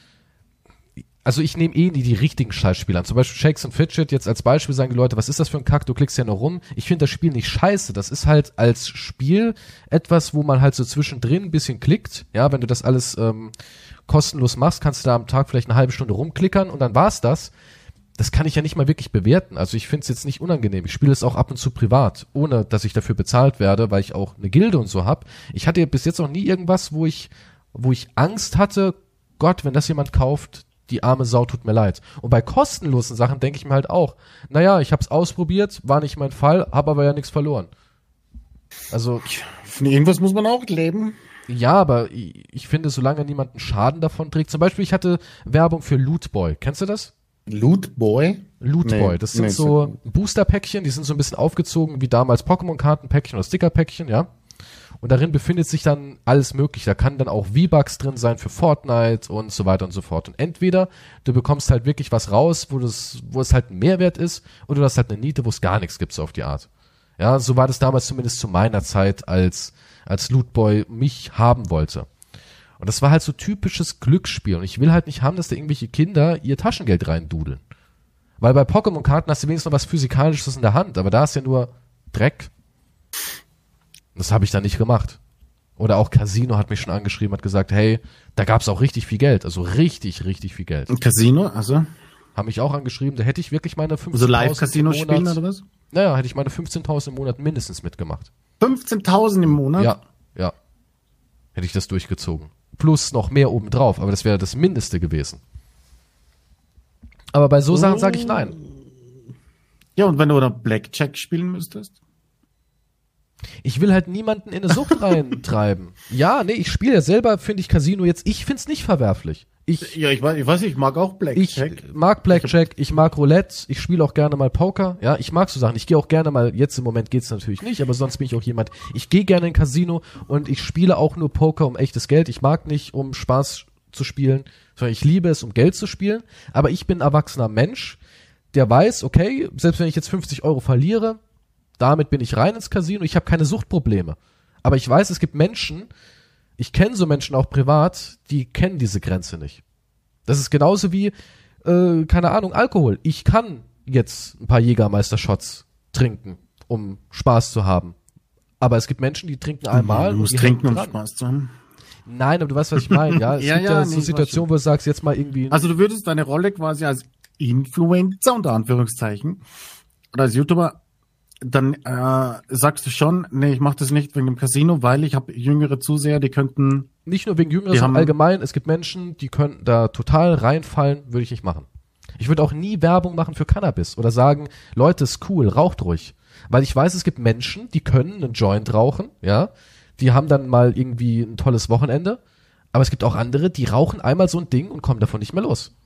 also ich nehme nie die richtigen Scheißspiele an. Zum Beispiel Shakes and Fidget, jetzt als Beispiel sagen die Leute, was ist das für ein Kack, du klickst ja nur rum. Ich finde das Spiel nicht scheiße. Das ist halt als Spiel etwas, wo man halt so zwischendrin ein bisschen klickt. Ja, wenn du das alles kostenlos machst, kannst du da am Tag vielleicht eine halbe Stunde rumklickern und dann war's das. Das kann ich ja nicht mal wirklich bewerten. Also ich finde es jetzt nicht unangenehm. Ich spiele es auch ab und zu privat, ohne dass ich dafür bezahlt werde, weil ich auch eine Gilde und so hab. Ich hatte bis jetzt noch nie irgendwas, wo ich Angst hatte, Gott, wenn das jemand kauft, die arme Sau, tut mir leid. Und bei kostenlosen Sachen denke ich mir halt auch, naja, ich hab's ausprobiert, war nicht mein Fall, hab aber ja nichts verloren. Also
von irgendwas muss man auch leben.
ja, aber ich finde, solange niemand einen Schaden davon trägt. Zum Beispiel, ich hatte Werbung für Lootboy. Kennst du das?
Lootboy?
Lootboy, das sind so Booster-Päckchen, die sind so ein bisschen aufgezogen wie damals Pokémon-Karten-Päckchen oder Sticker-Päckchen, ja. Und darin befindet sich dann alles mögliche. Da kann dann auch V-Bucks drin sein für Fortnite und so weiter und so fort. Und entweder du bekommst halt wirklich was raus, wo es halt ein Mehrwert ist, oder du hast halt eine Niete, wo es gar nichts gibt, so auf die Art. Ja, so war das damals zumindest zu meiner Zeit, als Lootboy mich haben wollte. Und das war halt so typisches Glücksspiel. Und ich will halt nicht haben, dass da irgendwelche Kinder ihr Taschengeld reindudeln. Weil bei Pokémon-Karten hast du wenigstens noch was Physikalisches in der Hand, aber da ist ja nur Dreck. Das habe ich dann nicht gemacht. Oder auch Casino hat mich schon angeschrieben, hat gesagt, hey, da gab's auch richtig viel Geld. Also richtig, richtig viel Geld.
Ein Casino, also?
Haben mich auch angeschrieben, da hätte ich wirklich meine 15.000
Also Live-Casino spielen oder was?
Naja, hätte ich meine 15.000 im Monat mindestens mitgemacht.
15.000 im Monat?
Ja. Hätte ich das durchgezogen. Plus noch mehr obendrauf, aber das wäre das Mindeste gewesen. Aber bei so Sachen sage ich nein.
Ja, und wenn du dann Blackjack spielen müsstest?
Ich will halt niemanden in eine Sucht reintreiben. Ja, nee, ich spiele ja selber, finde ich Casino jetzt, ich find's nicht verwerflich.
Ich weiß, ich mag auch Blackjack.
Ich mag Blackjack, ich mag Roulette, ich spiele auch gerne mal Poker, ja, ich mag so Sachen. Ich gehe auch gerne mal, jetzt im Moment geht's natürlich nicht, aber sonst bin ich auch jemand, ich gehe gerne in ein Casino und ich spiele auch nur Poker um echtes Geld. Ich mag nicht, um Spaß zu spielen, sondern ich liebe es, um Geld zu spielen. Aber ich bin ein erwachsener Mensch, der weiß, okay, selbst wenn ich jetzt 50 Euro verliere, damit bin ich rein ins Casino, ich habe keine Suchtprobleme. Aber ich weiß, es gibt Menschen, ich kenne so Menschen auch privat, die kennen diese Grenze nicht. Das ist genauso wie, keine Ahnung, Alkohol. Ich kann jetzt ein paar Jägermeister-Shots trinken, um Spaß zu haben. Aber es gibt Menschen, die trinken einmal.
Du musst trinken, um Spaß zu haben.
Nein, aber du weißt, was ich meine. Ja, es gibt ja so Situationen, wo du sagst, jetzt mal irgendwie.
Also du würdest deine Rolle quasi als Influencer, unter Anführungszeichen, oder als YouTuber, dann sagst du schon, nee, ich mache das nicht wegen dem Casino, weil ich habe jüngere Zuseher, die könnten...
Nicht nur wegen Jüngeren, sondern allgemein, es gibt Menschen, die könnten da total reinfallen, würde ich nicht machen. Ich würde auch nie Werbung machen für Cannabis oder sagen, Leute, ist cool, raucht ruhig. Weil ich weiß, es gibt Menschen, die können einen Joint rauchen, ja, die haben dann mal irgendwie ein tolles Wochenende, aber es gibt auch andere, die rauchen einmal so ein Ding und kommen davon nicht mehr los.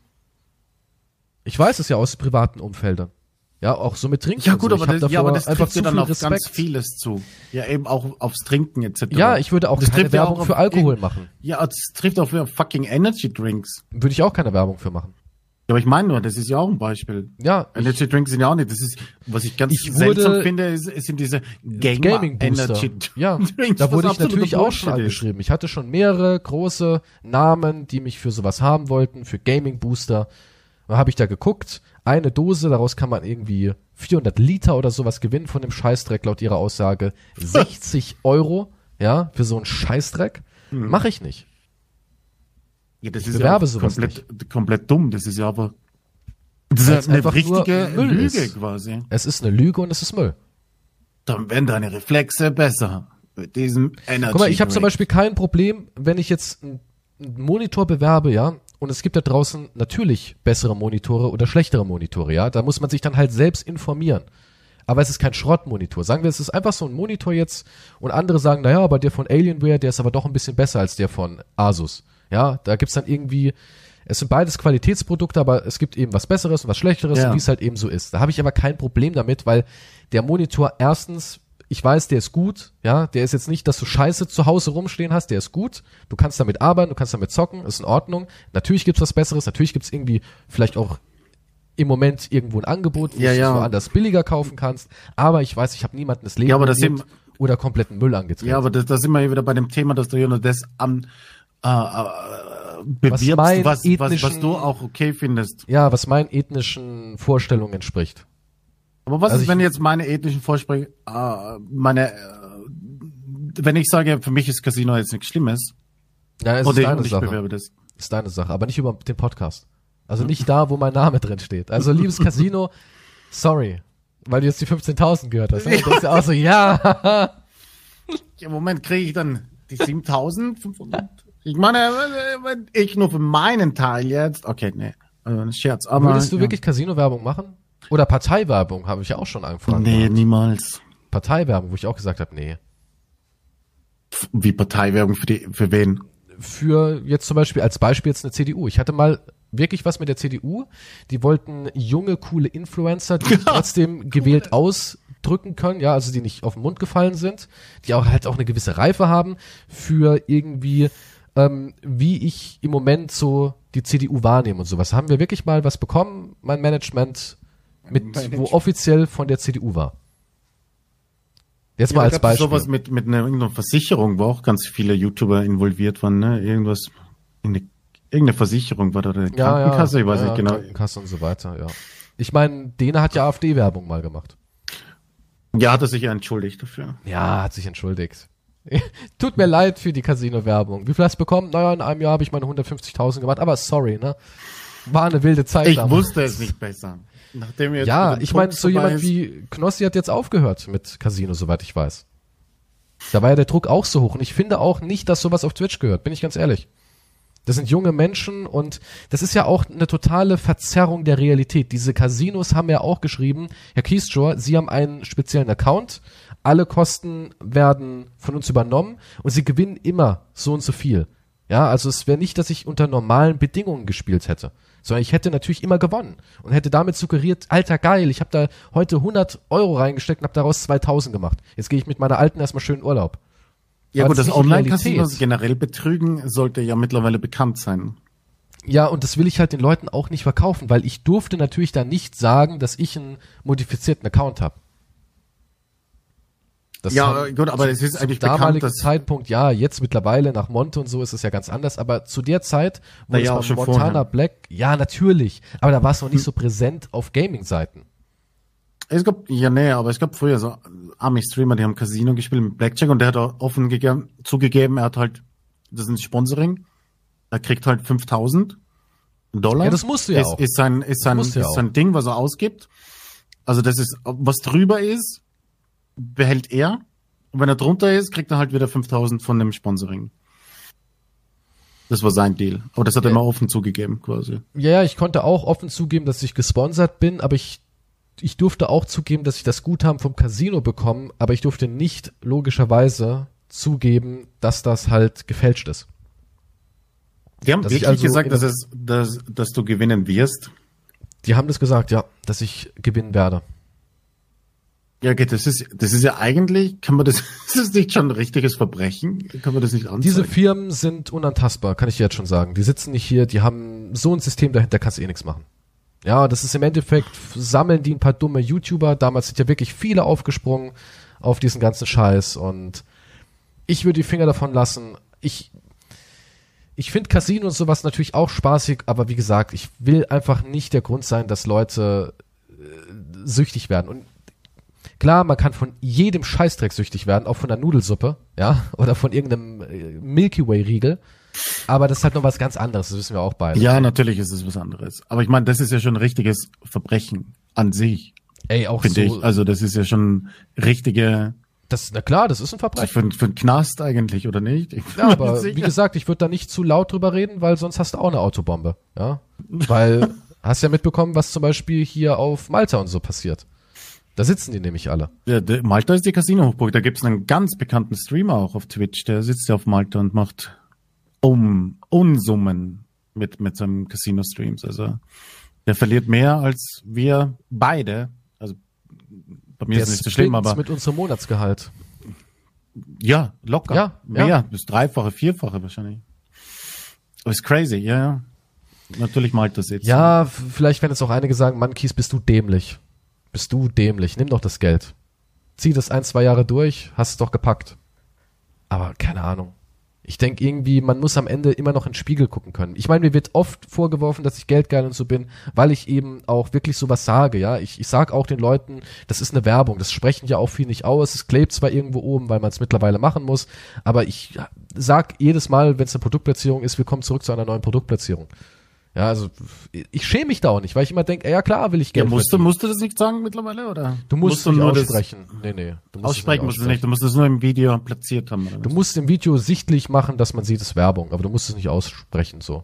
Ich weiß es ja aus privaten Umfeldern. Ja, auch so mit Trinken.
Ja gut, aber das
einfach
trifft dir dann auf ganz vieles zu. Ja, eben auch aufs Trinken etc.
Ja, ich würde auch keine Werbung für Alkohol machen.
Ja, das trifft auch für fucking Energy Drinks.
Würde ich auch keine Werbung für machen.
Ja, aber ich meine nur, das ist ja auch ein Beispiel.
Ja.
Energy Drinks sind ja auch nicht. Das ist, was ich ganz seltsam finde, sind diese
Gaming Booster.
Energy
ja,
Drinks.
Da wurde ich natürlich auch schon angeschrieben. Ich hatte schon mehrere große Namen, die mich für sowas haben wollten, für Gaming Booster. Da habe ich da geguckt. Eine Dose, daraus kann man irgendwie 400 Liter oder sowas gewinnen von dem Scheißdreck, laut ihrer Aussage. 60 Euro, ja, für so einen Scheißdreck. Mache ich nicht.
Ja, das ist ja komplett dumm. Das ist ja aber, das ist eine richtige Lüge quasi.
Es ist eine Lüge und es ist Müll.
Dann werden deine Reflexe besser mit diesem Energy.
Guck mal, ich habe zum Beispiel kein Problem, wenn ich jetzt einen Monitor bewerbe, ja, und es gibt da draußen natürlich bessere Monitore oder schlechtere Monitore, ja. Da muss man sich dann halt selbst informieren. Aber es ist kein Schrottmonitor. Sagen wir, es ist einfach so ein Monitor jetzt und andere sagen, naja, aber der von Alienware, der ist aber doch ein bisschen besser als der von Asus. Ja, da gibt's dann irgendwie, es sind beides Qualitätsprodukte, aber es gibt eben was Besseres und was Schlechteres, wie es halt eben so ist. Da habe ich aber kein Problem damit, weil der Monitor erstens ich weiß, der ist gut, ja, der ist jetzt nicht, dass du Scheiße zu Hause rumstehen hast, der ist gut, du kannst damit arbeiten, du kannst damit zocken, ist in Ordnung. Natürlich gibt's was Besseres, natürlich gibt's irgendwie vielleicht auch im Moment irgendwo ein Angebot, wo du es woanders billiger kaufen kannst, aber ich weiß, ich habe niemanden das Leben oder kompletten Müll angetreten.
Ja, aber da sind wir wieder bei dem Thema, dass du ja nur das bewirbst, was du auch okay findest.
Ja, was meinen ethnischen Vorstellungen entspricht.
Aber was ist, wenn jetzt meine ethnischen Vorstellungen, wenn ich sage, für mich ist Casino jetzt nichts Schlimmes,
ja, es
oder
ist deine
ich
Sache.
bewerbe das.
Ist deine Sache, aber nicht über den Podcast. Also nicht da, wo mein Name drin steht. Also liebes Casino, sorry, weil du jetzt die 15.000 gehört hast. Ne? Du denkst ja auch so, ja.
Im Moment kriege ich dann die 7.500. Ich meine, wenn ich nur für meinen Teil jetzt, okay, nee, ein Scherz. Aber
würdest du wirklich Casino-Werbung machen? Oder Parteiwerbung, habe ich ja auch schon angefragt.
Nee, niemals.
Parteiwerbung, wo ich auch gesagt habe, nee.
Wie Parteiwerbung für wen?
Für jetzt zum Beispiel, als Beispiel jetzt eine CDU. Ich hatte mal wirklich was mit der CDU. Die wollten junge, coole Influencer, die trotzdem gewählt ausdrücken können, ja, also die nicht auf den Mund gefallen sind, die auch halt auch eine gewisse Reife haben für irgendwie, wie ich im Moment so die CDU wahrnehme und sowas. Haben wir wirklich mal was bekommen, mein Management, wo offiziell von der CDU war. Jetzt mal als Beispiel.
Sowas mit irgendeiner Versicherung, wo auch ganz viele YouTuber involviert waren, ne? Irgendeine Versicherung war da, oder Krankenkasse, ich weiß nicht genau.
Krankenkasse und so weiter, ja. Ich meine, Dena hat ja AfD-Werbung mal gemacht.
Ja, hat er sich ja entschuldigt dafür.
Ja, hat sich entschuldigt. Tut mir leid für die Casino-Werbung. Wie viel hast du bekommen? Naja, in einem Jahr habe ich meine 150.000 gemacht, aber sorry, ne? War eine wilde Zeit.
Ich wusste es nicht besser. Nachdem jetzt
ich meine, so jemand wie Knossi hat jetzt aufgehört mit Casino, soweit ich weiß. Da war ja der Druck auch so hoch. Und ich finde auch nicht, dass sowas auf Twitch gehört, bin ich ganz ehrlich. Das sind junge Menschen und das ist ja auch eine totale Verzerrung der Realität. Diese Casinos haben ja auch geschrieben, Herr Kiesjor, Sie haben einen speziellen Account, alle Kosten werden von uns übernommen und Sie gewinnen immer so und so viel. Ja, also es wäre nicht, dass ich unter normalen Bedingungen gespielt hätte, sondern ich hätte natürlich immer gewonnen und hätte damit suggeriert, alter geil, ich habe da heute 100 Euro reingesteckt und habe daraus 2.000 gemacht. Jetzt gehe ich mit meiner Alten erstmal schön in Urlaub.
Ja gut, das Online-Casino generell Betrügen sollte ja mittlerweile bekannt sein.
Ja, und das will ich halt den Leuten auch nicht verkaufen, weil ich durfte natürlich da nicht sagen, dass ich einen modifizierten Account habe.
Ja, gut, aber es ist eigentlich bekannt, dass
Zeitpunkt, ja, jetzt mittlerweile nach Monte und so ist es ja ganz anders, aber zu der Zeit, wo es
ja
beim Montana
vorher.
Black, ja, natürlich, aber da war es noch nicht so präsent auf Gaming-Seiten.
Aber es gab früher so Army-Streamer, die haben Casino gespielt mit Blackjack und der hat auch offen zugegeben, er hat halt, das ist ein Sponsoring, er kriegt halt $5.000.
Ja, das musst du ja auch.
Ist sein Ding, was er ausgibt. Also das ist, was drüber ist, behält er. Und wenn er drunter ist, kriegt er halt wieder 5.000 von dem Sponsoring. Das war sein Deal. Aber das hat er immer offen zugegeben, quasi.
Ja, ich konnte auch offen zugeben, dass ich gesponsert bin, aber ich durfte auch zugeben, dass ich das Guthaben vom Casino bekomme, aber ich durfte nicht logischerweise zugeben, dass das halt gefälscht ist.
Die haben wirklich gesagt, dass du gewinnen wirst.
Die haben das gesagt, ja, dass ich gewinnen werde.
Ja, okay, das ist ja eigentlich, ist das nicht schon ein richtiges Verbrechen? Kann man das nicht anzeigen?
Diese Firmen sind unantastbar, kann ich dir jetzt schon sagen. Die sitzen nicht hier, die haben so ein System dahinter, kannst du eh nichts machen. Ja, das ist im Endeffekt, sammeln die ein paar dumme YouTuber. Damals sind ja wirklich viele aufgesprungen auf diesen ganzen Scheiß und ich würde die Finger davon lassen. Ich finde Casino und sowas natürlich auch spaßig, aber wie gesagt, ich will einfach nicht der Grund sein, dass Leute süchtig werden. Und klar, man kann von jedem Scheißdreck süchtig werden, auch von der Nudelsuppe, ja, oder von irgendeinem Milky Way Riegel. Aber das ist halt noch was ganz anderes, das wissen wir auch beide.
Ja, natürlich ist es was anderes. Aber ich meine, das ist ja schon ein richtiges Verbrechen an sich.
Ey, auch
finde
so.
Ich. Also das ist ja schon richtige...
Na klar, das ist ein Verbrechen.
Für einen Knast eigentlich, oder nicht?
Ja, aber wie gesagt, ich würde da nicht zu laut drüber reden, weil sonst hast du auch eine Autobombe. Ja, weil hast ja mitbekommen, was zum Beispiel hier auf Malta und so passiert. Da sitzen die nämlich alle.
Ja, Malta ist die Casino-Hochburg. Da gibt's einen ganz bekannten Streamer auch auf Twitch. Der sitzt ja auf Malta und macht Unsummen mit seinem Casino-Streams. Also der verliert mehr als wir beide, also Bei mir ist es nicht so schlimm, aber
mit unserem Monatsgehalt.
ja, locker.
Ja,
Mehr,
ja.
bis 3-fache, 4-fache wahrscheinlich. Aber ist crazy, ja. Natürlich malt das jetzt.
Ja, vielleicht werden jetzt auch einige sagen, Mann, Kies, bist du dämlich. Bist du dämlich. Nimm doch das Geld. Zieh das 1-2 Jahre durch, hast es doch gepackt. Aber keine Ahnung. Ich denke irgendwie, man muss am Ende immer noch in den Spiegel gucken können. Ich meine, mir wird oft vorgeworfen, dass ich geldgeil und so bin, weil ich eben auch wirklich sowas sage, ja. Ich sag auch den Leuten, das ist eine Werbung, das sprechen ja auch viel nicht aus, es klebt zwar irgendwo oben, weil man es mittlerweile machen muss, aber ich sag jedes Mal, wenn es eine Produktplatzierung ist, willkommen zurück zu einer neuen Produktplatzierung. Ja, also ich schäme mich da auch nicht, weil ich immer denke, ja klar will ich Geld verdienen.
Musst du das nicht sagen mittlerweile, oder?
Du musst es nicht aussprechen. Nee.
Aussprechen musst du nicht, du musst es nur im Video platziert haben. Oder
Du musst im Video sichtlich machen, dass man sieht, es ist Werbung, aber du musst es nicht aussprechen, so.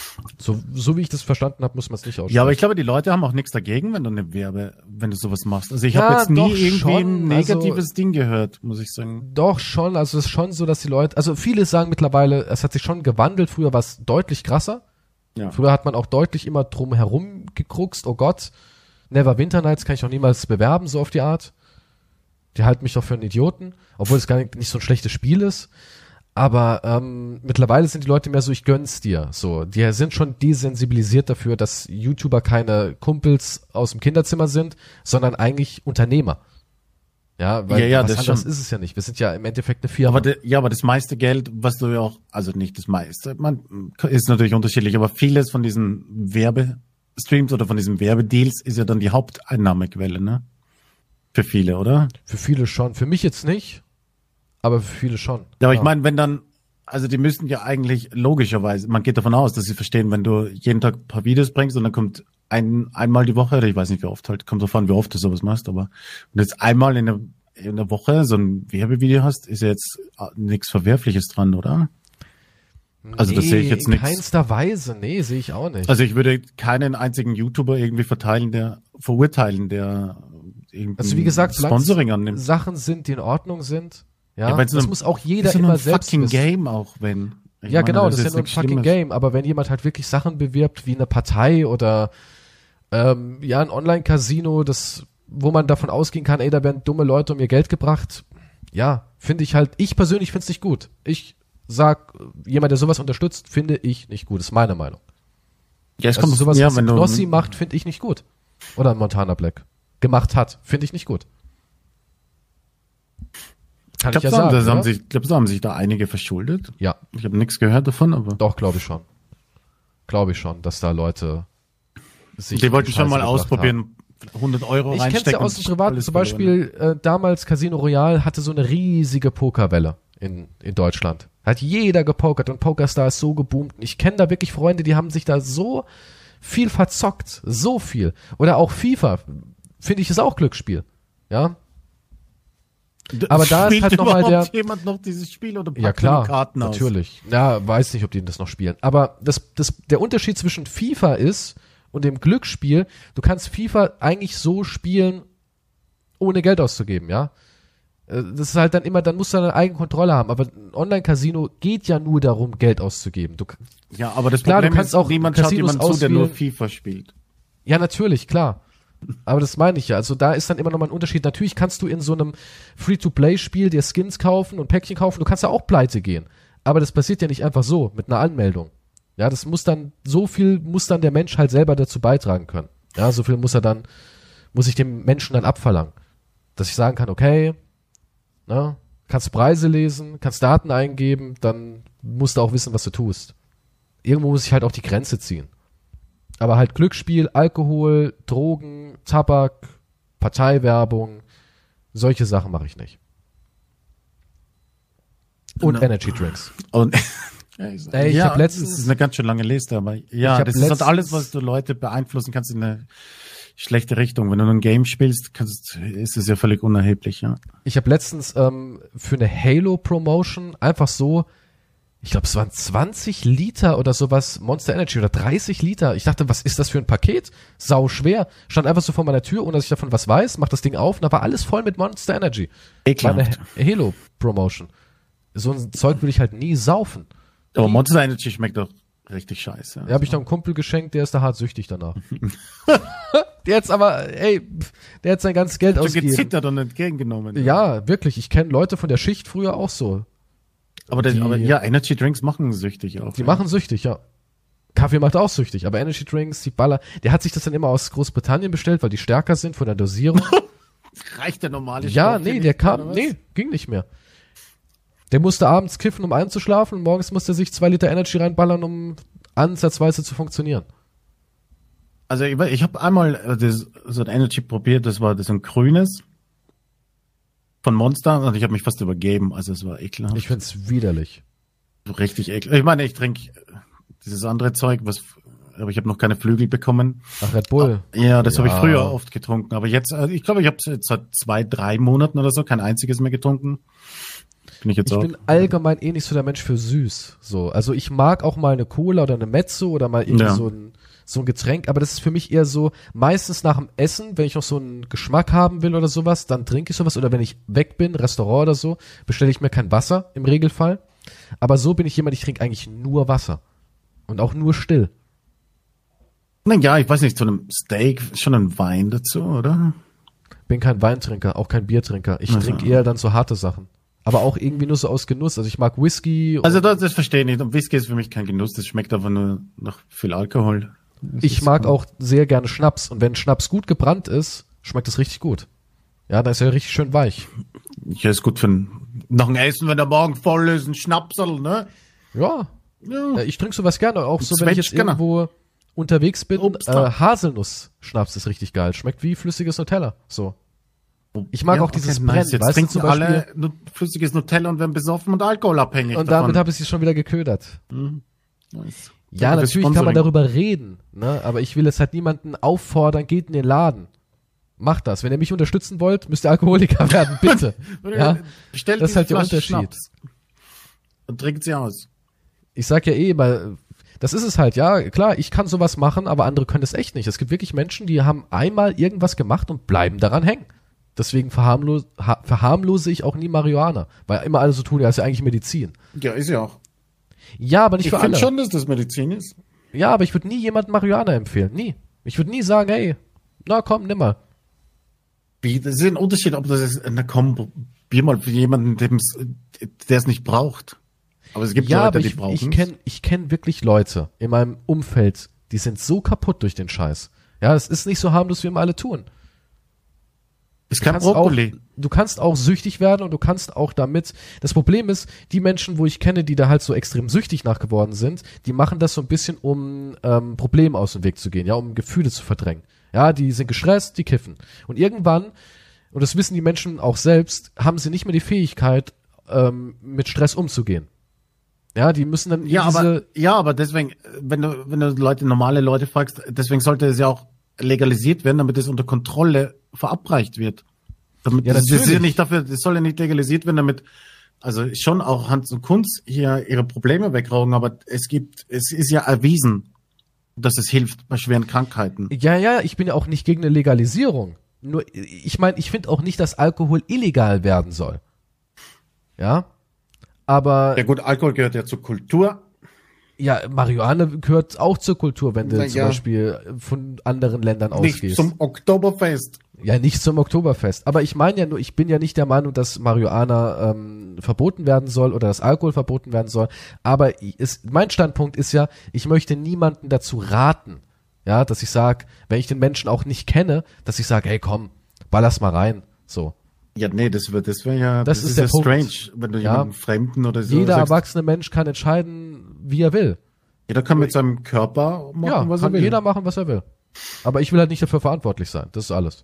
So wie ich das verstanden habe, muss man es nicht aussprechen.
Ja, aber ich glaube, die Leute haben auch nichts dagegen, wenn du sowas machst. Also ich habe
Ja,
jetzt nie
doch
irgendwie
schon,
ein negatives Ding gehört, muss ich sagen.
Doch schon, also es ist schon so, dass die Leute, also viele sagen mittlerweile, es hat sich schon gewandelt, früher war es deutlich krasser.
Ja.
Früher hat man auch deutlich immer drum herum gekruckst, oh Gott, Neverwinter Nights kann ich doch niemals bewerben, so auf die Art. Die halten mich doch für einen Idioten, obwohl es gar nicht so ein schlechtes Spiel ist. Aber mittlerweile sind die Leute mehr so, ich gönn's dir. So, die sind schon desensibilisiert dafür, dass YouTuber keine Kumpels aus dem Kinderzimmer sind, sondern eigentlich Unternehmer. Ja, weil
Ja,
was
das
anderes
schon.
ist es ja nicht. Wir sind ja im Endeffekt eine Firma.
Aber das meiste Geld, was du ja auch, also nicht das meiste, man ist natürlich unterschiedlich, aber vieles von diesen Werbestreams oder von diesen Werbedeals ist ja dann die Haupteinnahmequelle, ne? Für viele, oder?
Für viele schon. Für mich jetzt nicht, aber für viele schon.
Ja, aber ich meine, wenn dann, also die müssten ja eigentlich logischerweise, man geht davon aus, dass sie verstehen, wenn du jeden Tag ein paar Videos bringst und dann kommt einmal die Woche, oder ich weiß nicht wie oft halt, kommt drauf an, wie oft du sowas machst, aber wenn du jetzt einmal in der Woche so ein Werbevideo hast, ist ja jetzt nichts Verwerfliches dran, oder? Also das sehe ich jetzt
in
nichts.
keinster Weise. Nee, sehe ich auch nicht.
Also ich würde keinen einzigen YouTuber irgendwie verurteilen, der irgendwie
Also wie gesagt,
Sponsoring annimmt.
Sachen sind, die in Ordnung sind. Ja,
wenn's
das
nur-
muss auch jeder
ist ja nur
immer
ein
selbst
fucking
wissen.
Game auch, wenn. Ich
Ja,
meine,
genau, das ist ja
jetzt
nur ein
nichts
fucking
Schlimmes.
Game. Aber wenn jemand halt wirklich Sachen bewirbt, wie eine Partei oder ein Online-Casino, wo man davon ausgehen kann, ey, da werden dumme Leute um ihr Geld gebracht, ja, finde ich halt, ich persönlich finde es nicht gut. Ich sag, jemand, der sowas unterstützt, finde ich nicht gut. Das ist meine Meinung.
Ja, es
Also
kommt
sowas,
ja,
was
wenn du
Knossi macht, finde ich nicht gut. Oder Montana Black gemacht hat, finde ich nicht gut. Kann ich ja sagen, oder?
Ich glaube, da haben sich da einige verschuldet.
Ja,
Ich habe nichts gehört davon, aber
doch, glaube ich schon. Glaube ich schon, dass da Leute sich
die wollten
in
schon
Scheiße
mal
gebracht
ausprobieren, 100 Euro
Ich kenn's
reinstecken.
ja aus dem Privaten,
alles
zum
verloren.
Beispiel damals Casino Royale hatte so eine riesige Pokerwelle in Deutschland. Hat jeder gepokert und PokerStar ist so geboomt. Ich kenne da wirklich Freunde, die haben sich da so viel verzockt, so viel. Oder auch FIFA, finde ich, ist auch Glücksspiel. Ja, aber da ist
Spielt
halt nochmal
überhaupt jemand noch dieses Spiel oder packt
ja klar,
nur Karten aus?
natürlich. Ja, weiß nicht, ob die das noch spielen. Aber der Unterschied zwischen FIFA ist und dem Glücksspiel, du kannst FIFA eigentlich so spielen, ohne Geld auszugeben, ja. Das ist halt dann immer, dann musst du deine eigene Kontrolle haben. Aber ein Online-Casino geht ja nur darum, Geld auszugeben.
Ja, aber das
Klar, du
Problem
kannst
ist,
auch
niemand schaut
Casinos
jemand zu, der nur
auswählen.
FIFA spielt.
Ja, natürlich, klar. Aber das meine ich ja. Also da ist dann immer noch mal ein Unterschied. Natürlich kannst du in so einem Free-to-Play-Spiel dir Skins kaufen und Päckchen kaufen. Du kannst ja auch pleite gehen. Aber das passiert ja nicht einfach so, mit einer Anmeldung. Ja, muss dann der Mensch halt selber dazu beitragen können. Ja, so viel muss ich dem Menschen dann abverlangen. Dass ich sagen kann, okay, ne, kannst Preise lesen, kannst Daten eingeben, dann musst du auch wissen, was du tust. Irgendwo muss ich halt auch die Grenze ziehen. Aber halt Glücksspiel, Alkohol, Drogen, Tabak, Parteiwerbung, solche Sachen mache ich nicht. Und
Na.
Energy Drinks.
Und
Ey, ich hab letztens-
das ist eine ganz schön lange Liste, aber ja,
hab
das ist halt
letztens-
alles, was du Leute beeinflussen kannst in eine schlechte Richtung. Wenn du nur ein Game spielst, ist es ja völlig unerheblich, ja.
Ich habe letztens für eine Halo-Promotion einfach so, ich glaube, es waren 20 Liter oder sowas Monster Energy oder 30 Liter. Ich dachte, was ist das für ein Paket? Sau schwer. Stand einfach so vor meiner Tür, ohne dass ich davon was weiß, mach das Ding auf und da war alles voll mit Monster Energy. War eine
Ekelhaft.
Halo-Promotion. So ein Zeug würde ich halt nie saufen.
Aber Monster Energy schmeckt doch richtig scheiße.
Ja, habe ich noch einem Kumpel geschenkt, der ist da hart süchtig danach. jetzt aber, ey, der hat sein ganzes Geld
Hast du
ausgegeben.
gezittert und entgegengenommen.
Ja, wirklich. Ich kenne Leute von der Schicht früher auch so.
Aber ja, Energy Drinks machen süchtig auch.
Die machen süchtig, ja. Kaffee macht auch süchtig, aber Energy Drinks, die Baller, der hat sich das dann immer aus Großbritannien bestellt, weil die stärker sind von der Dosierung.
Reicht der normale
Ja,
Stoff
nee,
nicht,
der
oder
kam,
was?
nee, ging nicht mehr. Der musste abends kiffen, um einzuschlafen und morgens musste er sich 2 Liter Energy reinballern, um ansatzweise zu funktionieren.
Also ich habe einmal so ein Energy probiert, das war so ein grünes von Monster und ich habe mich fast übergeben, also es war ekelhaft.
Ich find's widerlich.
Richtig ekelhaft. Ich meine, ich trinke dieses andere Zeug, aber ich habe noch keine Flügel bekommen.
Ach, Red Bull.
Ja, das habe ich
Ja.
früher oft getrunken, aber jetzt, ich glaube, ich habe seit 2-3 Monaten oder so kein einziges mehr getrunken. Bin ich jetzt
Ich
auch.
bin allgemein eh nicht so der Mensch für süß. So, also ich mag auch mal eine Cola oder eine Mezzo oder mal irgendwie
Ja.
so ein Getränk, aber das ist für mich eher so, meistens nach dem Essen, wenn ich noch so einen Geschmack haben will oder sowas, dann trinke ich sowas oder wenn ich weg bin, Restaurant oder so, bestelle ich mir kein Wasser im Regelfall. Aber so bin ich jemand, ich trinke eigentlich nur Wasser. Und auch nur still.
Ja, ich weiß nicht, zu einem Steak schon ein Wein dazu, oder?
Bin kein Weintrinker, auch kein Biertrinker. Ich
Aha.
trinke eher dann so harte Sachen. Aber auch irgendwie nur so aus Genuss. Also ich mag Whisky.
Also das verstehe ich nicht. Und Whisky ist für mich kein Genuss, das schmeckt einfach nur nach viel Alkohol. Das
Ich
ist-
mag auch sehr gerne Schnaps. Und wenn Schnaps gut gebrannt ist, schmeckt es richtig gut. Ja, da ist er richtig schön weich.
Ja, ist gut nach dem Essen, wenn der Magen voll ist, ein Schnapsel, ne?
Ja,
Ja.
ich trinke sowas gerne. Auch so, wenn ich jetzt
Zwetschgen.
irgendwo unterwegs bin.
Obstler.
Haselnuss-Schnaps ist richtig geil. Schmeckt wie flüssiges Nutella. So. Ich mag auch dieses
nice.
Brennen,
Jetzt
weißt du,
trinken
zum Beispiel.
alle flüssiges Nutella und werden besoffen und alkoholabhängig
Und
davon.
damit habe ich sie schon wieder geködert.
Nice.
Ja,
Danke fürs
natürlich kann man
Sponsoring.
darüber reden, ne? Aber ich will jetzt halt niemanden auffordern, geht in den Laden. Macht das. Wenn ihr mich unterstützen wollt, müsst ihr Alkoholiker werden, bitte. Ja?
Bestellt
Das ist
die
halt der
Flasche
Unterschied.
Schnaps und trinkt sie aus.
Ich sag ja eh, weil das ist es halt, ja, klar, ich kann sowas machen, aber andere können es echt nicht. Es gibt wirklich Menschen, die haben einmal irgendwas gemacht und bleiben daran hängen. Deswegen verharmlose ich auch nie Marihuana, weil immer alle so tun, ja, ist ja eigentlich Medizin.
Ja, ist ja auch.
Ja, aber nicht
Ich
für
finde
alle.
schon, dass das Medizin ist.
Ja, aber ich würde nie jemandem Marihuana empfehlen. Nie. Ich würde nie sagen, hey, na komm, nimm mal.
Wie, das ist ein Unterschied, ob das ist, na komm, probier mal für jemanden, der es nicht braucht. Aber es gibt
Ja,
Leute,
aber
die brauchen
ich kenn wirklich Leute in meinem Umfeld, die sind so kaputt durch den Scheiß. Ja, es ist nicht so harmlos, wie immer alle tun.
Ist kein
kannst auch,
Brokkoli.
du kannst auch süchtig werden und du kannst auch damit, das Problem ist, die Menschen, wo ich kenne, die da halt so extrem süchtig nach geworden sind, die machen das so ein bisschen, um Probleme aus dem Weg zu gehen, ja, um Gefühle zu verdrängen. Ja, die sind gestresst, die kiffen. Und irgendwann, und das wissen die Menschen auch selbst, haben sie nicht mehr die Fähigkeit, mit Stress umzugehen. Ja, die müssen dann
Ja, aber deswegen, wenn du normale Leute fragst, deswegen sollte es ja auch legalisiert werden, damit es unter Kontrolle verabreicht wird. Damit,
Ja,
das ist
natürlich.
ja nicht dafür, das soll ja nicht legalisiert werden, damit, also schon auch Hans und Kunz hier ihre Probleme wegrauchen, aber es ist ja erwiesen, dass es hilft bei schweren Krankheiten.
Ja, ich bin ja auch nicht gegen eine Legalisierung. Nur, ich meine, ich finde auch nicht, dass Alkohol illegal werden soll. Ja, aber
Ja gut, Alkohol gehört ja zur Kultur.
ja, Marihuana gehört auch zur Kultur, wenn du
Na
zum
ja.
Beispiel von anderen Ländern
Nicht
ausgehst.
zum Oktoberfest.
Ja, nicht zum Oktoberfest. Aber ich meine ja nur, ich bin ja nicht der Meinung, dass Marihuana verboten werden soll oder dass Alkohol verboten werden soll. Aber mein Standpunkt ist ja, ich möchte niemanden dazu raten, ja, dass ich sage, wenn ich den Menschen auch nicht kenne, dass ich sage, hey komm, baller's mal rein. So.
Ja, nee, das wäre ja,
Das ist der
ja
Punkt.
strange, wenn du
Ja.
jemanden Fremden oder so
Jeder
sagst,
erwachsene Mensch kann entscheiden, wie er will.
jeder kann mit seinem Körper machen,
Ja,
was er
kann
will.
jeder machen, was er will. Aber ich will halt nicht dafür verantwortlich sein. Das ist alles.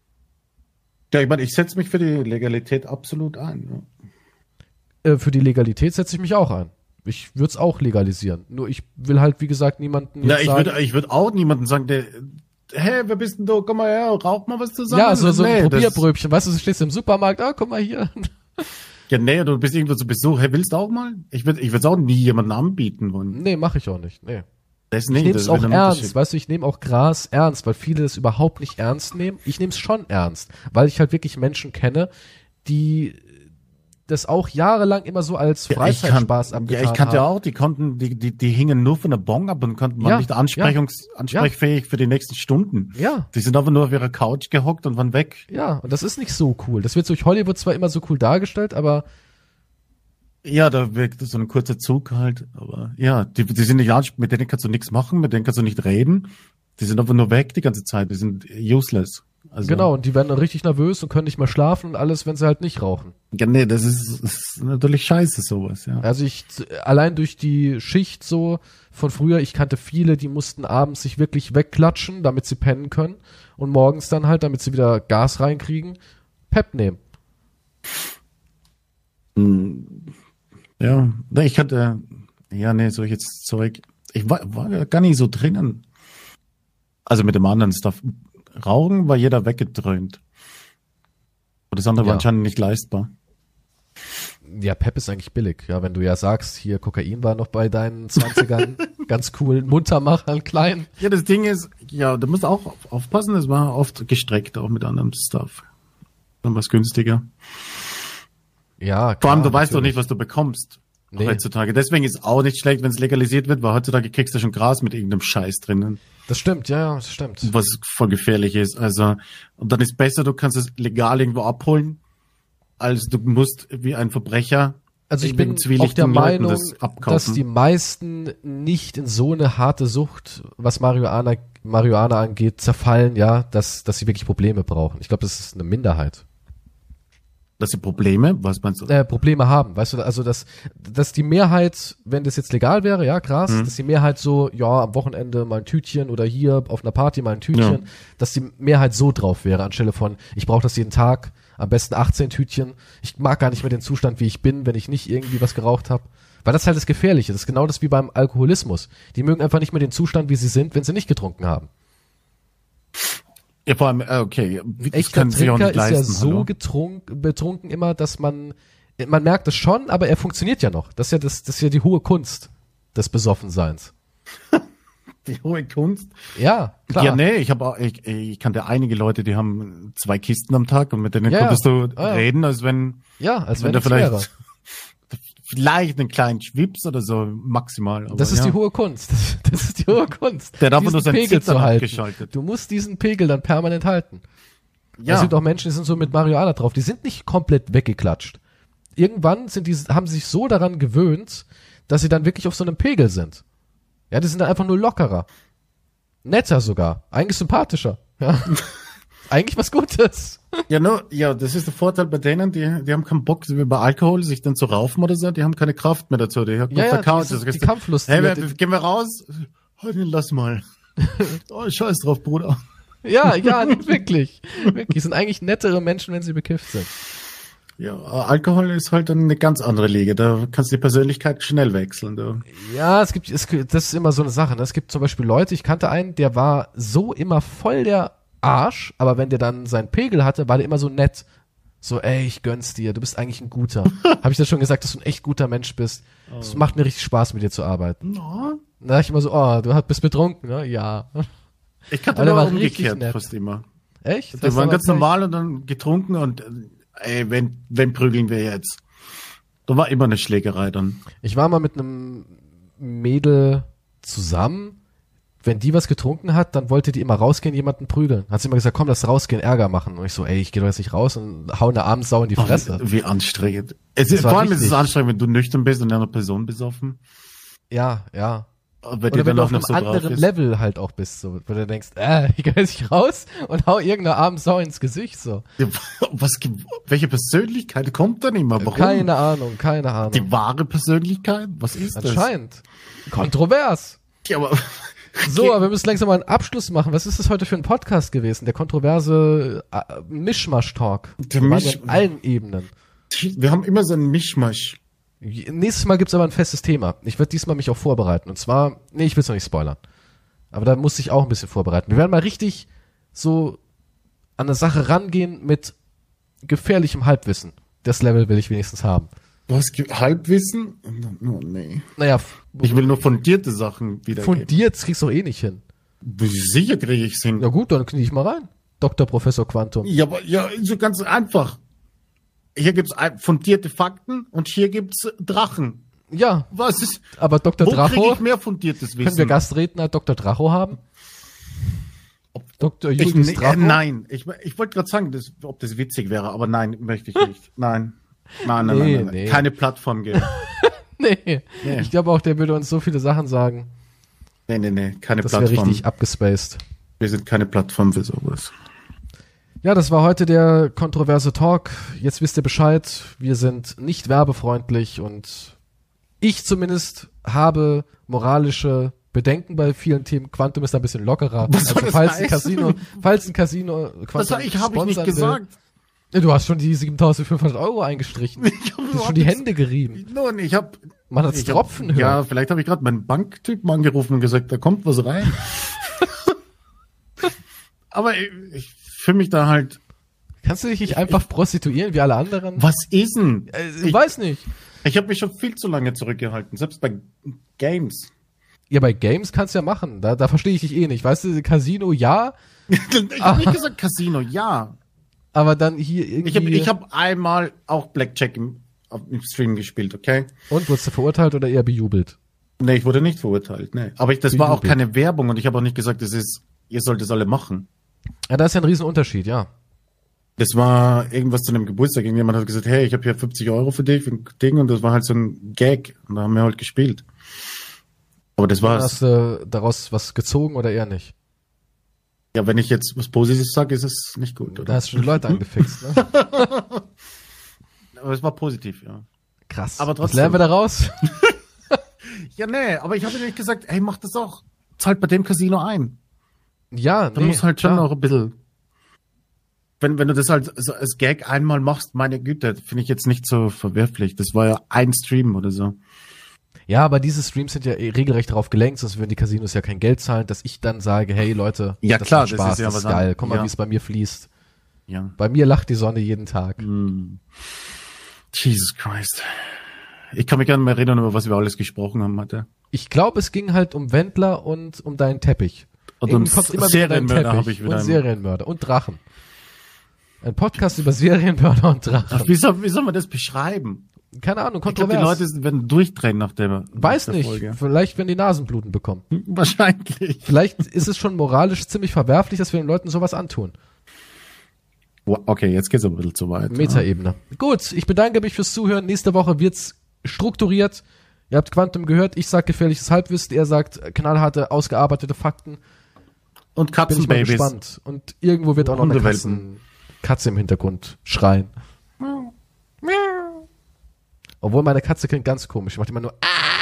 Ja, ich meine, ich setze mich für die Legalität absolut ein. Ja.
Für die Legalität setze ich mich auch ein. Ich würde es auch legalisieren. Nur ich will halt, wie gesagt, niemanden
Ja,
jetzt
ich
sagen,
würde auch niemanden sagen, der, hey, wer bist denn du? Komm mal her, rauch mal was zusammen.
ja, so ein
das-
Probierbrötchen. Weißt du, du stehst im Supermarkt, guck mal hier.
Ja, nee, du bist irgendwo zu Besuch. Hey, willst du auch mal? Ich würde es auch nie jemandem anbieten wollen.
Nee, mache ich auch nicht. Nee.
Das
Ich
nicht.
nehme
das
es
wird
auch
ein
ernst.
Unterschied.
Weißt du, ich nehme auch Gras ernst, weil viele das überhaupt nicht ernst nehmen. Ich nehme es schon ernst, weil ich halt wirklich Menschen kenne, die das auch jahrelang immer so als Freizeitspaß abgetan haben.
Ja, ich kannte auch, die hingen nur von der Bong ab und waren nicht ansprechfähig für die nächsten Stunden.
Ja.
Die sind aber nur auf ihrer Couch gehockt und waren weg.
Ja, und das ist nicht so cool. Das wird durch Hollywood zwar immer so cool dargestellt, aber
ja, da wirkt so ein kurzer Zug halt, aber ja, die sind nicht mit denen kannst du nichts machen, mit denen kannst du nicht reden. Die sind einfach nur weg die ganze Zeit, die sind useless. Also,
genau, und die werden dann richtig nervös und können nicht mehr schlafen und alles, wenn sie halt nicht rauchen.
Ja, nee, das ist natürlich scheiße, sowas, ja.
Also allein durch die Schicht so von früher, ich kannte viele, die mussten abends sich wirklich wegklatschen, damit sie pennen können und morgens dann halt, damit sie wieder Gas reinkriegen, Pep nehmen.
Ja, ich hatte, solches Zeug, ich war ja gar nicht so drinnen. Also mit dem anderen Stuff. Rauchen war jeder weggedröhnt. Und das andere war anscheinend nicht leistbar.
Ja, Pep ist eigentlich billig. Ja, wenn du ja sagst, hier Kokain war noch bei deinen 20ern ganz cool, Muntermachern, klein.
Ja, das Ding ist, ja, du musst auch aufpassen, das war oft gestreckt, auch mit anderem Stuff. Dann war es günstiger.
Ja, klar.
Vor allem, du weißt doch nicht, was du bekommst.
Nee.
Heutzutage. Deswegen ist auch nicht schlecht, wenn es legalisiert wird, weil heutzutage kriegst du schon Gras mit irgendeinem Scheiß drinnen.
Das stimmt, ja, das stimmt.
Was voll gefährlich ist. Also, und dann ist besser, du kannst es legal irgendwo abholen, als du musst wie ein Verbrecher.
Also ich bin auch der Meinung, dass die meisten nicht in so eine harte Sucht, was Marihuana angeht, zerfallen, ja, dass sie wirklich Probleme brauchen. Ich glaube, das ist eine Minderheit.
Dass sie Probleme, was meinst du?
Probleme haben, weißt du, also dass die Mehrheit, wenn das jetzt legal wäre, ja, krass, dass die Mehrheit so, ja, am Wochenende mal ein Tütchen oder hier auf einer Party mal ein Tütchen, dass die Mehrheit so drauf wäre, anstelle von, ich brauche das jeden Tag, am besten 18 Tütchen, ich mag gar nicht mehr den Zustand, wie ich bin, wenn ich nicht irgendwie was geraucht habe. Weil das halt das Gefährliche, das ist genau das wie beim Alkoholismus. Die mögen einfach nicht mehr den Zustand, wie sie sind, wenn sie nicht getrunken haben.
Ja, vor allem, okay.
Echter Trinker ist ja so betrunken immer, dass man merkt es schon, aber er funktioniert ja noch. Das ist ja die hohe Kunst des Besoffenseins.
Die hohe Kunst?
Ja, klar.
Ja, nee, ich kannte einige Leute, die haben 2 Kisten am Tag und mit denen konntest du reden, als wenn
da
vielleicht einen kleinen Schwips oder so maximal. Aber
das ist die hohe Kunst. Das ist die hohe Kunst.
Der darf nur seinen
Pegel zu halten.
Abgeschaltet.
Du musst diesen Pegel dann permanent halten.
Ja.
Es gibt auch Menschen, die sind so mit Marihuana drauf. Die sind nicht komplett weggeklatscht. Irgendwann haben sie sich so daran gewöhnt, dass sie dann wirklich auf so einem Pegel sind. Ja, die sind dann einfach nur lockerer. Netter sogar. Eigentlich sympathischer. Ja. Eigentlich was Gutes.
Ja, das ist der Vorteil bei denen, die haben keinen Bock, wie bei Alkohol, sich dann zu raufen oder so, die haben keine Kraft mehr dazu, die haben
die Kampflust.
Hey, gehen wir raus? Lass mal. Oh, scheiß drauf, Bruder.
Ja, wirklich. Wirklich, sind eigentlich nettere Menschen, wenn sie bekifft sind.
Ja, Alkohol ist halt eine ganz andere Liga, da kannst du die Persönlichkeit schnell wechseln. Da.
Ja, das ist immer so eine Sache, ne? Es gibt zum Beispiel Leute, ich kannte einen, der war so immer voll der Arsch, aber wenn der dann seinen Pegel hatte, war der immer so nett. So, ey, ich gönn's dir, du bist eigentlich ein guter. Habe ich das schon gesagt, dass du ein echt guter Mensch bist? Es macht mir richtig Spaß, mit dir zu arbeiten.
No.
Da dachte ich immer so, du bist betrunken, ne? Ja.
Ich kannte aber umgekehrt fast immer.
Echt?
Wir waren ganz normal und dann getrunken und ey, wen prügeln wir jetzt? Da war immer eine Schlägerei dann.
Ich war mal mit einem Mädel zusammen. Wenn die was getrunken hat, dann wollte die immer rausgehen, jemanden prügeln. Hat sie immer gesagt, komm, lass rausgehen, Ärger machen. Und ich so, ey, ich gehe doch jetzt nicht raus und hau eine Abendsau in die Fresse.
Wie anstrengend. Vor allem ist es anstrengend, wenn du nüchtern bist und eine Person besoffen.
Ja.
Oder
wenn du auf einem anderen Level halt auch bist, so, wo du denkst, ich gehe jetzt nicht raus und hau irgendeine Abendsau ins Gesicht, so.
Ja, welche Persönlichkeit kommt dann immer? Warum?
Keine Ahnung.
Die wahre Persönlichkeit? Was ist das?
Anscheinend. Kontrovers.
Ja, aber
so, aber wir müssen langsam mal einen Abschluss machen. Was ist das heute für ein Podcast gewesen? Der kontroverse Mischmasch-Talk. In allen Ebenen.
Wir haben immer so einen Mischmasch.
Nächstes Mal gibt's aber ein festes Thema. Ich werde diesmal mich auch vorbereiten. Und zwar, ich will's noch nicht spoilern. Aber da muss ich auch ein bisschen vorbereiten. Wir werden mal richtig so an eine Sache rangehen mit gefährlichem Halbwissen. Das Level will ich wenigstens haben.
Was? Halbwissen? Oh, nee.
Naja.
Ich will nur fundierte Sachen wiedergeben.
Fundiert kriegst du eh nicht hin.
Sicher kriege ich's hin.
Ja gut, dann knie ich mal rein. Dr. Professor Quantum.
Ja, aber so ganz einfach. hier gibt's fundierte Fakten und hier gibt's Drachen.
Ja,
Was ist,
aber Dr.
wo kriege
Dracho,
ich mehr fundiertes Wissen?
können wir Gastredner Dr. Dracho haben? Dr. Julius Dracho?
Nein, ich wollte gerade sagen, ob das witzig wäre, aber nein, möchte ich nicht. Nein. Nein.
Nee.
Keine Plattform geben.
Nee. Ich glaube auch, der würde uns so viele Sachen sagen.
Nee, keine
Das wäre
Plattform.
richtig abgespaced.
Wir sind keine Plattform für sowas.
Ja, das war heute der kontroverse Talk. Jetzt wisst ihr Bescheid. Wir sind nicht werbefreundlich und ich zumindest habe moralische Bedenken bei vielen Themen. Quantum ist da ein bisschen lockerer.
Was soll das
falls ein Casino
Das habe ich nicht gesagt.
Ja, du hast schon die 7.500 € eingestrichen. Du hast schon die Hände gerieben.
Nun,
Man hat's tropfen hören.
Ja, vielleicht habe ich gerade meinen Banktypen angerufen und gesagt, da kommt was rein. Aber ich fühle mich da halt.
Kannst du dich nicht einfach prostituieren wie alle anderen?
Was ist denn?
Ich weiß nicht.
Ich habe mich schon viel zu lange zurückgehalten, selbst bei Games.
Ja, bei Games kannst du ja machen. Da verstehe ich dich eh nicht. Weißt du, Casino, ja.
Ich habe nicht gesagt Casino, ja.
Aber dann hier irgendwie...
Ich hab einmal auch Blackjack im Stream gespielt, okay?
Und, wurdest du verurteilt oder eher bejubelt?
Nee, ich wurde nicht verurteilt, nee. Aber das war auch keine Werbung und ich habe auch nicht gesagt, ihr sollt es alle machen.
Ja, da ist ja ein Riesenunterschied, ja.
Das war irgendwas zu einem Geburtstag. Irgendjemand hat gesagt, hey, ich habe hier 50 € für dich, für ein Ding, und das war halt so ein Gag. Und da haben wir halt gespielt. Aber das war's.
Hast du daraus was gezogen oder eher nicht?
Ja, wenn ich jetzt was Positives sage, ist es nicht gut,
Da
oder?
hast du schon Leute angefixt, ne?
Aber es war positiv, ja.
Krass.
Aber
Was
trotzdem.
lernen wir daraus?
Ja, nee, aber ich habe nicht gesagt, hey, mach das auch. Zahlt bei dem Casino ein.
Ja,
Da muss halt schon noch ein bisschen. Wenn du das halt so als Gag einmal machst, meine Güte, finde ich jetzt nicht so verwerflich. Das war ja ein Stream oder so.
Ja, aber diese Streams sind ja regelrecht darauf gelenkt, sonst würden die Casinos ja kein Geld zahlen, dass ich dann sage, hey Leute,
Ja,
das
klar,
macht Spaß,
das ist ja
das
was
ist geil.
anderes.
Guck mal,
Ja.
wie es bei mir fließt.
Ja.
Bei mir lacht die Sonne jeden Tag.
Jesus Christ. Ich kann mich gar nicht mehr erinnern, über was wir alles gesprochen haben heute.
Ich glaube, es ging halt um Wendler und um deinen Teppich.
Und
Irgendwie kommt immer wieder dein
Serienmörder
Teppich
habe ich wieder.
und Serienmörder und Drachen. Ein Podcast über Serienmörder und Drachen.
Ach, wie soll man das beschreiben?
Keine Ahnung,
Ich glaube, die
kontrovers.
Leute werden durchdrehen nach der
Weiß
nach der
nicht,
Folge.
vielleicht wenn die Nasenbluten bekommen.
Wahrscheinlich.
Vielleicht ist es schon moralisch ziemlich verwerflich, dass wir den Leuten sowas antun.
Okay, jetzt geht's aber ein bisschen zu weit.
Metaebene. Gut, ich bedanke mich fürs Zuhören. Nächste Woche wird's strukturiert. Ihr habt Quantum gehört. Ich sag gefährliches Halbwissen. Er sagt knallharte, ausgearbeitete Fakten.
Und
Bin ich mal
Katzenbabys.
gespannt. Und irgendwo wird auch noch eine
Hundewelpen.
Katze im Hintergrund schreien. Obwohl meine Katze klingt ganz komisch. Macht immer nur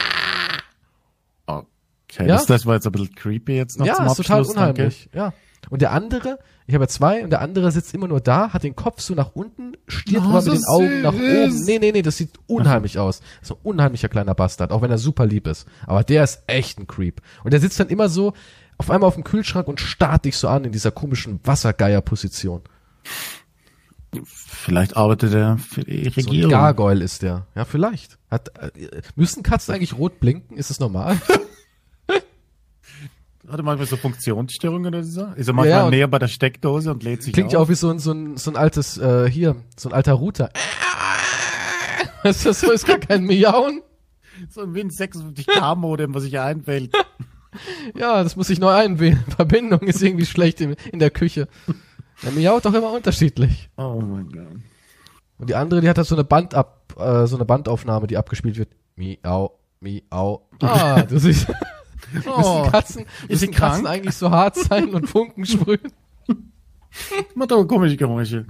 Okay,
Ja?
das war jetzt ein bisschen creepy jetzt noch
ja,
zum
ist total
Abschluss. Danke.
unheimlich. Ja. Und der andere, ich habe ja zwei, und der andere sitzt immer nur da, hat den Kopf so nach unten, stiert
Oh,
immer
so
mit den Augen nach
süß.
oben. Nee, das sieht unheimlich aus. Das ist ein unheimlicher kleiner Bastard, auch wenn er super lieb ist. Aber der ist echt ein Creep. Und der sitzt dann immer so auf einmal auf dem Kühlschrank und starrt dich so an in dieser komischen Wassergeier-Position.
Vielleicht arbeitet er für die
So ein
Regierung.
Gargoyle ist der. Ja, vielleicht. Müssen Katzen eigentlich rot blinken? Ist das normal?
Hat er manchmal so Funktionsstörungen oder so? Ist er manchmal
Ja, und-
näher bei der Steckdose und lädt sich
Klingt ja
auf?
auch wie so ein altes, so ein alter Router. Ist das so? Ist gar kein Miauen?
So ein Win 56K-Modem, was sich einfällt.
Ja, das muss ich neu einwählen. Verbindung ist irgendwie schlecht in der Küche. Der miaut doch immer unterschiedlich.
Oh mein Gott.
Und die andere, die hat halt so eine Bandaufnahme, die abgespielt wird. Miau, miau. Ah, du siehst,
Oh,
müssen
sie
Katzen
krank?
eigentlich so hart sein und Funken sprühen?
macht aber komische Geräusche.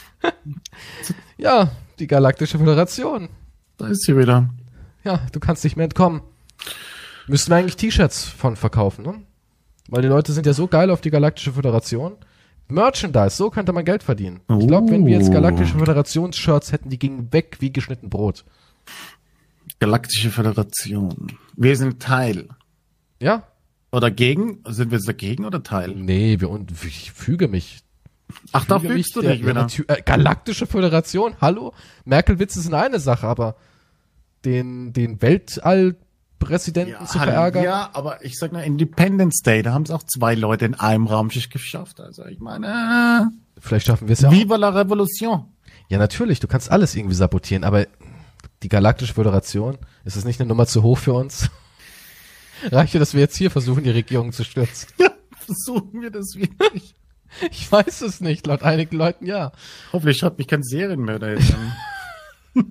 Ja, die Galaktische Föderation.
Da ist sie wieder.
Ja, du kannst nicht mehr entkommen. Müssten wir eigentlich T-Shirts von verkaufen, ne? Weil die Leute sind ja so geil auf die Galaktische Föderation. Merchandise, so könnte man Geld verdienen. Ich glaube, wenn wir jetzt Galaktische Föderations-Shirts hätten, die gingen weg wie geschnitten Brot.
Galaktische Föderation. Wir sind Teil.
Ja?
Oder gegen? Sind wir jetzt dagegen oder Teil?
Nee, ich füge mich.
Ach, da
Füge mich
fügst du
der-
dich wieder.
Galaktische Föderation, hallo? Merkel-Witze sind eine Sache, aber den Weltallpräsidenten zu verärgern.
Ja, aber ich sag nur Independence Day, da haben es auch 2 Leute in einem Raumschiff geschafft. Also ich meine,
Vielleicht schaffen wir es ja auch.
Viva la Revolution.
Ja, natürlich, du kannst alles irgendwie sabotieren, aber die Galaktische Föderation, ist das nicht eine Nummer zu hoch für uns? Reicht ja, dass wir jetzt hier versuchen, die Regierung zu stürzen?
Ja, versuchen wir das wirklich.
Ich weiß es nicht, laut einigen Leuten ja.
Hoffentlich schaut mich kein Serienmörder jetzt an.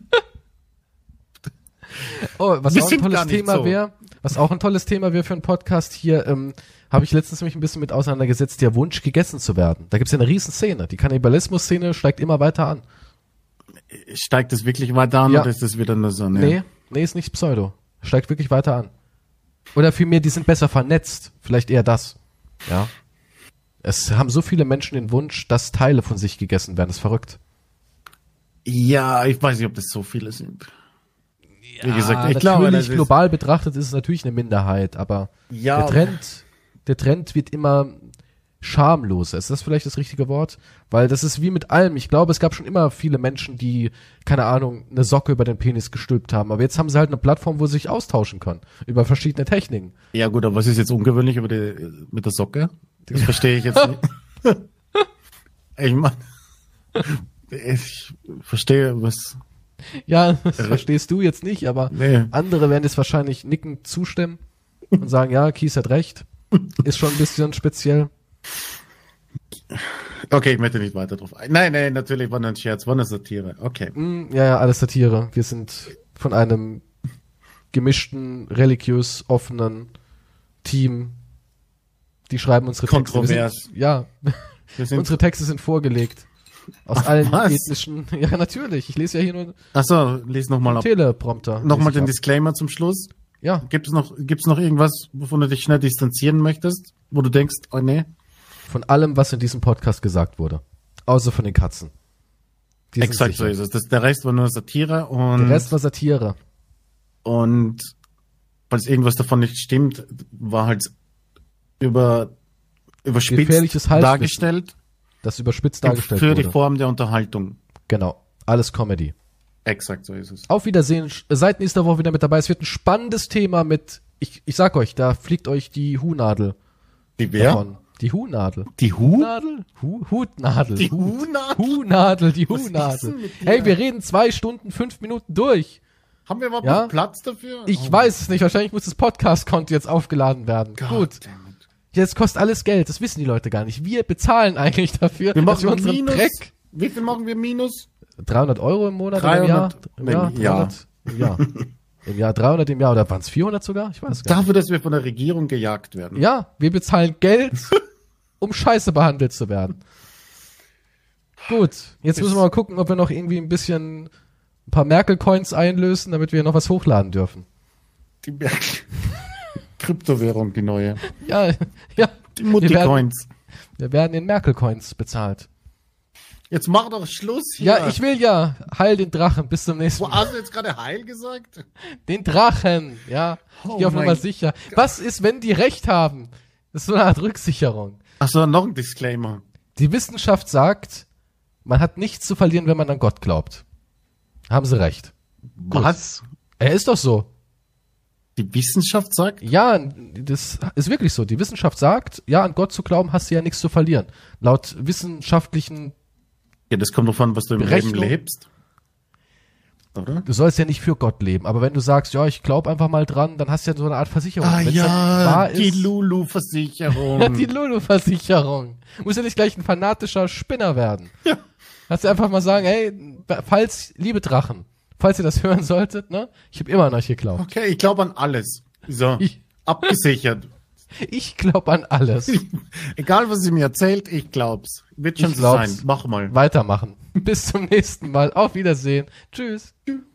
Oh, was
Wir
auch ein
sind
tolles
gar nicht
Thema
so.
wäre, was auch ein tolles Thema wäre für einen Podcast hier, habe ich letztens mich ein bisschen mit auseinandergesetzt, der Wunsch, gegessen zu werden. Da gibt's ja eine Riesenszene. Die Kannibalismus-Szene steigt immer weiter an.
Steigt es wirklich weiter an
Ja.
oder ist das wieder nur so?
Nee, ist nicht Pseudo. Steigt wirklich weiter an. Oder vielmehr, die sind besser vernetzt. Vielleicht eher das. Ja. Es haben so viele Menschen den Wunsch, dass Teile von sich gegessen werden. Das ist verrückt.
Ja, ich weiß nicht, ob das so viele sind. Wie gesagt, ich glaube,
natürlich
das ist,
global betrachtet ist es natürlich eine Minderheit, aber
ja,
der Trend wird immer schamloser. Ist das vielleicht das richtige Wort? Weil das ist wie mit allem. Ich glaube, es gab schon immer viele Menschen, die, keine Ahnung, eine Socke über den Penis gestülpt haben. Aber jetzt haben sie halt eine Plattform, wo sie sich austauschen können. Über verschiedene Techniken.
ja gut, aber was ist jetzt ungewöhnlich mit der Socke? Das verstehe ich jetzt nicht. Ich meine, ich verstehe was.
Ja, das verstehst du jetzt nicht, aber
Nee.
andere werden jetzt wahrscheinlich nickend zustimmen und sagen, ja, Kies hat recht. Ist schon ein bisschen speziell.
Okay, ich möchte nicht weiter drauf ein. Nein, natürlich war nur ein Scherz, war eine Satire. Okay.
Ja, alles Satire. Wir sind von einem gemischten, religiös offenen Team. Die schreiben unsere Texte.
Kontrovers.
Ja,
Wir sind,
unsere Texte sind vorgelegt. Aus allen
was?
ethnischen. Ja, natürlich. Ich lese ja hier nur
achso, lies nochmal ab.
Teleprompter.
Nochmal
lese
den
ich ab.
Disclaimer zum Schluss.
Ja,
Gibt's noch irgendwas, wovon du dich schnell distanzieren möchtest? Wo du denkst, oh nee?
von allem, was in diesem Podcast gesagt wurde. Außer von den Katzen. Die sind
Exakt so
sicher.
ist es. Der Rest war nur Satire und,
Der Rest war Satire.
und falls irgendwas davon nicht stimmt, war halt überspitzt
Gefährliches Halbwissen,
dargestellt
das überspitzt dargestellt
für
wurde.
die Form der Unterhaltung.
Genau. Alles Comedy.
Exakt so ist es.
Auf Wiedersehen. Seid nächste Woche wieder mit dabei. Es wird ein spannendes Thema mit, ich sag euch, da fliegt euch die Huhnadel
Die wer?
davon. Die Huhnadel.
Die
Huhnadel? Hutnadel.
Die Huhnadel?
Huhnadel, die
Was ist
Huhnadel.
denn mit dir?
Hey, wir reden 2 Stunden, 5 Minuten durch.
Haben wir überhaupt
Ja?
noch Platz dafür?
Ich weiß es nicht. Wahrscheinlich muss das Podcast-Konto jetzt aufgeladen werden. Gut.
Goddammit.
Jetzt kostet alles Geld. Das wissen die Leute gar nicht. Wir bezahlen eigentlich dafür,
Wir
dass wir
machen
unseren
Minus.
Dreck.
Wie viel machen wir Minus?
300 € im Monat oder im Jahr?
300
Im Jahr?
im Jahr.
300 im Jahr. Im Jahr 300 im Jahr oder waren es 400 sogar? Ich weiß gar nicht.
Dafür, dass wir von der Regierung gejagt werden.
Ja, wir bezahlen Geld, um scheiße behandelt zu werden. Gut, jetzt müssen wir mal gucken, ob wir noch irgendwie ein paar Merkel-Coins einlösen, damit wir noch was hochladen dürfen.
Die Kryptowährung, die neue.
Ja,
Die
wir
Mutti-Coins.
werden in Merkel-Coins bezahlt.
Jetzt mach doch Schluss hier.
Ja, ich will ja. Heil den Drachen. Bis zum nächsten
Wo
Mal.
hast du jetzt gerade Heil gesagt?
Den Drachen, ja. Ich
Oh
gehe auf
mein
Nummer sicher. Was ist, wenn die Recht haben? Das ist so eine Art Rücksicherung.
Achso, noch ein Disclaimer.
Die Wissenschaft sagt, man hat nichts zu verlieren, wenn man an Gott glaubt. Haben sie recht.
Was?
Er ist doch so.
Die Wissenschaft sagt?
Ja, das ist wirklich so. Die Wissenschaft sagt, ja, an Gott zu glauben, hast du ja nichts zu verlieren. Laut wissenschaftlichen,
Ja, das kommt drauf an, was du im
Berechnung.
Leben lebst. Oder?
du sollst ja nicht für Gott leben, aber wenn du sagst, ja, ich glaube einfach mal dran, dann hast du ja so eine Art Versicherung.
Ah
Wenn's
ja,
dann wahr
die
ist,
Lulu-Versicherung.
die Lulu-Versicherung. Muss ja nicht gleich ein fanatischer Spinner werden.
Ja.
Hast du einfach mal sagen, hey, liebe Drachen, falls ihr das hören solltet, ne, ich habe immer an euch geglaubt.
Okay, ich glaube an alles. So,
Ich-
abgesichert.
Ich glaube an alles.
Egal, was sie mir erzählt, ich glaub's. Wird schon
Ich
so
glaub's.
sein. Mach mal.
Weitermachen. Bis zum nächsten Mal. Auf Wiedersehen. Tschüss.
Tschüss.